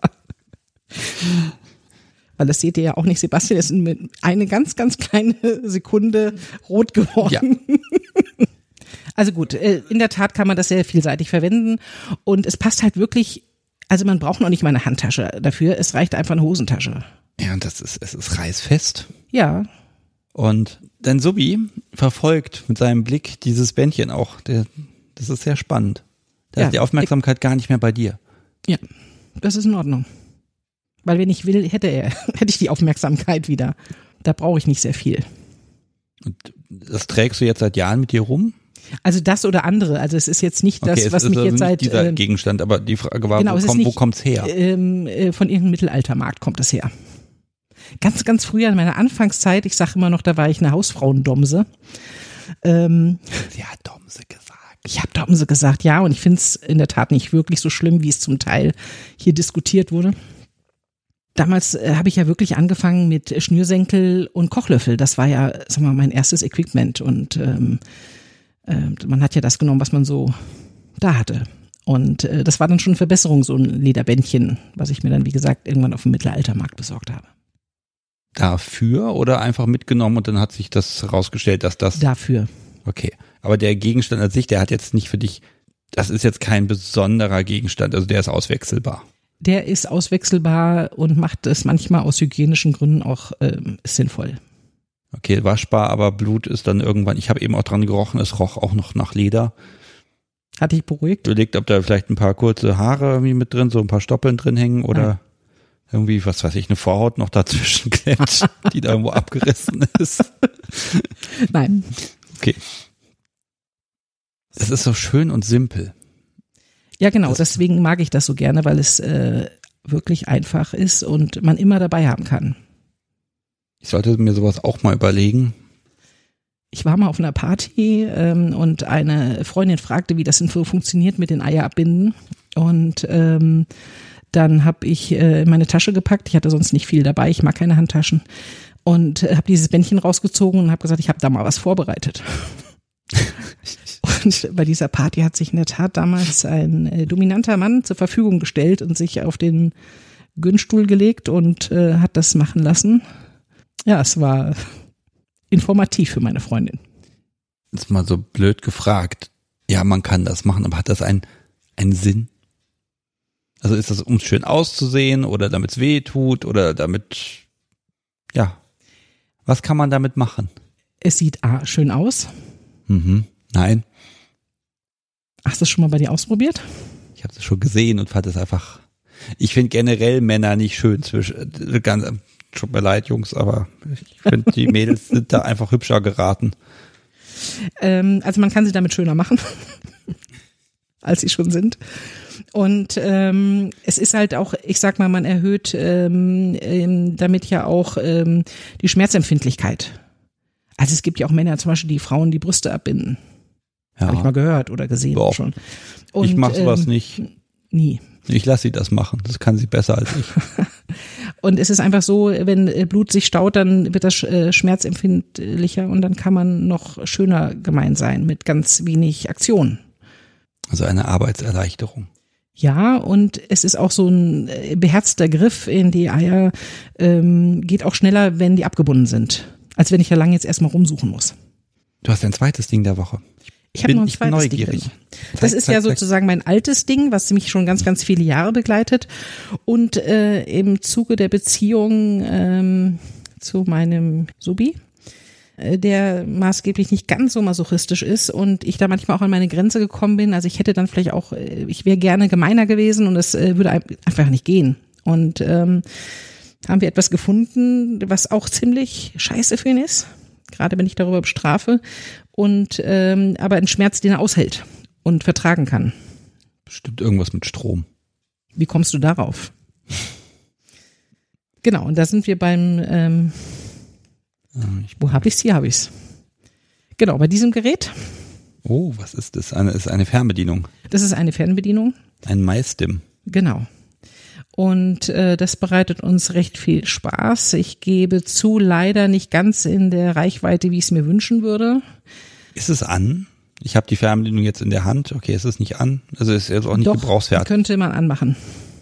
[SPEAKER 2] Weil das seht ihr ja auch nicht. Sebastian ist mit eine ganz, ganz kleine Sekunde rot geworden.
[SPEAKER 1] Ja.
[SPEAKER 2] Also gut, in der Tat kann man das sehr vielseitig verwenden und es passt halt wirklich, also man braucht noch nicht mal eine Handtasche dafür, es reicht einfach eine Hosentasche.
[SPEAKER 1] Ja, und das ist, es ist reißfest.
[SPEAKER 2] Ja.
[SPEAKER 1] Und dein Subi verfolgt mit seinem Blick dieses Bändchen auch. Der, das ist sehr spannend. Da
[SPEAKER 2] Ja,
[SPEAKER 1] ist die Aufmerksamkeit gar nicht mehr bei dir.
[SPEAKER 2] Ja, das ist in Ordnung. Weil wenn ich will, hätte er, hätte ich die Aufmerksamkeit wieder. Da brauche ich nicht sehr viel.
[SPEAKER 1] Und das trägst du jetzt seit Jahren mit dir rum?
[SPEAKER 2] Also das oder andere. Also es ist jetzt nicht das,
[SPEAKER 1] okay,
[SPEAKER 2] was
[SPEAKER 1] es
[SPEAKER 2] mich
[SPEAKER 1] ist also
[SPEAKER 2] jetzt
[SPEAKER 1] nicht
[SPEAKER 2] seit
[SPEAKER 1] dieser
[SPEAKER 2] äh,
[SPEAKER 1] Gegenstand, aber die Frage war,
[SPEAKER 2] genau,
[SPEAKER 1] wo,
[SPEAKER 2] es ist
[SPEAKER 1] komm,
[SPEAKER 2] nicht,
[SPEAKER 1] wo kommt's her?
[SPEAKER 2] Ähm, äh, von irgendeinem Mittelaltermarkt kommt es her. Ganz, ganz früher in meiner Anfangszeit, ich sage immer noch, da war ich eine Hausfrauendomse. Ähm,
[SPEAKER 1] Sie hat Domse gesagt.
[SPEAKER 2] Ich habe Domse gesagt, ja, und ich finde es in der Tat nicht wirklich so schlimm, wie es zum Teil hier diskutiert wurde. Damals äh, habe ich ja wirklich angefangen mit Schnürsenkel und Kochlöffel. Das war ja, sag mal, mein erstes Equipment und ähm, äh, man hat ja das genommen, was man so da hatte. Und äh, das war dann schon eine Verbesserung, so ein Lederbändchen, was ich mir dann, wie gesagt, irgendwann auf dem Mittelaltermarkt besorgt habe.
[SPEAKER 1] Dafür oder einfach mitgenommen und dann hat sich das herausgestellt, dass das...
[SPEAKER 2] Dafür.
[SPEAKER 1] Okay, aber der Gegenstand an sich, der hat jetzt nicht für dich, das ist jetzt kein besonderer Gegenstand, also der ist auswechselbar.
[SPEAKER 2] Der ist auswechselbar und macht es manchmal aus hygienischen Gründen auch ähm, sinnvoll.
[SPEAKER 1] Okay, waschbar, aber Blut ist dann irgendwann, ich habe eben auch dran gerochen, es roch auch noch nach Leder.
[SPEAKER 2] Hat dich beruhigt?
[SPEAKER 1] Überlegt, ob da vielleicht ein paar kurze Haare irgendwie mit drin, so ein paar Stoppeln drin hängen oder
[SPEAKER 2] Nein.
[SPEAKER 1] irgendwie, was weiß ich, eine Vorhaut noch dazwischen klemmt, die da irgendwo abgerissen ist.
[SPEAKER 2] Nein.
[SPEAKER 1] Okay. Es ist so schön und simpel.
[SPEAKER 2] Ja, genau,
[SPEAKER 1] Das-
[SPEAKER 2] deswegen mag ich das so gerne, weil es äh, wirklich einfach ist und man immer dabei haben kann.
[SPEAKER 1] Ich sollte mir sowas auch mal überlegen.
[SPEAKER 2] Ich war mal auf einer Party ähm, und eine Freundin fragte, wie das denn so funktioniert mit den Eier abbinden. Und ähm, dann habe ich äh, in meine Tasche gepackt. Ich hatte sonst nicht viel dabei. Ich mag keine Handtaschen. Und äh, habe dieses Bändchen rausgezogen und habe gesagt, ich habe da mal was vorbereitet. Und bei dieser Party hat sich in der Tat damals ein äh, dominanter Mann zur Verfügung gestellt und sich auf den Gönnstuhl gelegt und äh, hat das machen lassen. Ja, es war informativ für meine Freundin.
[SPEAKER 1] Ist mal so blöd gefragt. Ja, man kann das machen, aber hat das einen, einen Sinn? Also ist das, um schön auszusehen oder damit es weh tut oder damit, ja, was kann man damit machen?
[SPEAKER 2] Es sieht A, schön aus.
[SPEAKER 1] Mhm. Nein,
[SPEAKER 2] Hast du es schon mal bei dir ausprobiert?
[SPEAKER 1] ich habe es schon gesehen und fand es einfach, ich finde generell Männer nicht schön zwischen, ganz, tut mir leid, Jungs, aber ich finde, die Mädels sind da einfach hübscher geraten.
[SPEAKER 2] Ähm, also man kann sie damit schöner machen, als sie schon sind. Und ähm, es ist halt auch, ich sag mal, man erhöht ähm, ähm, damit ja auch ähm, die Schmerzempfindlichkeit. Also es gibt ja auch Männer, zum Beispiel die Frauen die Brüste abbinden.
[SPEAKER 1] Ja.
[SPEAKER 2] Habe ich mal gehört oder gesehen
[SPEAKER 1] Doch.
[SPEAKER 2] schon. Und,
[SPEAKER 1] Ich mache sowas
[SPEAKER 2] ähm,
[SPEAKER 1] nicht.
[SPEAKER 2] Nie.
[SPEAKER 1] Ich lasse sie das machen. Das kann sie besser als ich.
[SPEAKER 2] Und es ist einfach so, wenn äh, Blut sich staut, dann wird das äh, schmerzempfindlicher und dann kann man noch schöner gemein sein mit ganz wenig Aktion.
[SPEAKER 1] Also eine Arbeitserleichterung.
[SPEAKER 2] Ja, und es ist auch so ein äh, beherzter Griff in die Eier, ähm, geht auch schneller, wenn die abgebunden sind, als wenn ich ja lange jetzt erstmal rumsuchen muss.
[SPEAKER 1] Du hast ein zweites Ding der Woche.
[SPEAKER 2] Ich habe
[SPEAKER 1] bin-
[SPEAKER 2] noch ein
[SPEAKER 1] ich bin
[SPEAKER 2] zweites
[SPEAKER 1] neugierig.
[SPEAKER 2] Ding. Das
[SPEAKER 1] Zeig,
[SPEAKER 2] ist
[SPEAKER 1] zeig,
[SPEAKER 2] ja
[SPEAKER 1] zeig.
[SPEAKER 2] sozusagen mein altes Ding, was mich schon ganz, ganz viele Jahre begleitet. Und äh, im Zuge der Beziehung ähm, zu meinem Subi, äh, der maßgeblich nicht ganz so masochistisch ist und ich da manchmal auch an meine Grenze gekommen bin. Also ich hätte dann vielleicht auch, äh, ich wäre gerne gemeiner gewesen und es äh, würde ein- einfach nicht gehen. Und ähm, haben wir etwas gefunden, was auch ziemlich scheiße für ihn ist, gerade wenn ich darüber bestrafe, und ähm, aber einen Schmerz, den er aushält und vertragen kann.
[SPEAKER 1] Bestimmt irgendwas mit Strom.
[SPEAKER 2] Wie kommst du darauf? Genau, und da sind wir beim, ähm,
[SPEAKER 1] Ich,
[SPEAKER 2] wo habe ich's? Hier habe ich's. Genau, bei diesem Gerät.
[SPEAKER 1] oh, was ist das? Eine, ist eine Fernbedienung.
[SPEAKER 2] Das ist eine Fernbedienung.
[SPEAKER 1] Ein MyStim.
[SPEAKER 2] Genau. Und äh, das bereitet uns recht viel Spaß. Ich gebe zu, leider nicht ganz in der Reichweite, wie ich es mir wünschen würde.
[SPEAKER 1] Ist es an? Ich habe die Fernbedienung jetzt in der Hand. Okay, es ist nicht an. Also ist jetzt auch nicht
[SPEAKER 2] Doch,
[SPEAKER 1] gebrauchsfertig.
[SPEAKER 2] könnte man anmachen.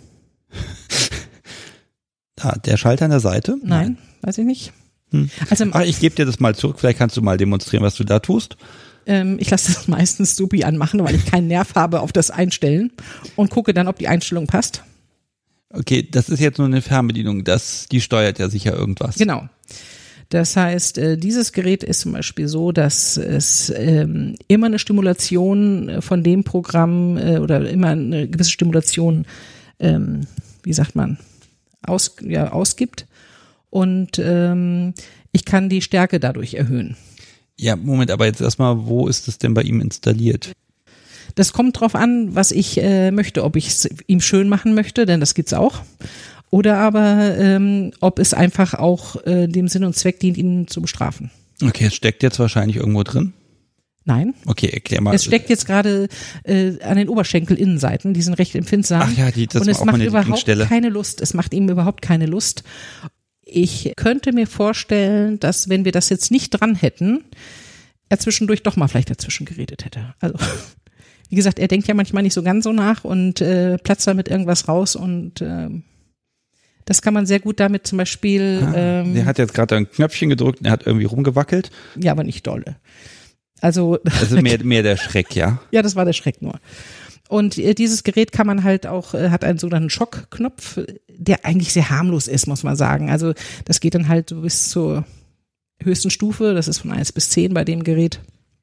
[SPEAKER 1] Da, der Schalter an der Seite?
[SPEAKER 2] Nein, weiß ich nicht.
[SPEAKER 1] Hm.
[SPEAKER 2] Also
[SPEAKER 1] Ah, ich gebe dir das mal zurück. Vielleicht kannst du mal demonstrieren, was du da tust.
[SPEAKER 2] Ähm, ich lasse das meistens Supi anmachen, weil ich keinen Nerv habe auf das Einstellen und gucke dann, ob die Einstellung passt.
[SPEAKER 1] Okay, das ist jetzt nur eine Fernbedienung, das, die steuert ja sicher irgendwas.
[SPEAKER 2] Genau. Das heißt, äh, dieses Gerät ist zum Beispiel so, dass es ähm, immer eine Stimulation von dem Programm äh, oder immer eine gewisse Stimulation, ähm, wie sagt man, aus, ja, ausgibt. Und ähm, ich kann die Stärke dadurch erhöhen.
[SPEAKER 1] Ja, Moment, aber jetzt erstmal, wo ist es denn bei ihm installiert?
[SPEAKER 2] Das kommt drauf an, was ich äh, möchte, ob ich es ihm schön machen möchte, denn das gibt's auch. Oder aber, ähm, ob es einfach auch äh, dem Sinn und Zweck dient, ihn zu bestrafen.
[SPEAKER 1] Okay, es steckt jetzt wahrscheinlich irgendwo drin.
[SPEAKER 2] Nein.
[SPEAKER 1] Okay, erklär mal.
[SPEAKER 2] Es steckt jetzt gerade äh, an den Oberschenkelinnenseiten, die sind recht empfindsam.
[SPEAKER 1] Ach ja, die, das
[SPEAKER 2] und es
[SPEAKER 1] war auch
[SPEAKER 2] macht
[SPEAKER 1] meine
[SPEAKER 2] überhaupt
[SPEAKER 1] Lieblingsstelle.
[SPEAKER 2] keine Lust. Es macht ihm überhaupt keine Lust. Ich könnte mir vorstellen, dass wenn wir das jetzt nicht dran hätten, er zwischendurch doch mal vielleicht dazwischen geredet hätte. Also wie gesagt, er denkt ja manchmal nicht so ganz so nach und äh, platzt damit irgendwas raus und äh, das kann man sehr gut damit zum Beispiel.
[SPEAKER 1] Ah,
[SPEAKER 2] ähm,
[SPEAKER 1] der hat jetzt gerade ein Knöpfchen gedrückt und er hat irgendwie rumgewackelt.
[SPEAKER 2] Ja, aber nicht dolle. Also
[SPEAKER 1] das ist mehr, mehr der Schreck, ja?
[SPEAKER 2] Ja, das war der Schreck nur. Und äh, dieses Gerät kann man halt auch, äh, hat einen sogenannten Schockknopf, der eigentlich sehr harmlos ist, muss man sagen. Also das geht dann halt bis zur höchsten Stufe, das ist von eins bis zehn bei dem Gerät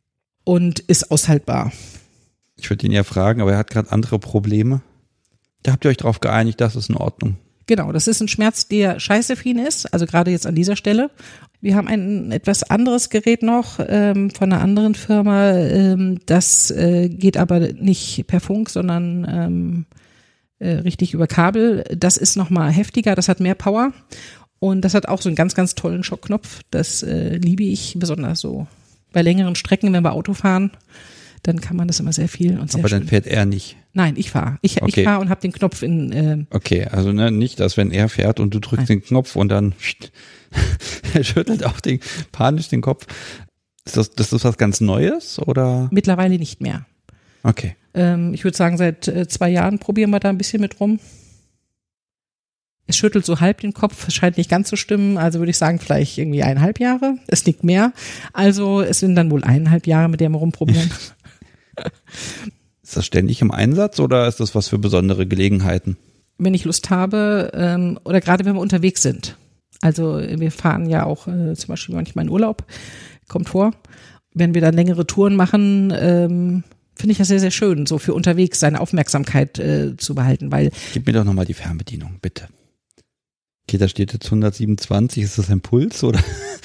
[SPEAKER 2] und ist aushaltbar.
[SPEAKER 1] Ich würde ihn ja fragen, aber er hat gerade andere Probleme. Da habt ihr euch drauf geeinigt, das ist in Ordnung.
[SPEAKER 2] Genau, das ist ein Schmerz, der scheiße für ihn ist, also gerade jetzt an dieser Stelle. Wir haben ein etwas anderes Gerät noch ähm, von einer anderen Firma, ähm, das äh, geht aber nicht per Funk, sondern ähm, äh, richtig über Kabel. Das ist nochmal heftiger, das hat mehr Power und das hat auch so einen ganz, ganz tollen Schockknopf. Das äh, liebe ich besonders so bei längeren Strecken, wenn wir Auto fahren. Dann kann man das immer sehr viel und sehr
[SPEAKER 1] Aber
[SPEAKER 2] schön.
[SPEAKER 1] dann fährt er nicht.
[SPEAKER 2] Nein, ich fahre. Ich,
[SPEAKER 1] Okay.
[SPEAKER 2] ich fahre und habe den Knopf in. Äh,
[SPEAKER 1] Okay, also ne, nicht, dass wenn er fährt und du drückst
[SPEAKER 2] Nein.
[SPEAKER 1] den Knopf und dann er schüttelt auch den, panisch den Kopf. Ist das, das ist was ganz Neues oder?
[SPEAKER 2] mittlerweile nicht mehr.
[SPEAKER 1] Okay.
[SPEAKER 2] Ähm, ich würde sagen, seit äh, zwei Jahren probieren wir da ein bisschen mit rum. Es schüttelt so halb den Kopf, es scheint nicht ganz zu stimmen, also würde ich sagen, vielleicht irgendwie eineinhalb Jahre. Es nickt mehr. Also es sind dann wohl eineinhalb Jahre, mit der wir rumprobieren.
[SPEAKER 1] Ist das ständig im Einsatz oder ist das was für besondere Gelegenheiten?
[SPEAKER 2] Wenn ich Lust habe ähm, oder gerade wenn wir unterwegs sind. Also wir fahren ja auch äh, zum Beispiel manchmal in Urlaub, kommt vor. Wenn wir dann längere Touren machen, ähm, finde ich das sehr, sehr schön, so für unterwegs seine Aufmerksamkeit äh, zu behalten, weil
[SPEAKER 1] Gib mir doch nochmal die Fernbedienung, bitte. Okay, da steht jetzt hundertsiebenundzwanzig, ist das ein Puls oder?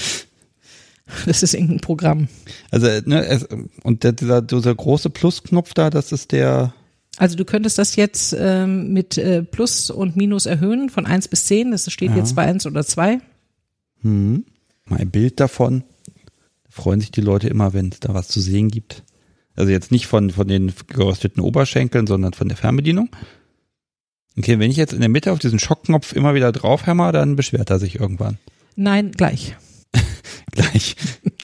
[SPEAKER 2] das ist irgendein Programm.
[SPEAKER 1] Also, ne, es, und der, dieser, dieser große Plusknopf da, das ist der.
[SPEAKER 2] Also du könntest das jetzt ähm, mit äh, Plus und Minus erhöhen von eins bis zehn, das steht
[SPEAKER 1] Ja.
[SPEAKER 2] jetzt bei eins oder zwei.
[SPEAKER 1] Hm, mal ein Bild davon. Da freuen sich die Leute immer, wenn es da was zu sehen gibt. Also jetzt nicht von, von den gerösteten Oberschenkeln, sondern von der Fernbedienung. Okay, wenn ich jetzt in der Mitte auf diesen Schockknopf immer wieder draufhämmer, dann beschwert er sich irgendwann.
[SPEAKER 2] Nein, gleich.
[SPEAKER 1] Gleich.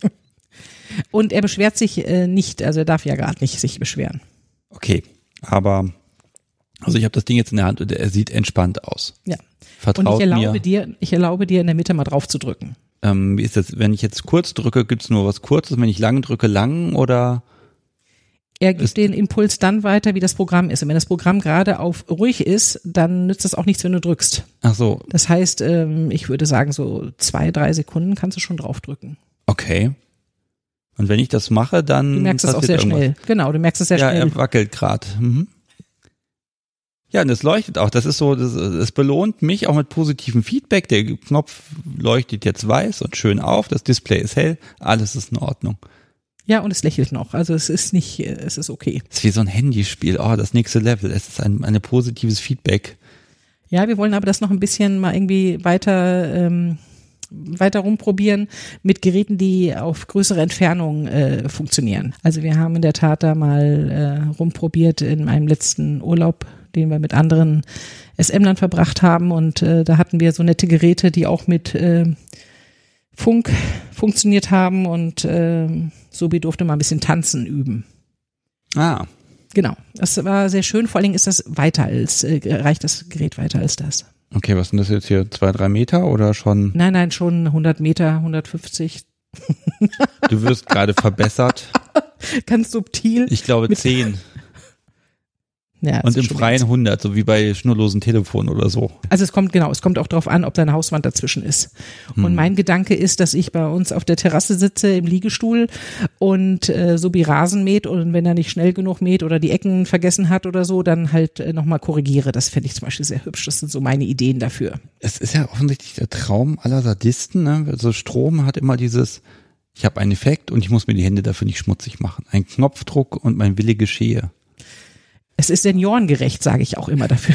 [SPEAKER 2] Und er beschwert sich äh, nicht, also er darf ja gerade nicht sich beschweren.
[SPEAKER 1] Okay, aber also ich habe das Ding jetzt in der Hand und er sieht entspannt aus.
[SPEAKER 2] Ja.
[SPEAKER 1] Vertraut
[SPEAKER 2] Und ich erlaube
[SPEAKER 1] mir.
[SPEAKER 2] dir, ich erlaube dir in der Mitte mal drauf zu drücken.
[SPEAKER 1] Ähm, wie ist das, wenn ich jetzt kurz drücke, gibt's nur was Kurzes, wenn ich lang drücke, lang oder?
[SPEAKER 2] Er gibt
[SPEAKER 1] Ist-
[SPEAKER 2] den Impuls dann weiter, wie das Programm ist. Und wenn das Programm gerade auf ruhig ist, dann nützt das auch nichts, wenn du drückst.
[SPEAKER 1] Ach so,
[SPEAKER 2] Das heißt, ähm, ich würde sagen, so zwei, drei Sekunden kannst du schon draufdrücken.
[SPEAKER 1] okay. Und wenn ich das mache, dann
[SPEAKER 2] Du merkst es auch sehr
[SPEAKER 1] passiert irgendwas.
[SPEAKER 2] schnell. Genau, du merkst es sehr
[SPEAKER 1] Ja,
[SPEAKER 2] schnell.
[SPEAKER 1] er wackelt gerade. Mhm. Ja, und es leuchtet auch. Das ist so, das, es belohnt mich auch mit positivem Feedback. Der Knopf leuchtet jetzt weiß und schön auf. Das Display ist hell. Alles ist in Ordnung.
[SPEAKER 2] Ja, und es lächelt noch. Also es ist nicht, äh, es ist okay.
[SPEAKER 1] Es ist wie so ein Handyspiel. Oh, das nächste Level. Es ist ein, ein positives Feedback.
[SPEAKER 2] Ja, wir wollen aber das noch ein bisschen mal irgendwie weiter, ähm, weiter rumprobieren mit Geräten, die auf größere Entfernung äh, funktionieren. Also wir haben in der Tat da mal äh, rumprobiert in einem letzten Urlaub, den wir mit anderen S M-Lern verbracht haben und äh, da hatten wir so nette Geräte, die auch mit äh, Funk funktioniert haben und äh, Sobi durfte mal ein bisschen tanzen üben.
[SPEAKER 1] Ah,
[SPEAKER 2] Genau, das war sehr schön. Vor allen Dingen ist das weiter als, äh, reicht das Gerät weiter als das.
[SPEAKER 1] okay, was sind das jetzt hier? Zwei, drei Meter oder schon?
[SPEAKER 2] Nein, nein, schon hundert Meter, hundertfünfzig.
[SPEAKER 1] Du wirst gerade verbessert.
[SPEAKER 2] Ganz subtil.
[SPEAKER 1] Ich glaube zehn.
[SPEAKER 2] Ja,
[SPEAKER 1] und im Freien hundert, so wie bei schnurlosen Telefon oder so.
[SPEAKER 2] Also es kommt, genau, es kommt auch darauf an, ob da eine Hauswand dazwischen ist. Hm. Und mein Gedanke ist, dass ich bei uns auf der Terrasse sitze im Liegestuhl und äh, Subi Rasen mäht und wenn er nicht schnell genug mäht oder die Ecken vergessen hat oder so, dann halt äh, nochmal korrigiere. Das fände ich zum Beispiel sehr hübsch. Das sind so meine Ideen dafür.
[SPEAKER 1] Es ist ja offensichtlich der Traum aller Sadisten, ne? Also Strom hat immer dieses, ich habe einen Effekt und ich muss mir die Hände dafür nicht schmutzig machen. Ein Knopfdruck und mein Wille geschehe.
[SPEAKER 2] Es ist seniorengerecht, sage ich auch immer dafür.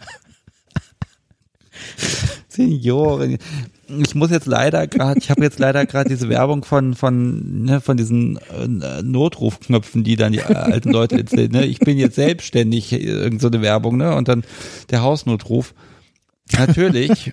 [SPEAKER 1] Senioren. Ich muss jetzt leider gerade, ich habe jetzt leider gerade diese Werbung von von ne, von diesen äh, Notrufknöpfen, die dann die alten Leute erzählen. Ne? Ich bin jetzt selbstständig, irgend so eine Werbung, ne? Und dann der Hausnotruf. Natürlich.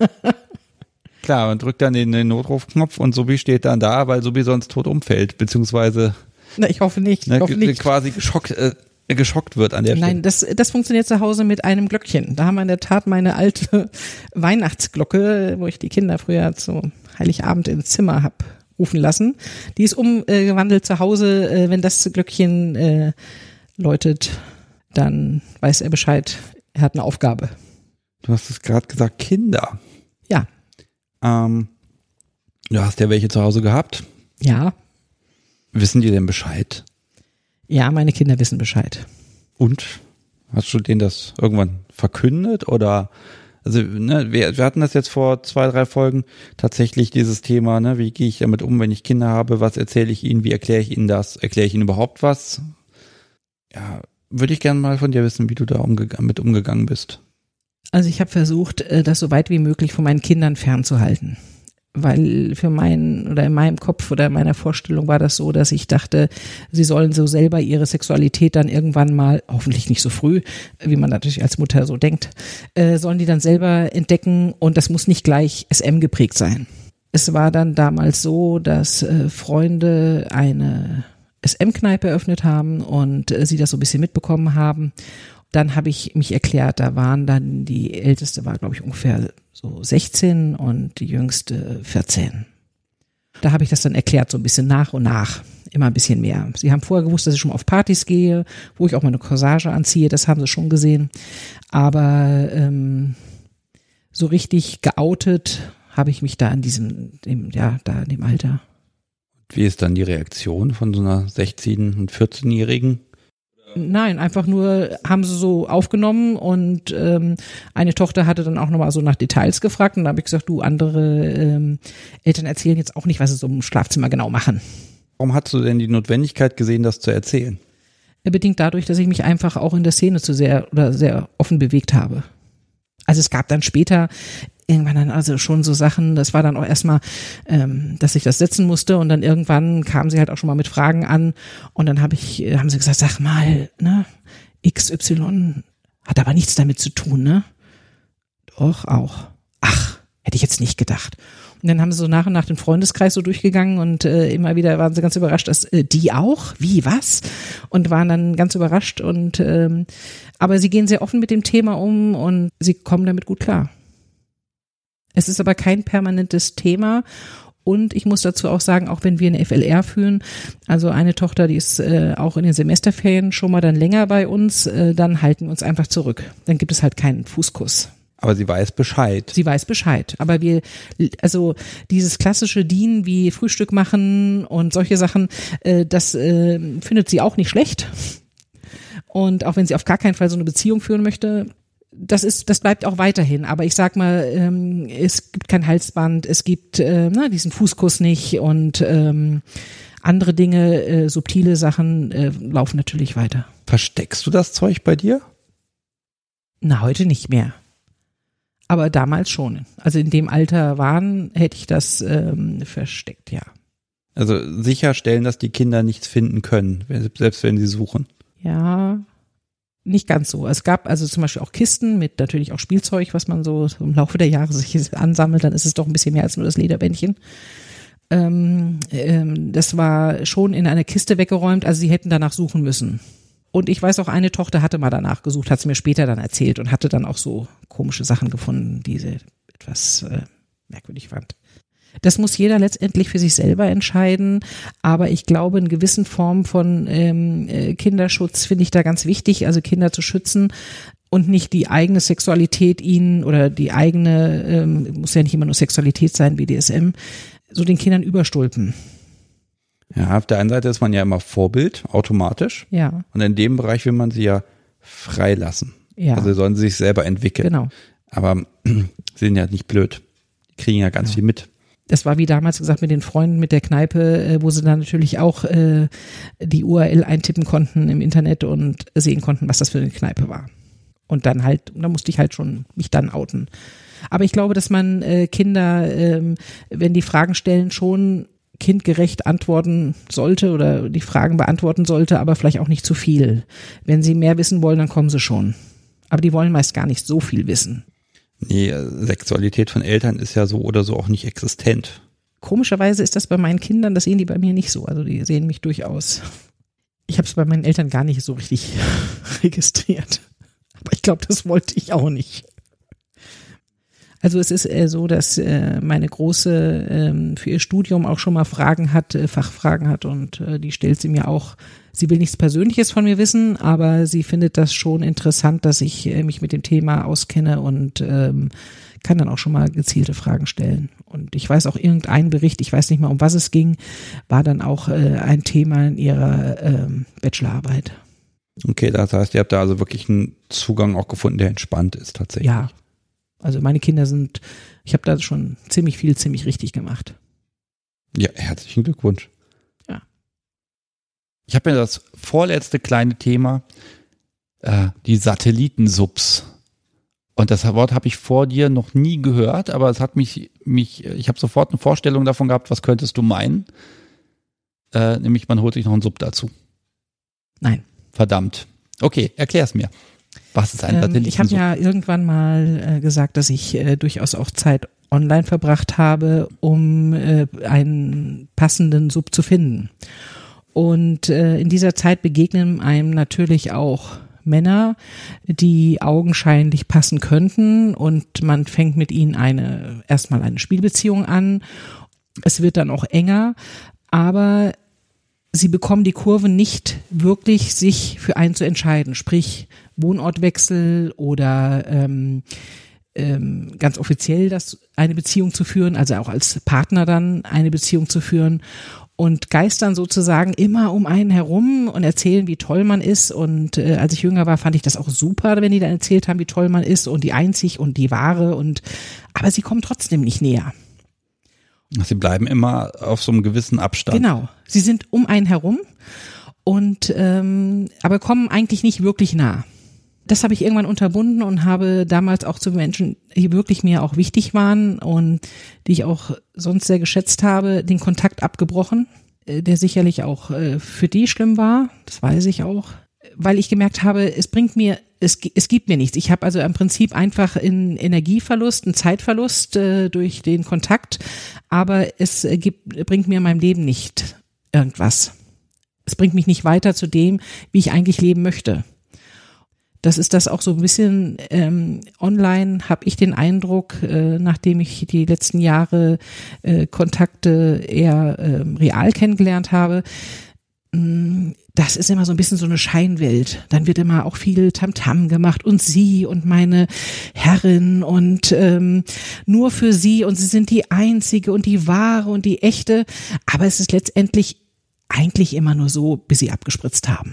[SPEAKER 1] Klar, man drückt dann den, den Notrufknopf und Subi steht dann da, weil Subi sonst tot umfällt, beziehungsweise.
[SPEAKER 2] Na, ich hoffe nicht. Ich
[SPEAKER 1] ne,
[SPEAKER 2] hoffe nicht.
[SPEAKER 1] Quasi geschockt. Äh, geschockt wird an der Stelle.
[SPEAKER 2] Nein, das, das funktioniert zu Hause mit einem Glöckchen. Da haben wir in der Tat meine alte Weihnachtsglocke, wo ich die Kinder früher zu Heiligabend ins Zimmer hab rufen lassen. Die ist umgewandelt zu Hause. Äh, wenn das Glöckchen äh, läutet, dann weiß er Bescheid. Er hat eine Aufgabe.
[SPEAKER 1] Du hast es gerade gesagt, Kinder.
[SPEAKER 2] Ja.
[SPEAKER 1] Ähm, du hast ja welche zu Hause gehabt.
[SPEAKER 2] Ja.
[SPEAKER 1] Wissen die denn Bescheid?
[SPEAKER 2] Ja, meine Kinder wissen Bescheid.
[SPEAKER 1] Und? Hast du denen das irgendwann verkündet? Oder, also, ne, wir, wir hatten das jetzt vor zwei, drei Folgen, tatsächlich dieses Thema, ne, wie gehe ich damit um, wenn ich Kinder habe? Was erzähle ich ihnen? Wie erkläre ich ihnen das? Erkläre ich ihnen überhaupt was? Ja, würde ich gerne mal von dir wissen, wie du da umge- mit umgegangen bist.
[SPEAKER 2] Also ich habe versucht, das so weit wie möglich von meinen Kindern fernzuhalten. Weil für meinen oder in meinem Kopf oder in meiner Vorstellung war das so, dass ich dachte, sie sollen so selber ihre Sexualität dann irgendwann mal, hoffentlich nicht so früh, wie man natürlich als Mutter so denkt, äh, sollen die dann selber entdecken und das muss nicht gleich S M geprägt sein. Es war dann damals so, dass äh, Freunde eine S M-Kneipe eröffnet haben und äh, sie das so ein bisschen mitbekommen haben. Dann habe ich mich erklärt, da waren dann, die älteste war, glaube ich, ungefähr so sechzehn und die jüngste vierzehn. Da habe ich das dann erklärt, so ein bisschen nach und nach, immer ein bisschen mehr. Sie haben vorher gewusst, dass ich schon mal auf Partys gehe, wo ich auch meine Corsage anziehe, das haben sie schon gesehen. Aber ähm, so richtig geoutet habe ich mich da in diesem, dem, ja, da in dem Alter.
[SPEAKER 1] Wie ist dann die Reaktion von so einer sechzehn- und vierzehnjährigen?
[SPEAKER 2] Nein, einfach nur haben sie so aufgenommen und ähm, eine Tochter hatte dann auch nochmal so nach Details gefragt und da habe ich gesagt, du, andere ähm, Eltern erzählen jetzt auch nicht, was sie so im Schlafzimmer genau machen.
[SPEAKER 1] Warum hast du denn die Notwendigkeit gesehen, das zu erzählen?
[SPEAKER 2] Bedingt dadurch, dass ich mich einfach auch in der Szene zu sehr oder sehr offen bewegt habe. Also es gab dann später irgendwann dann also schon so Sachen, das war dann auch erstmal, ähm, dass ich das setzen musste und dann irgendwann kamen sie halt auch schon mal mit Fragen an und dann habe ich, haben sie gesagt, sag mal, ne, X Y hat aber nichts damit zu tun, ne? Doch, auch. Ach, hätte ich jetzt nicht gedacht. Und dann haben sie so nach und nach den Freundeskreis so durchgegangen und äh, immer wieder waren sie ganz überrascht, dass äh, die auch? Wie, was? Und waren dann ganz überrascht und ähm, aber sie gehen sehr offen mit dem Thema um und sie kommen damit gut klar. Es ist aber kein permanentes Thema und ich muss dazu auch sagen, auch wenn wir eine F L R führen, also eine Tochter, die ist äh, auch in den Semesterferien schon mal dann länger bei uns, äh, dann halten wir uns einfach zurück. Dann gibt es halt keinen Fußkuss.
[SPEAKER 1] Aber sie weiß Bescheid.
[SPEAKER 2] Sie weiß Bescheid. Aber wir, also dieses klassische Dienen wie Frühstück machen und solche Sachen, äh, das äh, findet sie auch nicht schlecht. Und auch wenn sie auf gar keinen Fall so eine Beziehung führen möchte, das ist, das bleibt auch weiterhin. Aber ich sag mal, ähm, es gibt kein Halsband, es gibt äh, na, diesen Fußkuss nicht und ähm, andere Dinge, äh, subtile Sachen äh, laufen natürlich weiter.
[SPEAKER 1] Versteckst du das Zeug bei dir?
[SPEAKER 2] Na, heute nicht mehr. Aber damals schon. Also in dem Alter waren, hätte ich das ähm, versteckt, ja.
[SPEAKER 1] Also sicherstellen, dass die Kinder nichts finden können, selbst wenn sie suchen.
[SPEAKER 2] Ja, nicht ganz so. Es gab also zum Beispiel auch Kisten mit natürlich auch Spielzeug, was man so im Laufe der Jahre sich ansammelt. Dann ist es doch ein bisschen mehr als nur das Lederbändchen. Ähm, ähm, das war schon in einer Kiste weggeräumt, also sie hätten danach suchen müssen. Und ich weiß auch, eine Tochter hatte mal danach gesucht, hat es mir später dann erzählt und hatte dann auch so komische Sachen gefunden, die sie etwas äh, merkwürdig fand. Das muss jeder letztendlich für sich selber entscheiden, aber ich glaube, in gewissen Formen von ähm, Kinderschutz finde ich da ganz wichtig, also Kinder zu schützen und nicht die eigene Sexualität ihnen oder die eigene, ähm, muss ja nicht immer nur Sexualität sein, B D S M, so den Kindern überstülpen.
[SPEAKER 1] Ja, auf der einen Seite ist man ja immer Vorbild, automatisch.
[SPEAKER 2] Ja.
[SPEAKER 1] Und in dem Bereich will man sie ja freilassen.
[SPEAKER 2] Ja.
[SPEAKER 1] Also sollen sie sich selber entwickeln.
[SPEAKER 2] Genau.
[SPEAKER 1] Aber sie sind ja nicht blöd. Die kriegen ja ganz
[SPEAKER 2] Ja.
[SPEAKER 1] viel mit.
[SPEAKER 2] Das war wie damals gesagt mit den Freunden mit der Kneipe, wo sie dann natürlich auch äh, die U R L eintippen konnten im Internet und sehen konnten, was das für eine Kneipe war. Und dann halt, da musste ich halt schon mich dann outen. Aber ich glaube, dass man äh, Kinder, ähm, wenn die Fragen stellen, schon kindgerecht antworten sollte oder die Fragen beantworten sollte, aber vielleicht auch nicht zu viel. Wenn sie mehr wissen wollen, dann kommen sie schon. Aber die wollen meist gar nicht so viel wissen.
[SPEAKER 1] Nee, Sexualität von Eltern ist ja so oder so auch nicht existent.
[SPEAKER 2] Komischerweise ist das bei meinen Kindern, das sehen die bei mir nicht so. Also die sehen mich durchaus. Ich habe es bei meinen Eltern gar nicht so richtig registriert. Aber ich glaube, das wollte ich auch nicht. Also es ist äh, so, dass äh, meine Große ähm, für ihr Studium auch schon mal Fragen hat, äh, Fachfragen hat und äh, die stellt sie mir auch. Sie will nichts Persönliches von mir wissen, aber sie findet das schon interessant, dass ich äh, mich mit dem Thema auskenne und ähm, kann dann auch schon mal gezielte Fragen stellen. Und ich weiß auch, irgendein Bericht, ich weiß nicht mal, um was es ging, war dann auch äh, ein Thema in ihrer ähm, Bachelorarbeit.
[SPEAKER 1] Okay, das heißt, ihr habt da also wirklich einen Zugang auch gefunden, der entspannt ist tatsächlich.
[SPEAKER 2] Ja, also meine Kinder sind, ich habe da schon ziemlich viel, ziemlich richtig gemacht.
[SPEAKER 1] Ja, herzlichen Glückwunsch.
[SPEAKER 2] Ja.
[SPEAKER 1] Ich habe mir das vorletzte kleine Thema, äh, die Satellitensubs. Und das Wort habe ich vor dir noch nie gehört, aber es hat mich, mich ich habe sofort eine Vorstellung davon gehabt, was könntest du meinen? Äh, nämlich, man holt sich noch einen Sub dazu.
[SPEAKER 2] Nein.
[SPEAKER 1] Verdammt. Okay, erklär's mir. Was ist ein
[SPEAKER 2] ähm,
[SPEAKER 1] Satellitensub?
[SPEAKER 2] Ich habe ja irgendwann mal äh, gesagt, dass ich äh, durchaus auch Zeit online verbracht habe, um äh, einen passenden Sub zu finden. Und äh, in dieser Zeit begegnen einem natürlich auch Männer, die augenscheinlich passen könnten und man fängt mit ihnen eine erstmal eine Spielbeziehung an. Es wird dann auch enger, aber sie bekommen die Kurve nicht wirklich, sich für einen zu entscheiden, sprich Wohnortwechsel oder ähm, ähm, ganz offiziell das eine Beziehung zu führen, also auch als Partner dann eine Beziehung zu führen und geistern sozusagen immer um einen herum und erzählen, wie toll man ist. Und äh, als ich jünger war, fand ich das auch super, wenn die dann erzählt haben, wie toll man ist und die einzig und die wahre und aber sie kommen trotzdem nicht näher.
[SPEAKER 1] Sie bleiben immer auf so einem gewissen Abstand.
[SPEAKER 2] Genau, sie sind um einen herum und ähm, aber kommen eigentlich nicht wirklich nah. Das habe ich irgendwann unterbunden und habe damals auch zu Menschen, die wirklich mir auch wichtig waren und die ich auch sonst sehr geschätzt habe, den Kontakt abgebrochen, der sicherlich auch äh, für die schlimm war, das weiß ich auch, weil ich gemerkt habe, es bringt mir Es, es gibt mir nichts. Ich habe also im Prinzip einfach einen Energieverlust, einen Zeitverlust äh, durch den Kontakt, aber es äh, gibt, bringt mir in meinem Leben nicht irgendwas. Es bringt mich nicht weiter zu dem, wie ich eigentlich leben möchte. Das ist das auch so ein bisschen ähm, online, habe ich den Eindruck, äh, nachdem ich die letzten Jahre äh, Kontakte eher äh, real kennengelernt habe, mh, das ist immer so ein bisschen so eine Scheinwelt. Dann wird immer auch viel Tamtam gemacht und sie und meine Herrin und ähm, nur für sie und sie sind die einzige und die wahre und die echte. Aber es ist letztendlich eigentlich immer nur so, bis sie abgespritzt haben.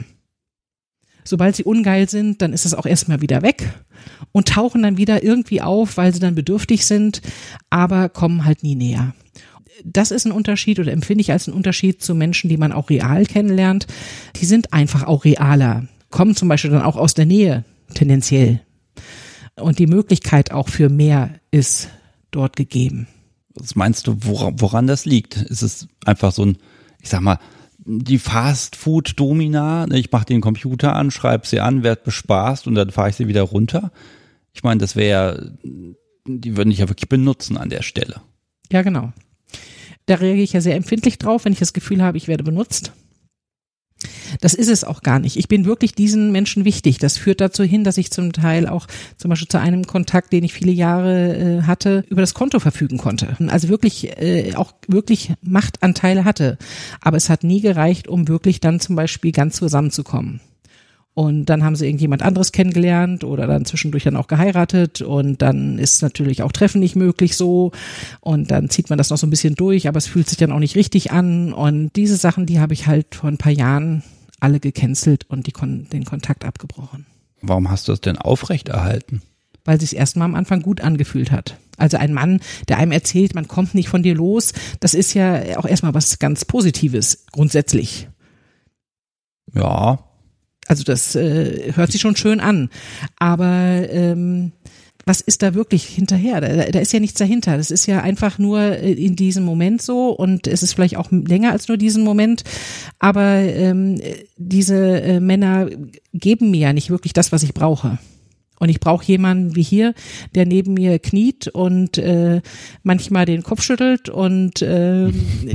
[SPEAKER 2] Sobald sie ungeil sind, dann ist es auch erstmal wieder weg und tauchen dann wieder irgendwie auf, weil sie dann bedürftig sind, aber kommen halt nie näher. Das ist ein Unterschied oder empfinde ich als einen Unterschied zu Menschen, die man auch real kennenlernt. Die sind einfach auch realer, kommen zum Beispiel dann auch aus der Nähe, tendenziell. Und die Möglichkeit auch für mehr ist dort gegeben.
[SPEAKER 1] Was meinst du, woran, woran das liegt? Ist es einfach so ein, ich sag mal, die Fast-Food-Domina, ich mache den Computer an, schreibe sie an, werde bespaßt und dann fahre ich sie wieder runter? Ich meine, das wäre, die würden dich ja wirklich benutzen an der Stelle.
[SPEAKER 2] Ja, genau. Da reagiere ich ja sehr empfindlich drauf, wenn ich das Gefühl habe, ich werde benutzt. Das ist es auch gar nicht. Ich bin wirklich diesen Menschen wichtig. Das führt dazu hin, dass ich zum Teil auch zum Beispiel zu einem Kontakt, den ich viele Jahre äh, hatte, über das Konto verfügen konnte. Also wirklich äh, auch wirklich Machtanteile hatte. Aber es hat nie gereicht, um wirklich dann zum Beispiel ganz zusammenzukommen. Und dann haben sie irgendjemand anderes kennengelernt oder dann zwischendurch dann auch geheiratet und dann ist natürlich auch Treffen nicht möglich so und dann zieht man das noch so ein bisschen durch, aber es fühlt sich dann auch nicht richtig an und diese Sachen, die habe ich halt vor ein paar Jahren alle gecancelt und die kon- den Kontakt abgebrochen.
[SPEAKER 1] Warum hast du das denn aufrechterhalten?
[SPEAKER 2] Weil es sich erstmal am Anfang gut angefühlt hat. Also ein Mann, der einem erzählt, man kommt nicht von dir los, das ist ja auch erstmal was ganz Positives grundsätzlich.
[SPEAKER 1] Ja.
[SPEAKER 2] Also das äh, hört sich schon schön an, aber ähm, was ist da wirklich hinterher? Da, da ist ja nichts dahinter. Das ist ja einfach nur in diesem Moment so und es ist vielleicht auch länger als nur diesen Moment, aber ähm, diese äh, Männer geben mir ja nicht wirklich das, was ich brauche. Und ich brauche jemanden wie hier, der neben mir kniet und äh, manchmal den Kopf schüttelt und äh,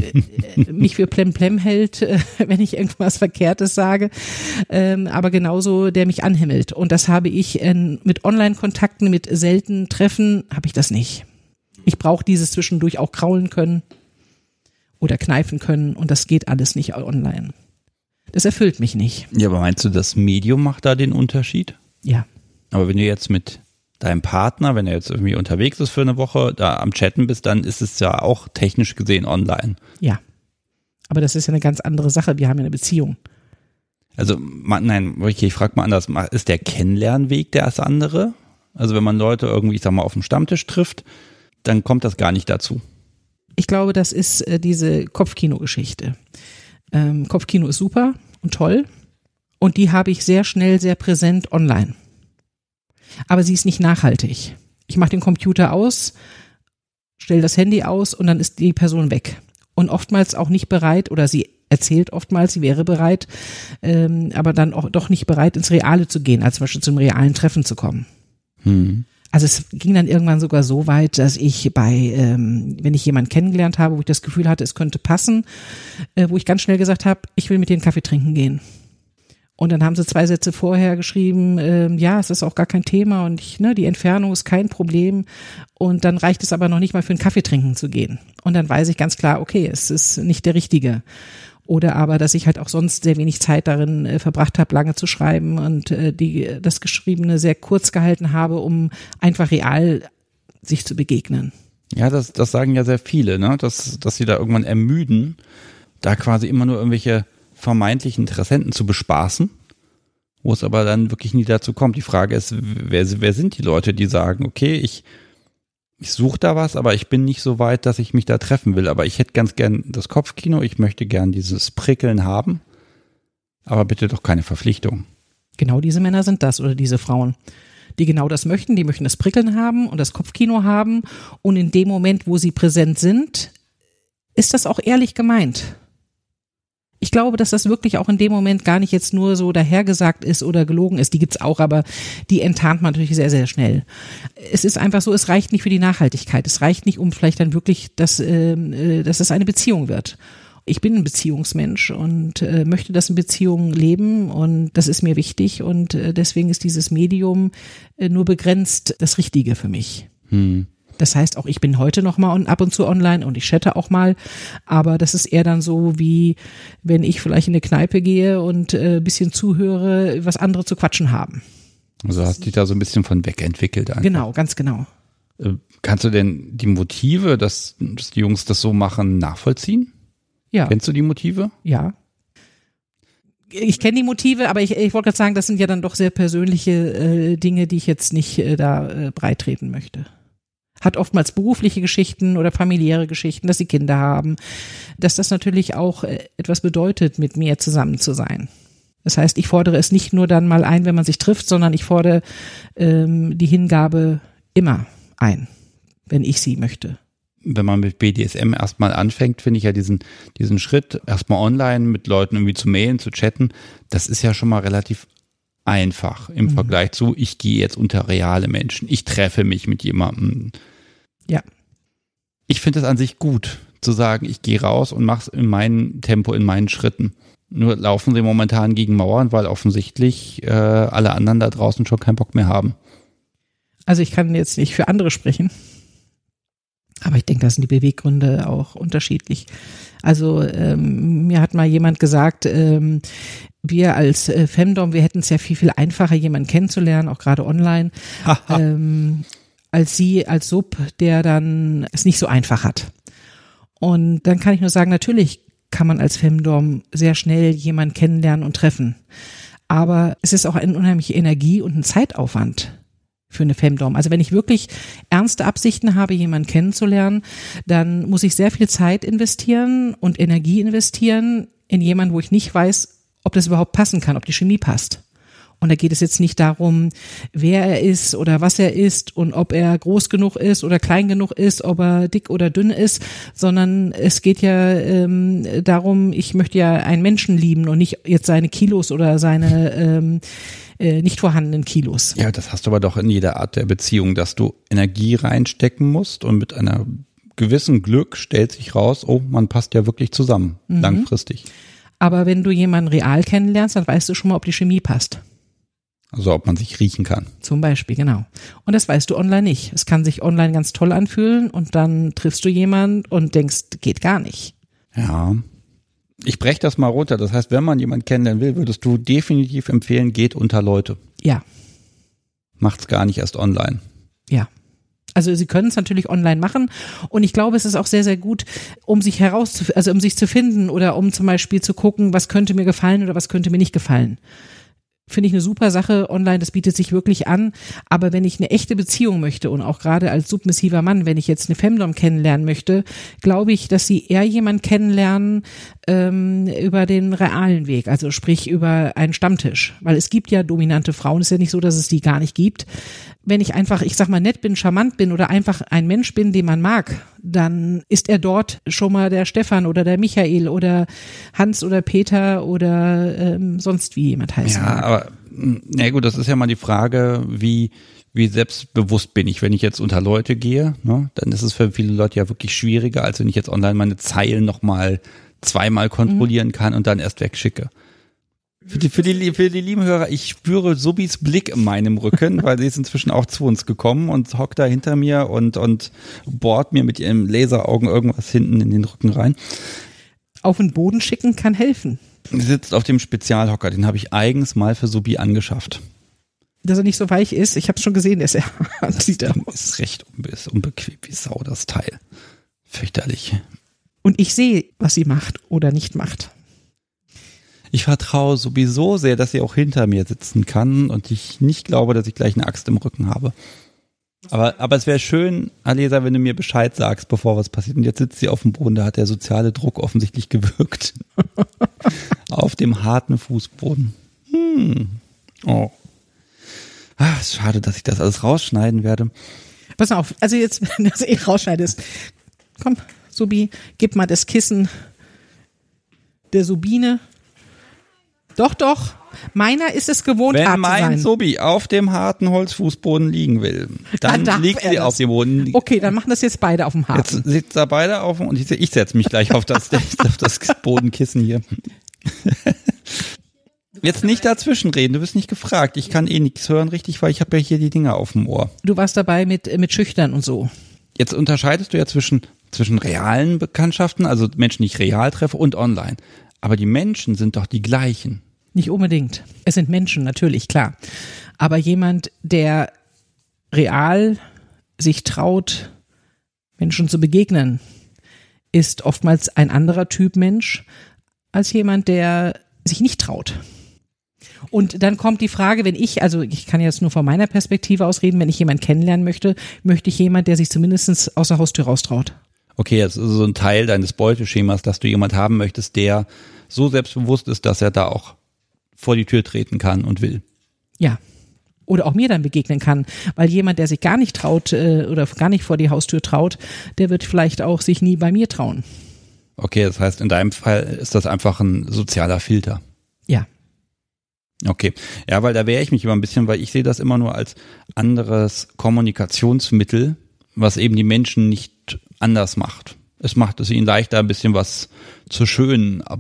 [SPEAKER 2] mich für plemplem hält, äh, wenn ich irgendwas Verkehrtes sage, ähm, aber genauso der mich anhimmelt. Und das habe ich äh, mit Online-Kontakten, mit seltenen Treffen, habe ich das nicht. Ich brauche dieses zwischendurch auch kraulen können oder kneifen können und das geht alles nicht online. Das erfüllt mich nicht.
[SPEAKER 1] Ja, aber meinst du, das Medium macht da den Unterschied?
[SPEAKER 2] Ja.
[SPEAKER 1] Aber wenn du jetzt mit deinem Partner, wenn er jetzt irgendwie unterwegs ist für eine Woche, da am Chatten bist, dann ist es ja auch technisch gesehen online.
[SPEAKER 2] Ja, aber das ist ja eine ganz andere Sache. Wir haben ja eine Beziehung.
[SPEAKER 1] Also man, nein, okay, ich frage mal anders. Ist der Kennenlernweg der das andere? Also wenn man Leute irgendwie, ich sag mal, auf dem Stammtisch trifft, dann kommt das gar nicht dazu.
[SPEAKER 2] Ich glaube, das ist äh, diese Kopfkino-Geschichte. Ähm, Kopfkino ist super und toll und die habe ich sehr schnell, sehr präsent online. Aber sie ist nicht nachhaltig. Ich mache den Computer aus, stelle das Handy aus und dann ist die Person weg. Und oftmals auch nicht bereit, oder sie erzählt oftmals, sie wäre bereit, ähm, aber dann auch doch nicht bereit, ins Reale zu gehen, als zum Beispiel zum realen Treffen zu kommen.
[SPEAKER 1] Hm.
[SPEAKER 2] Also es ging dann irgendwann sogar so weit, dass ich bei, ähm, wenn ich jemanden kennengelernt habe, wo ich das Gefühl hatte, es könnte passen, äh, wo ich ganz schnell gesagt habe, ich will mit denen Kaffee trinken gehen. Und dann haben sie zwei Sätze vorher geschrieben, ähm, ja, es ist auch gar kein Thema und ich, ne, die Entfernung ist kein Problem. Und dann reicht es aber noch nicht mal für einen Kaffee trinken zu gehen. Und dann weiß ich ganz klar, okay, es ist nicht der Richtige. Oder aber, dass ich halt auch sonst sehr wenig Zeit darin äh, verbracht habe, lange zu schreiben und äh, die das Geschriebene sehr kurz gehalten habe, um einfach real sich zu begegnen.
[SPEAKER 1] Ja, das, das sagen ja sehr viele, ne, dass, dass sie da irgendwann ermüden, da quasi immer nur irgendwelche vermeintlichen Interessenten zu bespaßen, wo es aber dann wirklich nie dazu kommt. Die Frage ist, wer, wer sind die Leute, die sagen, okay, ich, ich suche da was, aber ich bin nicht so weit, dass ich mich da treffen will, aber ich hätte ganz gern das Kopfkino, ich möchte gern dieses Prickeln haben, aber bitte doch keine Verpflichtung.
[SPEAKER 2] Genau diese Männer sind das oder diese Frauen, die genau das möchten, die möchten das Prickeln haben und das Kopfkino haben und in dem Moment, wo sie präsent sind, ist das auch ehrlich gemeint. Ich glaube, dass das wirklich auch in dem Moment gar nicht jetzt nur so dahergesagt ist oder gelogen ist. Die gibt's auch, aber die enttarnt man natürlich sehr, sehr schnell. Es ist einfach so, es reicht nicht für die Nachhaltigkeit. Es reicht nicht, um vielleicht dann wirklich, dass, äh, dass es eine Beziehung wird. Ich bin ein Beziehungsmensch und äh, möchte das in Beziehungen leben und das ist mir wichtig und äh, deswegen ist dieses Medium äh, nur begrenzt das Richtige für mich.
[SPEAKER 1] Hm.
[SPEAKER 2] Das heißt, auch ich bin heute noch mal ab und zu online und ich chatte auch mal, aber das ist eher dann so, wie wenn ich vielleicht in eine Kneipe gehe und äh, ein bisschen zuhöre, was andere zu quatschen haben.
[SPEAKER 1] Also hast dich da so ein bisschen von weg entwickelt einfach.
[SPEAKER 2] Genau, ganz genau.
[SPEAKER 1] Äh, kannst du denn die Motive, dass, dass die Jungs das so machen, nachvollziehen?
[SPEAKER 2] Ja.
[SPEAKER 1] Kennst du die Motive?
[SPEAKER 2] Ja. Ich kenne die Motive, aber ich, ich wollte gerade sagen, das sind ja dann doch sehr persönliche äh, Dinge, die ich jetzt nicht äh, da äh, breitreten möchte. Hat oftmals berufliche Geschichten oder familiäre Geschichten, dass sie Kinder haben, dass das natürlich auch etwas bedeutet, mit mir zusammen zu sein. Das heißt, ich fordere es nicht nur dann mal ein, wenn man sich trifft, sondern ich fordere ähm, die Hingabe immer ein, wenn ich sie möchte.
[SPEAKER 1] Wenn man mit B D S M erstmal anfängt, finde ich ja diesen, diesen Schritt, erstmal online mit Leuten irgendwie zu mailen, zu chatten, das ist ja schon mal relativ einfach im mhm. Vergleich zu, ich gehe jetzt unter reale Menschen, ich treffe mich mit jemandem.
[SPEAKER 2] Ja.
[SPEAKER 1] Ich finde es an sich gut, zu sagen, ich gehe raus und mache es in meinem Tempo, in meinen Schritten. Nur laufen sie momentan gegen Mauern, weil offensichtlich äh, alle anderen da draußen schon keinen Bock mehr haben.
[SPEAKER 2] Also ich kann jetzt nicht für andere sprechen, aber ich denke, da sind die Beweggründe auch unterschiedlich. Also ähm, mir hat mal jemand gesagt, ähm, wir als äh, Femdom, wir hätten es ja viel, viel einfacher, jemanden kennenzulernen, auch gerade online, ähm, als sie als Sub, der dann es nicht so einfach hat. Und dann kann ich nur sagen, natürlich kann man als Femdom sehr schnell jemanden kennenlernen und treffen. Aber es ist auch eine unheimliche Energie und ein Zeitaufwand für eine Femdom. Also wenn ich wirklich ernste Absichten habe, jemanden kennenzulernen, dann muss ich sehr viel Zeit investieren und Energie investieren in jemanden, wo ich nicht weiß, ob das überhaupt passen kann, ob die Chemie passt. Und da geht es jetzt nicht darum, wer er ist oder was er ist und ob er groß genug ist oder klein genug ist, ob er dick oder dünn ist, sondern es geht ja ähm, darum, ich möchte ja einen Menschen lieben und nicht jetzt seine Kilos oder seine ähm, äh, nicht vorhandenen Kilos.
[SPEAKER 1] Ja, das hast du aber doch in jeder Art der Beziehung, dass du Energie reinstecken musst und mit einer gewissen Glück stellt sich raus, oh, man passt ja wirklich zusammen, mhm. langfristig.
[SPEAKER 2] Aber wenn du jemanden real kennenlernst, dann weißt du schon mal, ob die Chemie passt.
[SPEAKER 1] Also ob man sich riechen kann.
[SPEAKER 2] Zum Beispiel, genau. Und das weißt du online nicht. Es kann sich online ganz toll anfühlen und dann triffst du jemanden und denkst, geht gar nicht.
[SPEAKER 1] Ja, ich breche das mal runter. Das heißt, wenn man jemanden kennenlernen will, würdest du definitiv empfehlen, geht unter Leute.
[SPEAKER 2] Ja.
[SPEAKER 1] Macht's gar nicht erst online.
[SPEAKER 2] Ja. Also sie können es natürlich online machen und ich glaube, es ist auch sehr, sehr gut, um sich herauszu, also um sich zu finden oder um zum Beispiel zu gucken, was könnte mir gefallen oder was könnte mir nicht gefallen. Finde ich eine super Sache online, das bietet sich wirklich an, aber wenn ich eine echte Beziehung möchte und auch gerade als submissiver Mann, wenn ich jetzt eine Femdom kennenlernen möchte, glaube ich, dass sie eher jemanden kennenlernen ähm, über den realen Weg, also sprich über einen Stammtisch, weil es gibt ja dominante Frauen, es ist ja nicht so, dass es die gar nicht gibt. Wenn ich einfach, ich sag mal, nett bin, charmant bin oder einfach ein Mensch bin, den man mag, dann ist er dort schon mal der Stefan oder der Michael oder Hans oder Peter oder ähm, sonst wie jemand heißt.
[SPEAKER 1] Ja, aber na gut, das ist ja mal die Frage, wie wie selbstbewusst bin ich, wenn ich jetzt unter Leute gehe, ne? Dann ist es für viele Leute ja wirklich schwieriger, als wenn ich jetzt online meine Zeilen nochmal zweimal kontrollieren mhm. kann und dann erst wegschicke. Für die, für die, für die lieben Hörer, ich spüre Subis Blick in meinem Rücken, weil sie ist inzwischen auch zu uns gekommen und hockt da hinter mir und, und bohrt mir mit ihrem Laseraugen irgendwas hinten in den Rücken rein.
[SPEAKER 2] Auf den Boden schicken kann helfen.
[SPEAKER 1] Sie sitzt auf dem Spezialhocker, den habe ich eigens mal für Subi angeschafft.
[SPEAKER 2] Dass er nicht so weich ist, ich habe es schon gesehen, dass er sieht
[SPEAKER 1] das ist recht unbe- ist unbequem wie Sau, das Teil. Fürchterlich.
[SPEAKER 2] Und ich sehe, was sie macht oder nicht macht.
[SPEAKER 1] Ich vertraue sowieso sehr, dass sie auch hinter mir sitzen kann und ich nicht glaube, dass ich gleich eine Axt im Rücken habe. Aber, aber es wäre schön, Alesa, wenn du mir Bescheid sagst, bevor was passiert. Und jetzt sitzt sie auf dem Boden, da hat der soziale Druck offensichtlich gewirkt. Auf dem harten Fußboden. Hm. Oh. Ach, schade, dass ich das alles rausschneiden werde.
[SPEAKER 2] Pass auf, also jetzt, wenn du das eh rausschneidest. Komm, Subi, gib mal das Kissen der Subine. Doch, doch. Meiner ist es gewohnt,
[SPEAKER 1] Wenn
[SPEAKER 2] hart zu sein.
[SPEAKER 1] mein Subi auf dem harten Holzfußboden liegen will, dann, dann liegt sie auf dem Boden.
[SPEAKER 2] Okay, dann machen das jetzt beide auf dem harten.
[SPEAKER 1] Jetzt sitzt da beide auf und ich, ich setze mich gleich auf das, auf das Bodenkissen hier. Jetzt nicht dazwischen reden, du bist nicht gefragt. Ich kann eh nichts hören, richtig, weil ich habe ja hier die Dinger auf dem Ohr.
[SPEAKER 2] Du warst dabei mit, mit Schüchtern und so.
[SPEAKER 1] Jetzt unterscheidest du ja zwischen, zwischen realen Bekanntschaften, also Menschen, die ich real treffe, und online. Aber die Menschen sind doch die gleichen.
[SPEAKER 2] Nicht unbedingt. Es sind Menschen, natürlich, klar. Aber jemand, der real sich traut, Menschen zu begegnen, ist oftmals ein anderer Typ Mensch als jemand, der sich nicht traut. Und dann kommt die Frage, wenn ich, also ich kann jetzt nur von meiner Perspektive aus reden, wenn ich jemanden kennenlernen möchte, möchte ich jemanden, der sich zumindest aus der Haustür raustraut.
[SPEAKER 1] Okay, das ist so ein Teil deines Beuteschemas, dass du jemanden haben möchtest, der so selbstbewusst ist, dass er da auch vor die Tür treten kann und will.
[SPEAKER 2] Ja. Oder auch mir dann begegnen kann. Weil jemand, der sich gar nicht traut äh, oder gar nicht vor die Haustür traut, der wird vielleicht auch sich nie bei mir trauen.
[SPEAKER 1] Okay, das heißt, in deinem Fall ist das einfach ein sozialer Filter.
[SPEAKER 2] Ja.
[SPEAKER 1] Okay. Ja, weil da wehre ich mich immer ein bisschen, weil ich sehe das immer nur als anderes Kommunikationsmittel, was eben die Menschen nicht anders macht. Es macht es ihnen leichter, ein bisschen was zu schönen, aber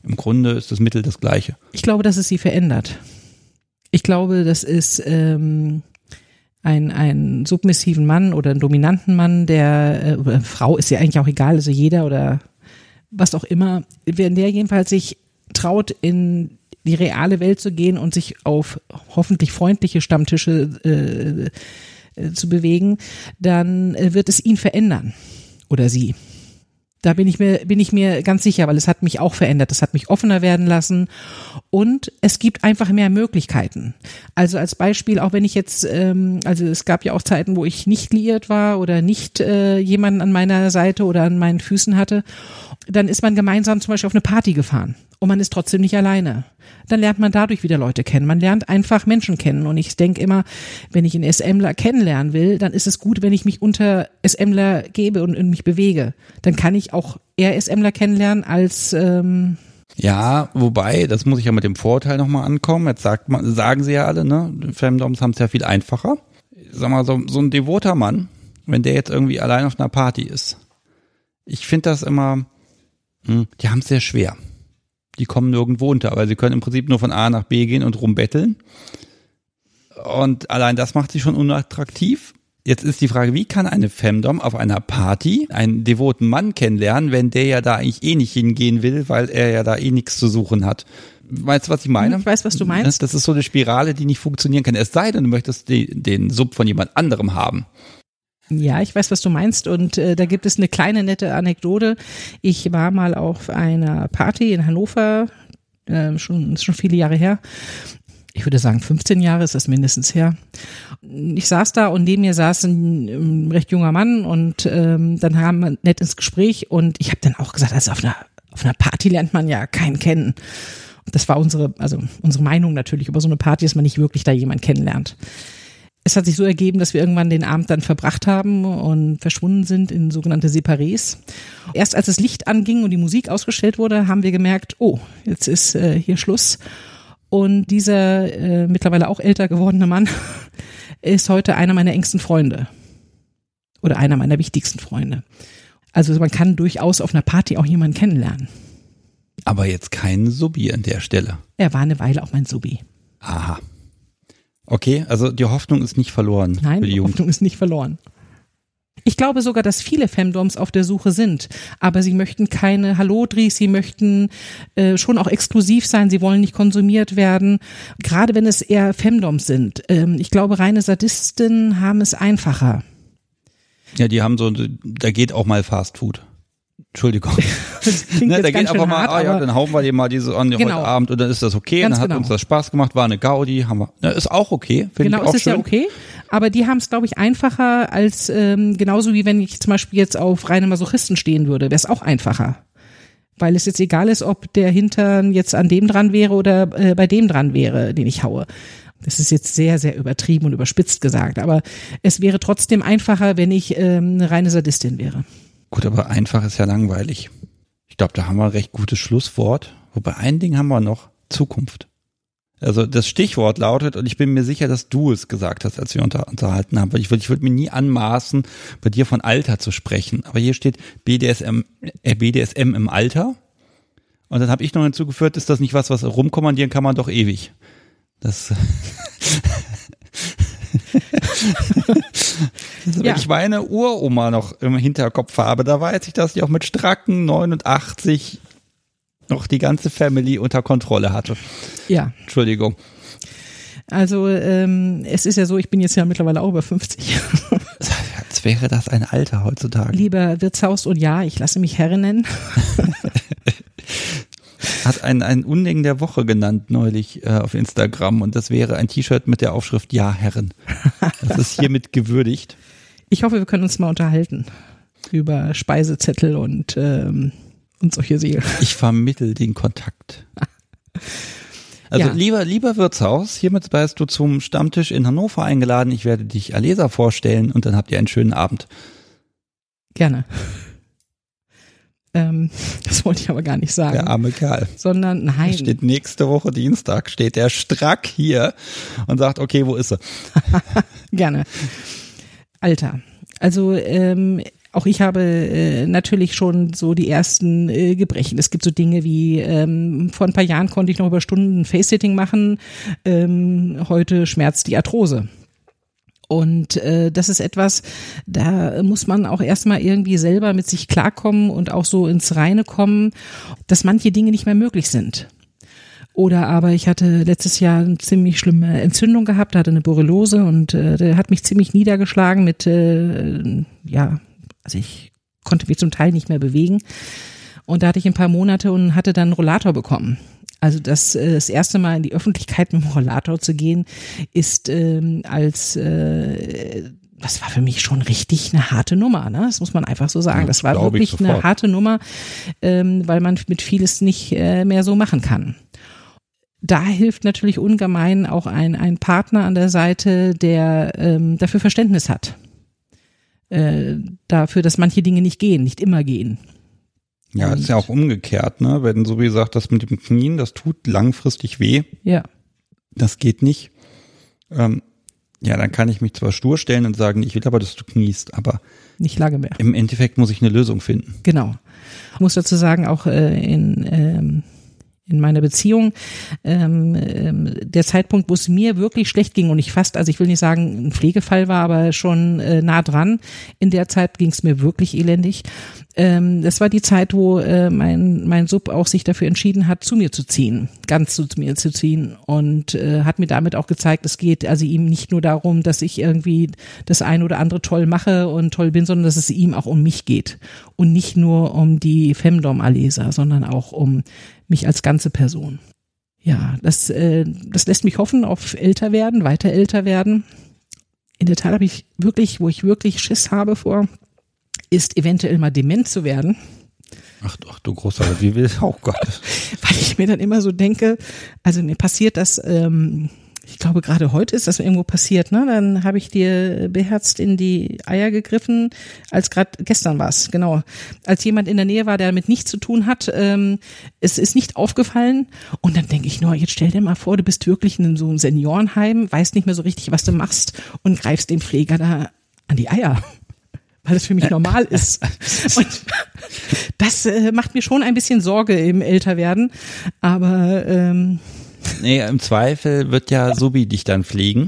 [SPEAKER 1] Im Grunde ist das Mittel das gleiche.
[SPEAKER 2] Ich glaube, dass es sie verändert. Ich glaube, das ist ähm, ein, ein submissiven Mann oder einen dominanten Mann, der, äh, oder Frau ist ja eigentlich auch egal, also jeder oder was auch immer, wenn der jedenfalls sich traut, in die reale Welt zu gehen und sich auf hoffentlich freundliche Stammtische äh, äh, zu bewegen, dann äh, wird es ihn verändern oder sie. Da bin ich mir, bin ich mir ganz sicher, weil es hat mich auch verändert. Es hat mich offener werden lassen und es gibt einfach mehr Möglichkeiten. Also als Beispiel, auch wenn ich jetzt, ähm, also es gab ja auch Zeiten, wo ich nicht liiert war oder nicht äh, jemanden an meiner Seite oder an meinen Füßen hatte, dann ist man gemeinsam zum Beispiel auf eine Party gefahren und man ist trotzdem nicht alleine. Dann lernt man dadurch wieder Leute kennen. Man lernt einfach Menschen kennen und ich denke immer, wenn ich einen SMler kennenlernen will, dann ist es gut, wenn ich mich unter SMler gebe und, und mich bewege. Dann kann ich auch eher SMler kennenlernen als ähm
[SPEAKER 1] ja, wobei, das muss ich ja mit dem Vorurteil nochmal ankommen. Jetzt sagt man, sagen sie ja alle, ne, Femdoms haben es ja viel einfacher. Sag mal, so, so ein devoter Mann, wenn der jetzt irgendwie allein auf einer Party ist, ich finde das immer, mh, die haben es sehr schwer. Die kommen nirgendwo unter, aber sie können im Prinzip nur von A nach B gehen und rumbetteln. Und allein das macht sie schon unattraktiv. Jetzt ist die Frage, wie kann eine Femdom auf einer Party einen devoten Mann kennenlernen, wenn der ja da eigentlich eh nicht hingehen will, weil er ja da eh nichts zu suchen hat. Weißt du, was ich meine?
[SPEAKER 2] Ich weiß, was du meinst.
[SPEAKER 1] Das ist so eine Spirale, die nicht funktionieren kann. Es sei denn, du möchtest die, den Sub von jemand anderem haben.
[SPEAKER 2] Ja, ich weiß, was du meinst und äh, da gibt es eine kleine nette Anekdote. Ich war mal auf einer Party in Hannover, äh, schon, schon viele Jahre her. Ich würde sagen, fünfzehn Jahre ist das mindestens her. Ich saß da und neben mir saß ein, ein recht junger Mann und ähm, dann haben wir nett ins Gespräch und ich habe dann auch gesagt, also auf einer, auf einer Party lernt man ja keinen kennen. Und das war unsere, also unsere Meinung natürlich über so eine Party, dass man nicht wirklich da jemanden kennenlernt. Es hat sich so ergeben, dass wir irgendwann den Abend dann verbracht haben und verschwunden sind in sogenannte Separés. Erst als das Licht anging und die Musik ausgestellt wurde, haben wir gemerkt, oh, jetzt ist äh, hier Schluss. Und dieser äh, mittlerweile auch älter gewordene Mann ist heute einer meiner engsten Freunde. Oder einer meiner wichtigsten Freunde. Also man kann durchaus auf einer Party auch jemanden kennenlernen.
[SPEAKER 1] Aber jetzt kein Subi an der Stelle.
[SPEAKER 2] Er war eine Weile auch mein Subi.
[SPEAKER 1] Aha. Okay, also die Hoffnung ist nicht verloren.
[SPEAKER 2] Nein,
[SPEAKER 1] für die
[SPEAKER 2] die
[SPEAKER 1] Jugend.
[SPEAKER 2] Hoffnung ist nicht verloren. Ich glaube sogar, dass viele Femdoms auf der Suche sind, aber sie möchten keine Hallodris, sie möchten äh, schon auch exklusiv sein, sie wollen nicht konsumiert werden, gerade wenn es eher Femdoms sind. Ähm, ich glaube, reine Sadisten haben es einfacher.
[SPEAKER 1] Ja, die haben so, da geht auch mal Fast Food. Entschuldigung.
[SPEAKER 2] Das klingt
[SPEAKER 1] ne,
[SPEAKER 2] jetzt
[SPEAKER 1] da
[SPEAKER 2] ganz
[SPEAKER 1] geht einfach
[SPEAKER 2] schön
[SPEAKER 1] mal,
[SPEAKER 2] hart,
[SPEAKER 1] ah ja,
[SPEAKER 2] aber
[SPEAKER 1] dann hauen wir dem mal diese an
[SPEAKER 2] genau.
[SPEAKER 1] heute Abend und dann ist das okay,
[SPEAKER 2] Ganz
[SPEAKER 1] dann hat
[SPEAKER 2] genau.
[SPEAKER 1] uns das Spaß gemacht, war eine Gaudi, haben wir. Ne, ist auch okay, finde
[SPEAKER 2] Genau,
[SPEAKER 1] ich auch
[SPEAKER 2] es ist
[SPEAKER 1] schön.
[SPEAKER 2] ja okay, aber die haben es, glaube ich, einfacher als, ähm, genauso wie wenn ich zum Beispiel jetzt auf reine Masochisten stehen würde, wäre es auch einfacher. Weil es jetzt egal ist, ob der Hintern jetzt an dem dran wäre oder äh, bei dem dran wäre, den ich haue. Das ist jetzt sehr, sehr übertrieben und überspitzt gesagt, aber es wäre trotzdem einfacher, wenn ich ähm, eine reine Sadistin wäre.
[SPEAKER 1] Gut, aber einfach ist ja langweilig. Ich glaube, da haben wir ein recht gutes Schlusswort. Wobei ein Ding haben wir noch, Zukunft. Also das Stichwort lautet, und ich bin mir sicher, dass du es gesagt hast, als wir unter, unterhalten haben, weil ich würde ich würd mir nie anmaßen, bei dir von Alter zu sprechen. Aber hier steht B D S M, äh, B D S M im Alter. Und dann habe ich noch hinzugeführt, ist das nicht was, was rumkommandieren kann man doch ewig. Das Also wenn
[SPEAKER 2] ja.
[SPEAKER 1] ich meine Uroma noch im Hinterkopf habe, da weiß ich, dass die auch mit stracken neunundachtzig noch die ganze Family unter Kontrolle hatte.
[SPEAKER 2] Ja.
[SPEAKER 1] Entschuldigung.
[SPEAKER 2] Also ähm, es ist ja so, ich bin jetzt ja mittlerweile auch über fünfzig.
[SPEAKER 1] Als wäre das ein Alter heutzutage.
[SPEAKER 2] Lieber Wirtshaus und ja, ich lasse mich Herrin nennen.
[SPEAKER 1] Hat ein, ein Unding der Woche genannt neulich äh, auf Instagram und das wäre ein T-Shirt mit der Aufschrift Ja, Herren. Das ist hiermit gewürdigt.
[SPEAKER 2] Ich hoffe, wir können uns mal unterhalten über Speisezettel und, ähm, und solche Dinge.
[SPEAKER 1] Ich vermittel den Kontakt. Also
[SPEAKER 2] Ja.
[SPEAKER 1] lieber, lieber Wirtshaus, hiermit bist du zum Stammtisch in Hannover eingeladen. Ich werde dich Alesa vorstellen und dann habt ihr einen schönen Abend.
[SPEAKER 2] Gerne. Ähm, das wollte ich aber gar nicht sagen.
[SPEAKER 1] Der arme Kerl.
[SPEAKER 2] Sondern, nein.
[SPEAKER 1] Steht nächste Woche Dienstag, steht der Strack hier und sagt, okay, wo ist er?
[SPEAKER 2] Gerne. Alter. Also ähm, auch ich habe äh, natürlich schon so die ersten äh, Gebrechen. Es gibt so Dinge wie, ähm, vor ein paar Jahren konnte ich noch über Stunden Face-Sitting machen, ähm, heute schmerzt die Arthrose. Und äh, das ist etwas, da muss man auch erstmal irgendwie selber mit sich klarkommen und auch so ins Reine kommen, dass manche Dinge nicht mehr möglich sind. Oder aber ich hatte letztes Jahr eine ziemlich schlimme Entzündung gehabt, hatte eine Borreliose und äh, der hat mich ziemlich niedergeschlagen mit, äh, ja, also ich konnte mich zum Teil nicht mehr bewegen. Und da hatte ich ein paar Monate und hatte dann einen Rollator bekommen. Also das, äh, das erste Mal in die Öffentlichkeit mit dem Rollator zu gehen, ist ähm, als, äh, das war für mich schon richtig eine harte Nummer, ne? Das muss man einfach so sagen. Das war wirklich eine harte Nummer, ähm, weil man mit vieles nicht äh, mehr so machen kann. Da hilft natürlich ungemein auch ein, ein Partner an der Seite, der ähm, dafür Verständnis hat. Äh, dafür, dass manche Dinge nicht gehen, nicht immer gehen.
[SPEAKER 1] Ja, das ist ja auch umgekehrt, ne? Wenn so wie gesagt, das mit dem Knien, das tut langfristig weh.
[SPEAKER 2] Ja.
[SPEAKER 1] Das geht nicht. Ähm, ja, dann kann ich mich zwar stur stellen und sagen, ich will aber, dass du kniest, aber
[SPEAKER 2] nicht lange mehr.
[SPEAKER 1] Im Endeffekt muss ich eine Lösung finden.
[SPEAKER 2] Genau. Ich muss dazu sagen, auch äh, in ähm, in meiner Beziehung, ähm, ähm, der Zeitpunkt, wo es mir wirklich schlecht ging und ich fast, also ich will nicht sagen, ein Pflegefall war, aber schon äh, nah dran. In der Zeit ging es mir wirklich elendig. Ähm, das war die Zeit, wo äh, mein mein Sub auch sich dafür entschieden hat, zu mir zu ziehen, ganz zu mir zu ziehen und äh, hat mir damit auch gezeigt, es geht also ihm nicht nur darum, dass ich irgendwie das ein oder andere toll mache und toll bin, sondern dass es ihm auch um mich geht und nicht nur um die Femdom-Alesa, sondern auch um mich als ganze Person. Ja, das, äh, das lässt mich hoffen auf älter werden, weiter älter werden. In der Tat habe ich wirklich, wo ich wirklich Schiss habe vor, ist eventuell mal dement zu werden.
[SPEAKER 1] Ach, ach du großer, wie will, oh Gott.
[SPEAKER 2] Weil ich mir dann immer so denke, also mir passiert das, ähm, ich glaube gerade heute ist das irgendwo passiert, ne? Dann habe ich dir beherzt in die Eier gegriffen, als gerade gestern war es, genau. Als jemand in der Nähe war, der damit nichts zu tun hat, ähm, es ist nicht aufgefallen und dann denke ich nur, jetzt stell dir mal vor, du bist wirklich in so einem Seniorenheim, weißt nicht mehr so richtig, was du machst und greifst dem Pfleger da an die Eier. Weil es für mich normal ist. Und das äh, macht mir schon ein bisschen Sorge im Älterwerden. Aber ähm,
[SPEAKER 1] nee, im Zweifel wird ja Subi dich dann pflegen.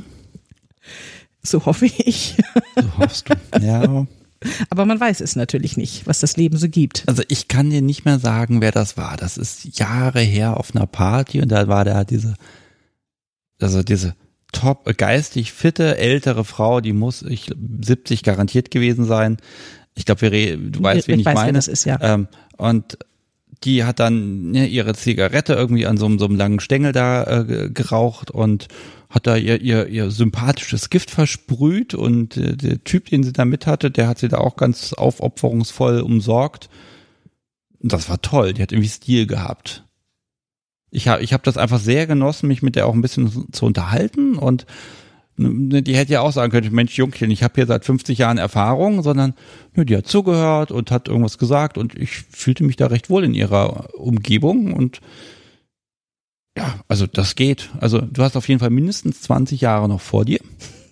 [SPEAKER 2] So hoffe ich.
[SPEAKER 1] So hoffst du. Ja.
[SPEAKER 2] Aber man weiß es natürlich nicht, was das Leben so gibt.
[SPEAKER 1] Also ich kann dir nicht mehr sagen, wer das war. Das ist Jahre her auf einer Party und da war da diese, also diese top, geistig fitte, ältere Frau, die muss ich siebzig garantiert gewesen sein. Ich glaube, wir du weißt, wen ich, ich weiß, meine. Wer
[SPEAKER 2] das ist, ja.
[SPEAKER 1] Ähm, und die hat dann ne, ihre Zigarette irgendwie an so, so einem langen Stängel da äh, geraucht und hat da ihr, ihr, ihr sympathisches Gift versprüht und äh, der Typ, den sie da mit hatte, der hat sie da auch ganz aufopferungsvoll umsorgt. Und das war toll, die hat irgendwie Stil gehabt. Ich habe ich hab das einfach sehr genossen, mich mit der auch ein bisschen zu unterhalten und ne, die hätte ja auch sagen können, Mensch Jungchen, ich habe hier seit fünfzig Jahren Erfahrung, sondern ne, die hat zugehört und hat irgendwas gesagt und ich fühlte mich da recht wohl in ihrer Umgebung und ja, also das geht. Also du hast auf jeden Fall mindestens zwanzig Jahre noch vor dir.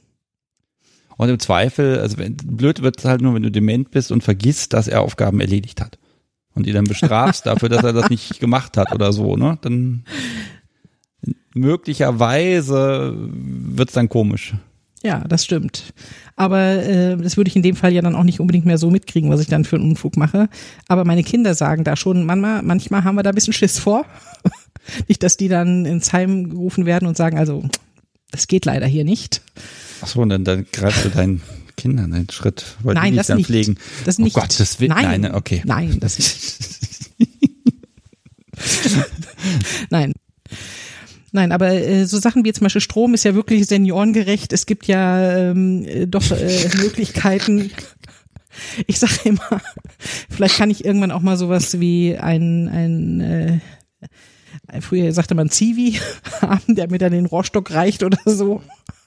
[SPEAKER 1] Und im Zweifel, also wenn, blöd wird es halt nur, wenn du dement bist und vergisst, dass er Aufgaben erledigt hat. Und ihn dann bestrafst dafür, dass er das nicht gemacht hat oder so, ne? Dann möglicherweise wird's dann komisch.
[SPEAKER 2] Ja, das stimmt. Aber äh, das würde ich in dem Fall ja dann auch nicht unbedingt mehr so mitkriegen, was ich dann für einen Unfug mache. Aber meine Kinder sagen da schon, manchmal, manchmal haben wir da ein bisschen Schiss vor. Nicht, dass die dann ins Heim gerufen werden und sagen, also das geht leider hier nicht.
[SPEAKER 1] Ach so, und dann, dann greifst du deinen Kindern einen Schritt, weil
[SPEAKER 2] nein,
[SPEAKER 1] die dich
[SPEAKER 2] das
[SPEAKER 1] dann
[SPEAKER 2] nicht.
[SPEAKER 1] pflegen.
[SPEAKER 2] Das
[SPEAKER 1] oh
[SPEAKER 2] nicht.
[SPEAKER 1] Gott, das will,
[SPEAKER 2] nein,
[SPEAKER 1] nein, okay.
[SPEAKER 2] Nein, das nicht. Nein. Nein, aber äh, so Sachen wie zum Beispiel Strom ist ja wirklich seniorengerecht. Es gibt ja ähm, doch äh, Möglichkeiten. Ich sage immer, vielleicht kann ich irgendwann auch mal sowas wie ein, ein äh, früher sagte man Zivi haben, der mir dann den Rohrstock reicht oder so.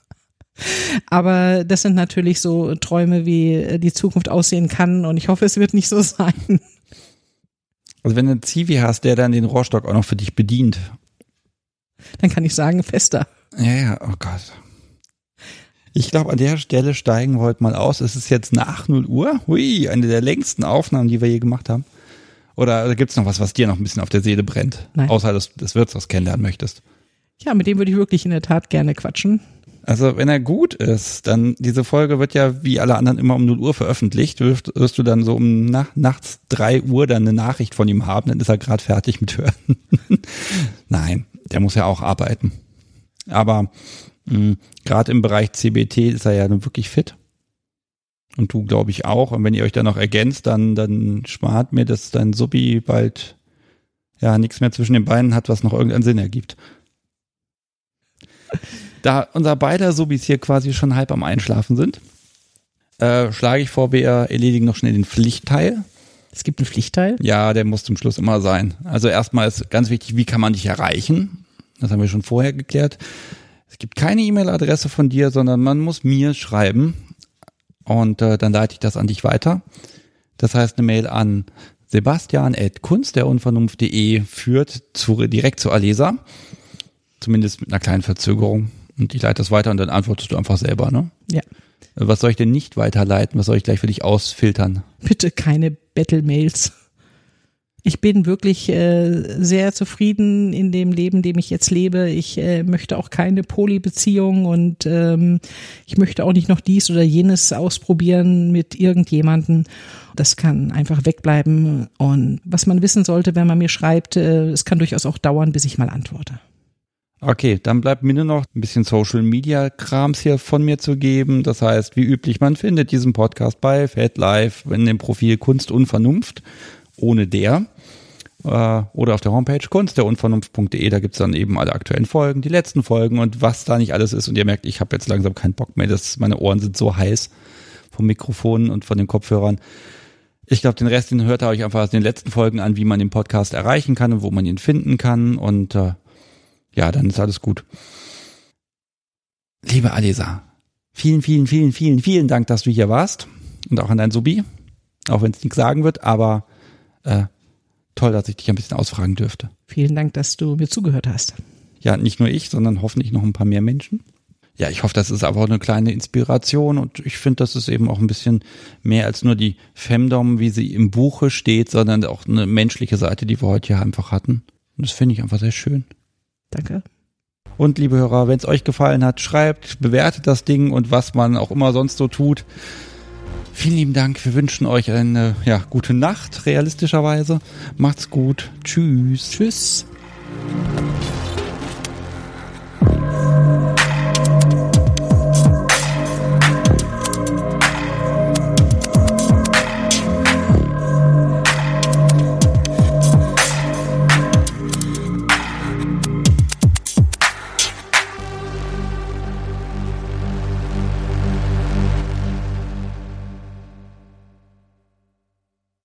[SPEAKER 2] Aber das sind natürlich so Träume, wie die Zukunft aussehen kann und ich hoffe, es wird nicht so sein.
[SPEAKER 1] Also wenn du einen Zivi hast, der dann den Rohrstock auch noch für dich bedient.
[SPEAKER 2] Dann kann ich sagen, fester.
[SPEAKER 1] Ja, ja, oh Gott. Ich glaube, an der Stelle steigen wir heute mal aus. Es ist jetzt nach null Uhr. Hui, eine der längsten Aufnahmen, die wir je gemacht haben. Oder gibt es noch was, was dir noch ein bisschen auf der Seele brennt?
[SPEAKER 2] Nein.
[SPEAKER 1] Außer, dass du das Wirtshaus kennenlernen möchtest.
[SPEAKER 2] Ja, mit dem würde ich wirklich in der Tat gerne quatschen.
[SPEAKER 1] Also wenn er gut ist, dann diese Folge wird ja wie alle anderen immer um null Uhr veröffentlicht. Wirst, wirst du dann so um nach, nachts drei Uhr dann eine Nachricht von ihm haben, dann ist er gerade fertig mit Hören. Nein, der muss ja auch arbeiten. Aber gerade im Bereich C B T ist er ja nun wirklich fit. Und du, glaube ich, auch. Und wenn ihr euch dann noch ergänzt, dann, dann spart mir, dass dein Suppi bald ja nichts mehr zwischen den Beinen hat, was noch irgendeinen Sinn ergibt. Da unser beider Subis hier quasi schon halb am Einschlafen sind, äh, schlage ich vor, wir erledigen noch schnell den Pflichtteil.
[SPEAKER 2] Es gibt einen Pflichtteil?
[SPEAKER 1] Ja, der muss zum Schluss immer sein. Also erstmal ist ganz wichtig, wie kann man dich erreichen? Das haben wir schon vorher geklärt. Es gibt keine E-Mail-Adresse von dir, sondern man muss mir schreiben und äh, dann leite ich das an dich weiter. Das heißt, eine Mail an sebastian at kunst der unvernunft punkt de führt zu, direkt zu Alesa. Zumindest mit einer kleinen Verzögerung. Und ich leite das weiter und dann antwortest du einfach selber, ne?
[SPEAKER 2] Ja.
[SPEAKER 1] Was soll ich denn nicht weiterleiten? Was soll ich gleich für dich ausfiltern?
[SPEAKER 2] Bitte keine Battle-Mails. Ich bin wirklich äh, sehr zufrieden in dem Leben, dem ich jetzt lebe. Ich äh, möchte auch keine Poly-Beziehung und ähm, ich möchte auch nicht noch dies oder jenes ausprobieren mit irgendjemandem. Das kann einfach wegbleiben. Und was man wissen sollte, wenn man mir schreibt, äh, es kann durchaus auch dauern, bis ich mal antworte.
[SPEAKER 1] Okay, dann bleibt mir nur noch ein bisschen Social-Media-Krams hier von mir zu geben. Das heißt, wie üblich, man findet diesen Podcast bei FatLife in dem Profil Kunst und Vernunft, ohne der. Äh, oder auf der Homepage kunst der unvernunft punkt de, da gibt's dann eben alle aktuellen Folgen, die letzten Folgen und was da nicht alles ist. Und ihr merkt, ich habe jetzt langsam keinen Bock mehr. Das, meine Ohren sind so heiß vom Mikrofon und von den Kopfhörern. Ich glaube, den Rest, den hört ihr euch einfach aus den letzten Folgen an, wie man den Podcast erreichen kann und wo man ihn finden kann. Und äh, ja, dann ist alles gut. Liebe Alesa, vielen, vielen, vielen, vielen, vielen Dank, dass du hier warst. Und auch an dein Subi. Auch wenn es nichts sagen wird, aber äh, toll, dass ich dich ein bisschen ausfragen dürfte.
[SPEAKER 2] Vielen Dank, dass du mir zugehört hast.
[SPEAKER 1] Ja, nicht nur ich, sondern hoffentlich noch ein paar mehr Menschen. Ja, ich hoffe, das ist aber auch eine kleine Inspiration und ich finde, das ist eben auch ein bisschen mehr als nur die Femdom, wie sie im Buche steht, sondern auch eine menschliche Seite, die wir heute hier einfach hatten. Und das finde ich einfach sehr schön.
[SPEAKER 2] Danke.
[SPEAKER 1] Und liebe Hörer, wenn es euch gefallen hat, schreibt, bewertet das Ding und was man auch immer sonst so tut. Vielen lieben Dank. Wir wünschen euch eine ja, gute Nacht, realistischerweise. Macht's gut. Tschüss.
[SPEAKER 2] Tschüss.